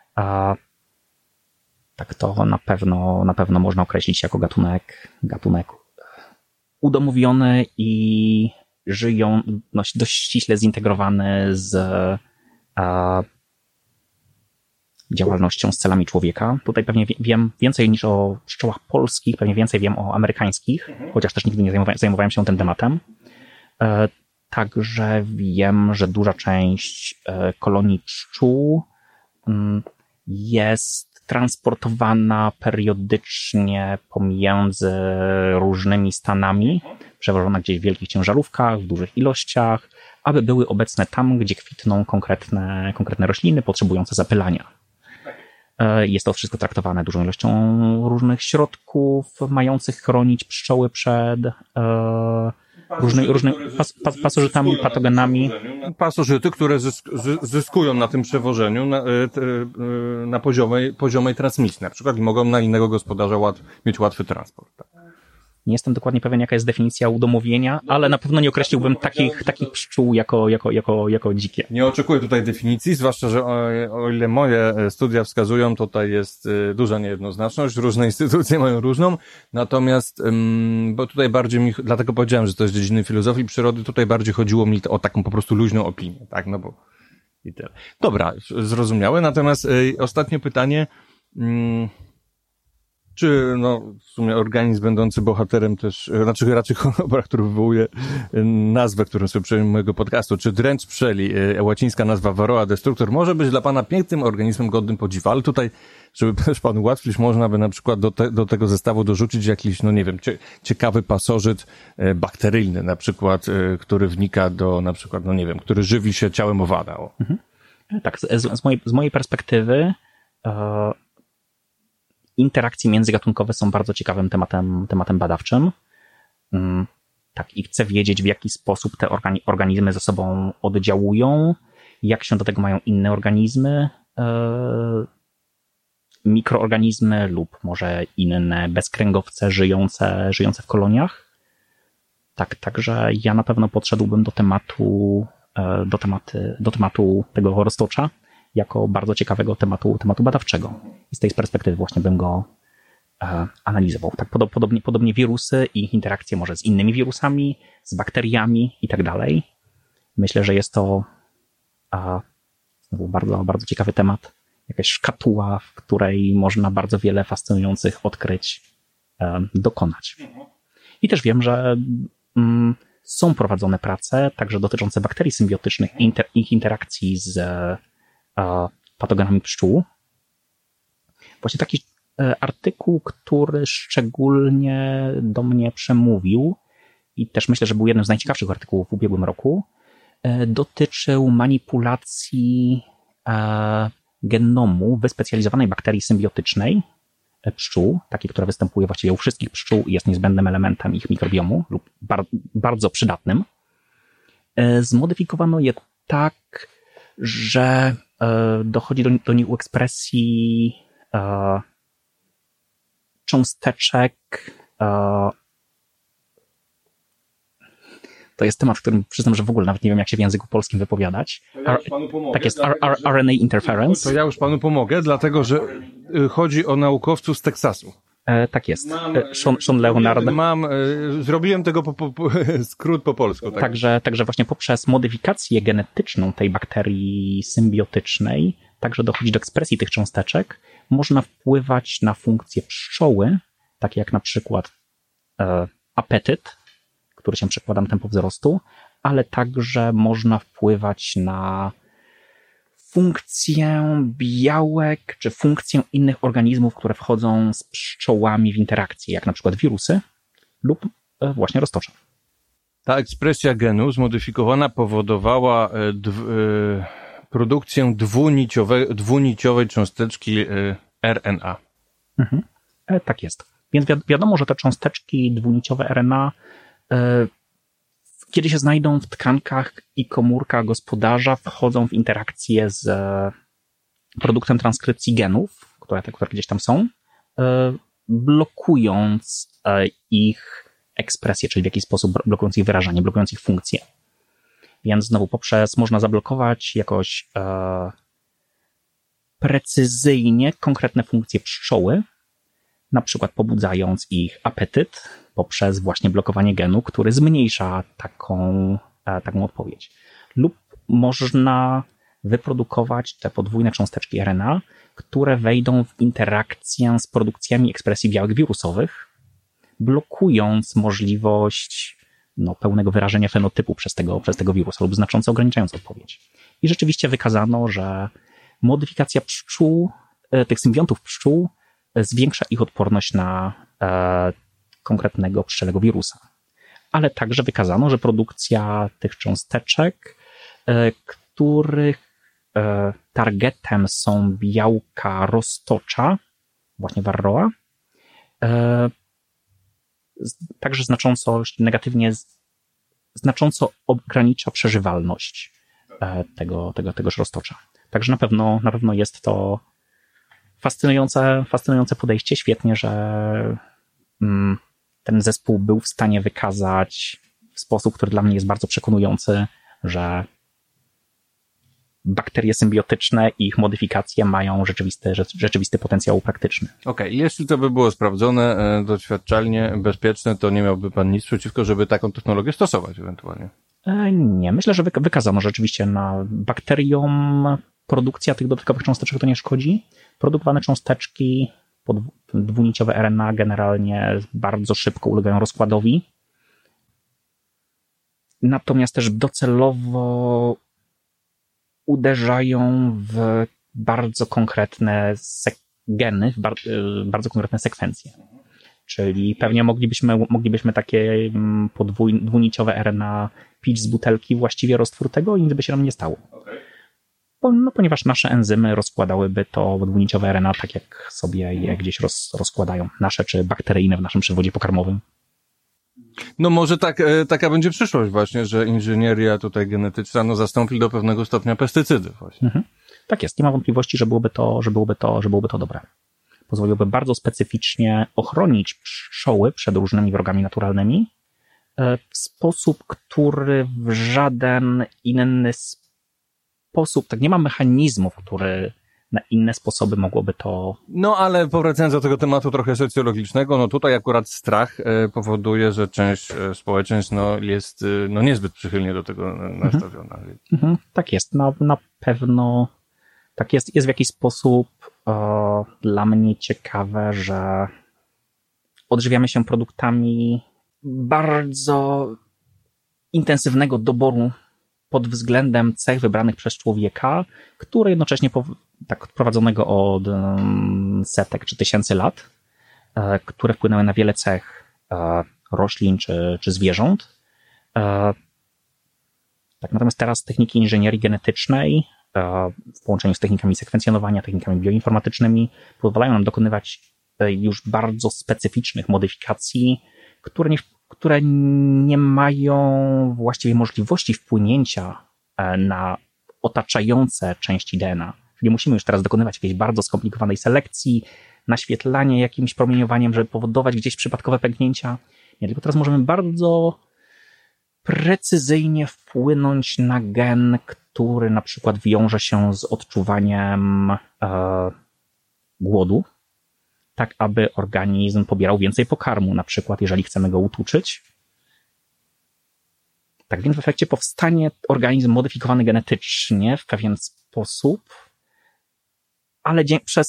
tak to na pewno można określić jako gatunek udomowiony i żyją dość ściśle zintegrowany z działalnością z celami człowieka. Tutaj pewnie wiem więcej niż o pszczołach polskich, pewnie więcej wiem o amerykańskich, chociaż też nigdy nie zajmowałem się tym tematem. Także wiem, że duża część kolonii pszczół jest transportowana periodycznie pomiędzy różnymi stanami, przewożona gdzieś w wielkich ciężarówkach, w dużych ilościach, aby były obecne tam, gdzie kwitną konkretne rośliny potrzebujące zapylania. Jest to wszystko traktowane dużą ilością różnych środków mających chronić pszczoły przed różnymi pasożytami, patogenami. Pasożyty, które zyskują na tym przewożeniu na poziomej transmisji na przykład i mogą na innego gospodarza mieć łatwy transport. Tak. Nie jestem dokładnie pewien, jaka jest definicja udomowienia, ale na pewno nie określiłbym takich pszczół jako dzikie. Nie oczekuję tutaj definicji, zwłaszcza, że o ile moje studia wskazują, tutaj jest duża niejednoznaczność, różne instytucje mają różną, natomiast, bo tutaj bardziej dlatego powiedziałem, że to jest dziedziny filozofii przyrody, tutaj bardziej chodziło mi o taką po prostu luźną opinię, tak, no bo i tyle. Dobra, zrozumiałe, natomiast ostatnie pytanie, czy w sumie organizm będący bohaterem też, raczej choroba, który wywołuje nazwę, którą sobie przyjąłem mojego podcastu, czy dręcz pszczeli, łacińska nazwa Varroa destructor, może być dla pana pięknym organizmem godnym podziwu, ale tutaj, żeby też panu ułatwić, można by na przykład do tego zestawu dorzucić jakiś, ciekawy pasożyt bakteryjny, na przykład, który wnika na przykład, który żywi się ciałem owada. Tak, z mojej perspektywy interakcje międzygatunkowe są bardzo ciekawym tematem badawczym. Tak, i chcę wiedzieć, w jaki sposób te organizmy ze sobą oddziałują, jak się do tego mają inne organizmy, mikroorganizmy lub może inne bezkręgowce żyjące w koloniach. Tak, także ja na pewno podszedłbym do tematu tego roztocza jako bardzo ciekawego tematu badawczego. I z tej perspektywy właśnie bym go analizował. Tak podobnie wirusy i ich interakcje może z innymi wirusami, z bakteriami i tak dalej. Myślę, że jest to Był bardzo, bardzo ciekawy temat. Jakaś szkatuła, w której można bardzo wiele fascynujących odkryć dokonać. I też wiem, że są prowadzone prace także dotyczące bakterii symbiotycznych i ich interakcji z patogenami pszczół. Właśnie taki artykuł, który szczególnie do mnie przemówił i też myślę, że był jednym z najciekawszych artykułów w ubiegłym roku, dotyczył manipulacji genomu wyspecjalizowanej bakterii symbiotycznej pszczół, takiej, która występuje właściwie u wszystkich pszczół i jest niezbędnym elementem ich mikrobiomu lub bardzo przydatnym. Zmodyfikowano je tak, że dochodzi do nich ekspresji cząsteczek. To jest temat, którym przyznam, że w ogóle nawet nie wiem, jak się w języku polskim wypowiadać. Tak jest, RNA interference. To ja już panu pomogę, dlatego że chodzi o naukowców z Teksasu. Tak jest. Sean Leonard. Zrobiłem tego skrót po polsku. Tak? Także właśnie poprzez modyfikację genetyczną tej bakterii symbiotycznej, także dochodzi do ekspresji tych cząsteczek, można wpływać na funkcje pszczoły, takie jak na przykład apetyt, który się przekłada na tempo wzrostu, ale także można wpływać na funkcję białek, czy funkcję innych organizmów, które wchodzą z pszczołami w interakcję, jak na przykład wirusy lub właśnie roztocza. Ta ekspresja genu zmodyfikowana powodowała produkcję dwuniciowej cząsteczki RNA. Tak jest. Więc wiadomo, że te cząsteczki dwuniciowe RNA kiedy się znajdą w tkankach i komórkach gospodarza, wchodzą w interakcję z produktem transkrypcji genów, które gdzieś tam są, blokując ich ekspresję, czyli w jakiś sposób blokując ich wyrażanie, blokując ich funkcję. Więc znowu można zablokować jakoś precyzyjnie konkretne funkcje pszczoły, na przykład pobudzając ich apetyt poprzez właśnie blokowanie genu, który zmniejsza taką odpowiedź. Lub można wyprodukować te podwójne cząsteczki RNA, które wejdą w interakcję z produkcjami ekspresji białek wirusowych, blokując możliwość pełnego wyrażenia fenotypu przez tego wirusa lub znacząco ograniczając odpowiedź. I rzeczywiście wykazano, że modyfikacja pszczół, tych symbiontów pszczół, zwiększa ich odporność na konkretnego pszczelego wirusa. Ale także wykazano, że produkcja tych cząsteczek, których targetem są białka roztocza, właśnie Varroa, także znacząco ogranicza przeżywalność tegoż roztocza. Także na pewno jest to fascynujące podejście. Świetnie, że ten zespół był w stanie wykazać w sposób, który dla mnie jest bardzo przekonujący, że bakterie symbiotyczne i ich modyfikacje mają rzeczywisty potencjał praktyczny. Okej, jeśli to by było sprawdzone, doświadczalnie, bezpieczne, to nie miałby pan nic przeciwko, żeby taką technologię stosować ewentualnie? Nie, myślę, że wykazano rzeczywiście na bakteriom produkcja tych dodatkowych cząsteczek to nie szkodzi. Produkowane cząsteczki dwuniciowe RNA generalnie bardzo szybko ulegają rozkładowi. Natomiast też docelowo uderzają w bardzo konkretne geny, w bardzo konkretne sekwencje. Czyli pewnie moglibyśmy takie dwuniciowe RNA pić z butelki właściwie roztwórtego i nic by się nam nie stało. Ponieważ nasze enzymy rozkładałyby to dwuniciowe RNA tak, jak sobie je gdzieś rozkładają. Nasze czy bakteryjne w naszym przewodzie pokarmowym. No może taka będzie przyszłość właśnie, że inżynieria tutaj genetyczna zastąpi do pewnego stopnia pestycydy właśnie. Tak jest, nie ma wątpliwości, że byłoby to dobre. Pozwoliłoby bardzo specyficznie ochronić pszczoły przed różnymi wrogami naturalnymi w sposób, który w żaden inny sposób, tak nie ma mechanizmów, który na inne sposoby mogłoby to... No ale powracając do tego tematu trochę socjologicznego, tutaj akurat strach powoduje, że część społeczeństw jest niezbyt przychylnie do tego nastawiona. Tak jest. Na pewno Tak, jest w jakiś sposób dla mnie ciekawe, że odżywiamy się produktami bardzo intensywnego doboru pod względem cech wybranych przez człowieka, które jednocześnie tak prowadzonego od setek czy tysięcy lat, które wpłynęły na wiele cech roślin czy zwierząt. Tak, natomiast teraz techniki inżynierii genetycznej w połączeniu z technikami sekwencjonowania, technikami bioinformatycznymi pozwalają nam dokonywać już bardzo specyficznych modyfikacji, które nie mają właściwie możliwości wpłynięcia na otaczające części DNA. Czyli musimy już teraz dokonywać jakiejś bardzo skomplikowanej selekcji, naświetlania jakimś promieniowaniem, żeby powodować gdzieś przypadkowe pęknięcia. Nie, tylko teraz możemy bardzo precyzyjnie wpłynąć na gen, który na przykład wiąże się z odczuwaniem głodu, tak aby organizm pobierał więcej pokarmu, na przykład jeżeli chcemy go utuczyć. Tak więc w efekcie powstanie organizm modyfikowany genetycznie w pewien sposób, ale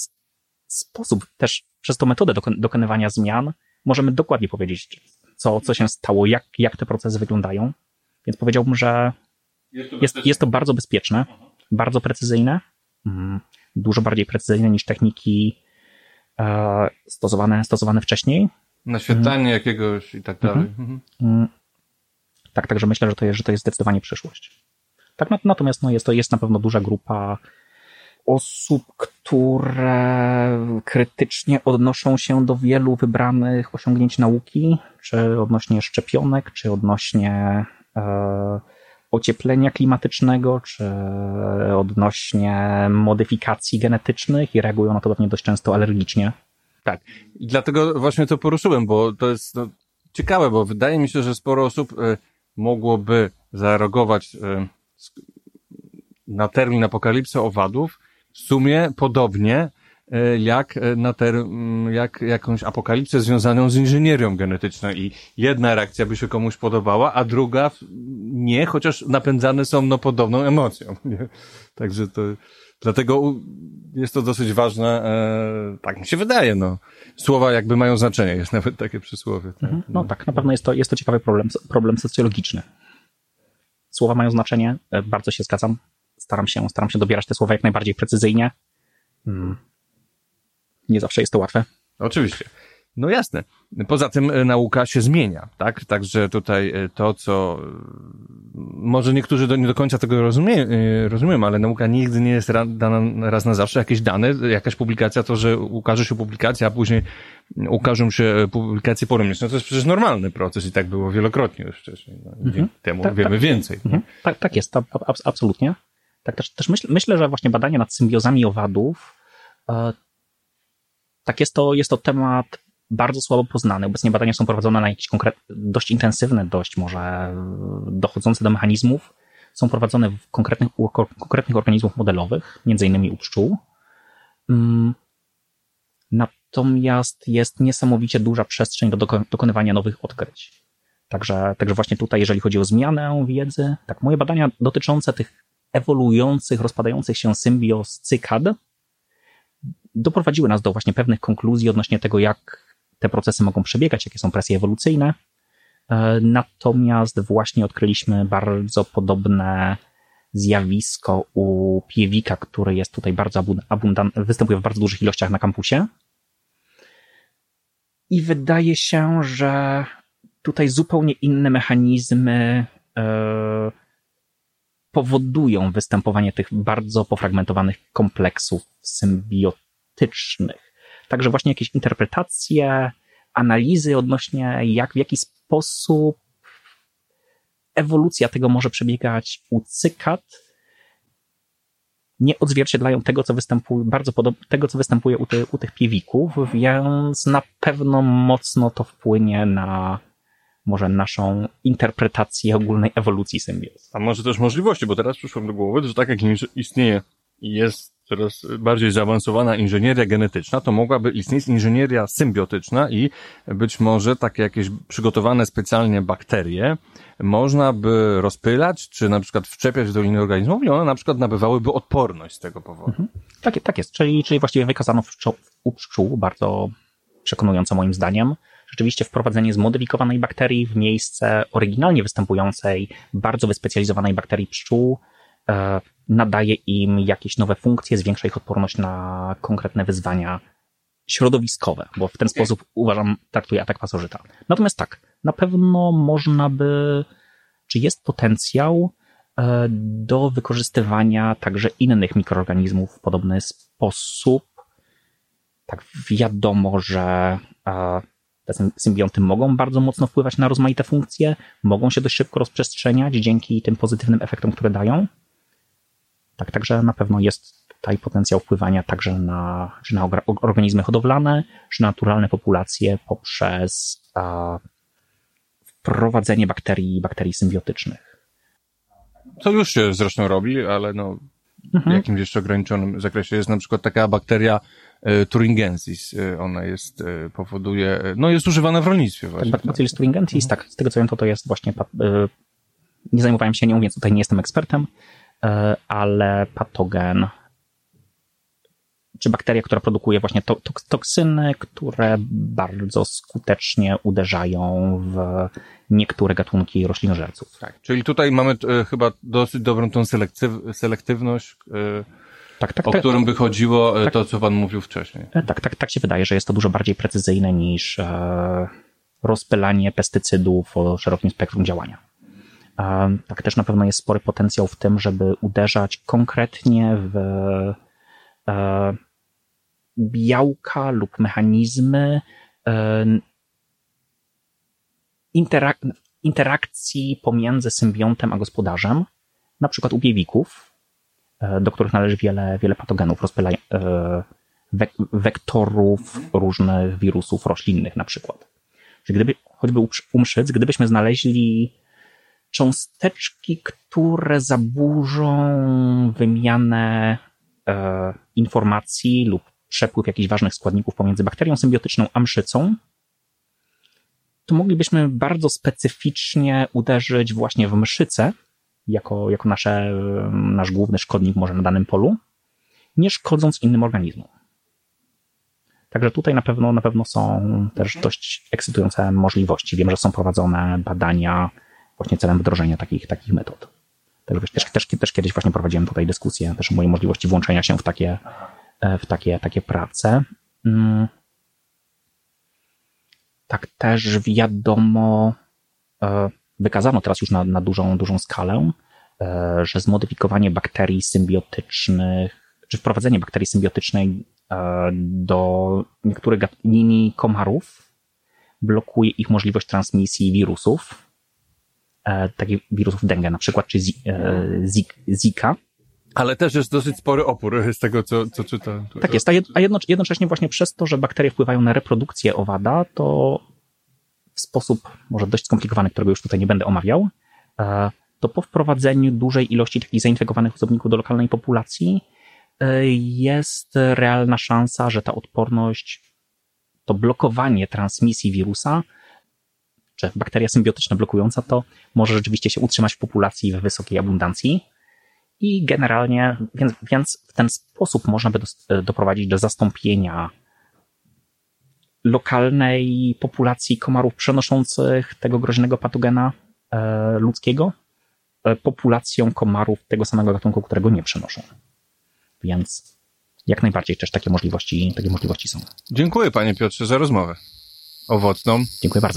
przez tą metodę dokonywania zmian możemy dokładnie powiedzieć, co się stało, jak te procesy wyglądają. Więc powiedziałbym, że jest to bardzo bezpieczne, bardzo precyzyjne, dużo bardziej precyzyjne niż techniki stosowane wcześniej. Naświetlanie jakiegoś i tak dalej. Tak, także myślę, że to jest zdecydowanie przyszłość. Tak, natomiast jest na pewno duża grupa osób, które krytycznie odnoszą się do wielu wybranych osiągnięć nauki, czy odnośnie szczepionek, czy odnośnie ocieplenia klimatycznego, czy odnośnie modyfikacji genetycznych i reagują na to pewnie dość często alergicznie. Tak. I dlatego właśnie to poruszyłem, bo to jest ciekawe, bo wydaje mi się, że sporo osób mogłoby zareagować na termin apokalipsy owadów w sumie podobnie jak jak jakąś apokalipsę związaną z inżynierią genetyczną i jedna reakcja by się komuś podobała, a druga nie, chociaż napędzane są podobną emocją. Nie? Także dlatego jest to dosyć ważne, tak mi się wydaje, Słowa jakby mają znaczenie, jest nawet takie przysłowie. Tak? Tak, na pewno jest to ciekawy problem socjologiczny. Słowa mają znaczenie, bardzo się zgadzam. Staram się dobierać te słowa jak najbardziej precyzyjnie. Nie zawsze jest to łatwe. Oczywiście. No jasne. Poza tym nauka się zmienia, tak? Także tutaj to, co może niektórzy nie do końca tego rozumieją, ale nauka nigdy nie jest dana raz na zawsze. Jakieś dane, jakaś publikacja, to, że ukaże się publikacja, a później ukażą się publikacje porówniczne, to jest przecież normalny proces i tak było wielokrotnie już wcześniej. Dzięki temu wiemy więcej. Tak jest, absolutnie. Tak też myślę, że właśnie badania nad symbiozami owadów tak jest to temat bardzo słabo poznany. Obecnie badania są prowadzone na jakieś dość intensywne, dość może dochodzące do mechanizmów. Są prowadzone w konkretnych organizmów modelowych, między innymi u pszczół. Natomiast jest niesamowicie duża przestrzeń do dokonywania nowych odkryć. Także właśnie tutaj, jeżeli chodzi o zmianę wiedzy, tak moje badania dotyczące tych ewoluujących, rozpadających się symbioz cykad doprowadziły nas do właśnie pewnych konkluzji odnośnie tego, jak te procesy mogą przebiegać, jakie są presje ewolucyjne. Natomiast właśnie odkryliśmy bardzo podobne zjawisko u piewika, który jest tutaj bardzo abundantny, występuje w bardzo dużych ilościach na kampusie. I wydaje się, że tutaj zupełnie inne mechanizmy powodują występowanie tych bardzo pofragmentowanych kompleksów symbiotycznych. Także właśnie jakieś interpretacje, analizy odnośnie w jaki sposób ewolucja tego może przebiegać u cykad, nie odzwierciedlają tego, co występuje, tego, co występuje u tych piewików, więc na pewno mocno to wpłynie na może naszą interpretację ogólnej ewolucji symbioz. A może też możliwości, bo teraz przyszło mi do głowy, że tak jak istnieje i jest coraz bardziej zaawansowana inżynieria genetyczna, to mogłaby istnieć inżynieria symbiotyczna i być może takie jakieś przygotowane specjalnie bakterie można by rozpylać, czy na przykład wczepiać do innych organizmów i one na przykład nabywałyby odporność z tego powodu. Tak jest. Czyli właściwie wykazano u pszczół, bardzo przekonująco moim zdaniem, rzeczywiście wprowadzenie zmodyfikowanej bakterii w miejsce oryginalnie występującej, bardzo wyspecjalizowanej bakterii pszczół, nadaje im jakieś nowe funkcje, zwiększa ich odporność na konkretne wyzwania środowiskowe, bo w ten sposób, uważam, traktuje atak pasożyta. Natomiast tak, na pewno można by, czy jest potencjał do wykorzystywania także innych mikroorganizmów w podobny sposób. Tak, wiadomo, że te symbionty mogą bardzo mocno wpływać na rozmaite funkcje, mogą się dość szybko rozprzestrzeniać dzięki tym pozytywnym efektom, które dają. Tak, także na pewno jest tutaj potencjał wpływania także na organizmy hodowlane, czy naturalne populacje poprzez wprowadzenie bakterii symbiotycznych. To już się zresztą robi, ale w jakimś jeszcze ograniczonym zakresie. Jest na przykład taka bakteria thuringiensis. Ona jest, powoduje, jest używana w rolnictwie właśnie. Tak, Bacillus thuringiensis, tak, z tego co wiem, to jest właśnie, nie zajmowałem się nią, więc tutaj nie jestem ekspertem, ale patogen, czy bakteria, która produkuje właśnie toksyny, które bardzo skutecznie uderzają w niektóre gatunki roślinożerców. Tak, czyli tutaj mamy chyba dosyć dobrą tą selektywność, o którym by chodziło to, co pan mówił wcześniej. Tak się wydaje, że jest to dużo bardziej precyzyjne niż rozpylanie pestycydów o szerokim spektrum działania. Tak, też na pewno jest spory potencjał w tym, żeby uderzać konkretnie w białka lub mechanizmy interakcji pomiędzy symbiontem a gospodarzem, na przykład u biewików, do których należy wiele patogenów, wektorów różnych wirusów roślinnych na przykład. Czyli choćby u mszyc, gdybyśmy znaleźli cząsteczki, które zaburzą wymianę informacji lub przepływ jakichś ważnych składników pomiędzy bakterią symbiotyczną a mszycą, to moglibyśmy bardzo specyficznie uderzyć właśnie w mszycę, jako nasz główny szkodnik może na danym polu, nie szkodząc innym organizmom. Także tutaj na pewno są też dość ekscytujące możliwości. Wiem, że są prowadzone badania właśnie celem wdrożenia takich metod. Też kiedyś właśnie prowadziłem tutaj dyskusję też o mojej możliwości włączenia się w takie prace. Tak też wiadomo, wykazano teraz już na dużą skalę, że zmodyfikowanie bakterii symbiotycznych, czy wprowadzenie bakterii symbiotycznej do niektórych linii komarów blokuje ich możliwość transmisji wirusów, takich wirusów dengue na przykład, czy Zika. Ale też jest dosyć spory opór z tego, co czytałem. Tak jest, a jednocześnie właśnie przez to, że bakterie wpływają na reprodukcję owada, to w sposób może dość skomplikowany, którego już tutaj nie będę omawiał, to po wprowadzeniu dużej ilości takich zainfekowanych osobników do lokalnej populacji jest realna szansa, że ta odporność, to blokowanie transmisji wirusa, czy bakteria symbiotyczna blokująca to, może rzeczywiście się utrzymać w populacji w wysokiej abundancji i generalnie, więc w ten sposób można by doprowadzić do zastąpienia lokalnej populacji komarów przenoszących tego groźnego patogena ludzkiego populacją komarów tego samego gatunku, którego nie przenoszą. Więc jak najbardziej też takie możliwości są. Dziękuję panie Piotrze za rozmowę. Owocną. Dziękuję bardzo.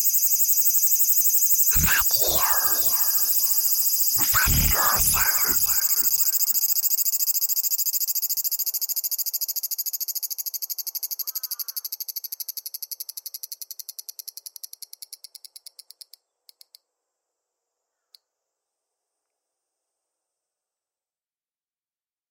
Vendor.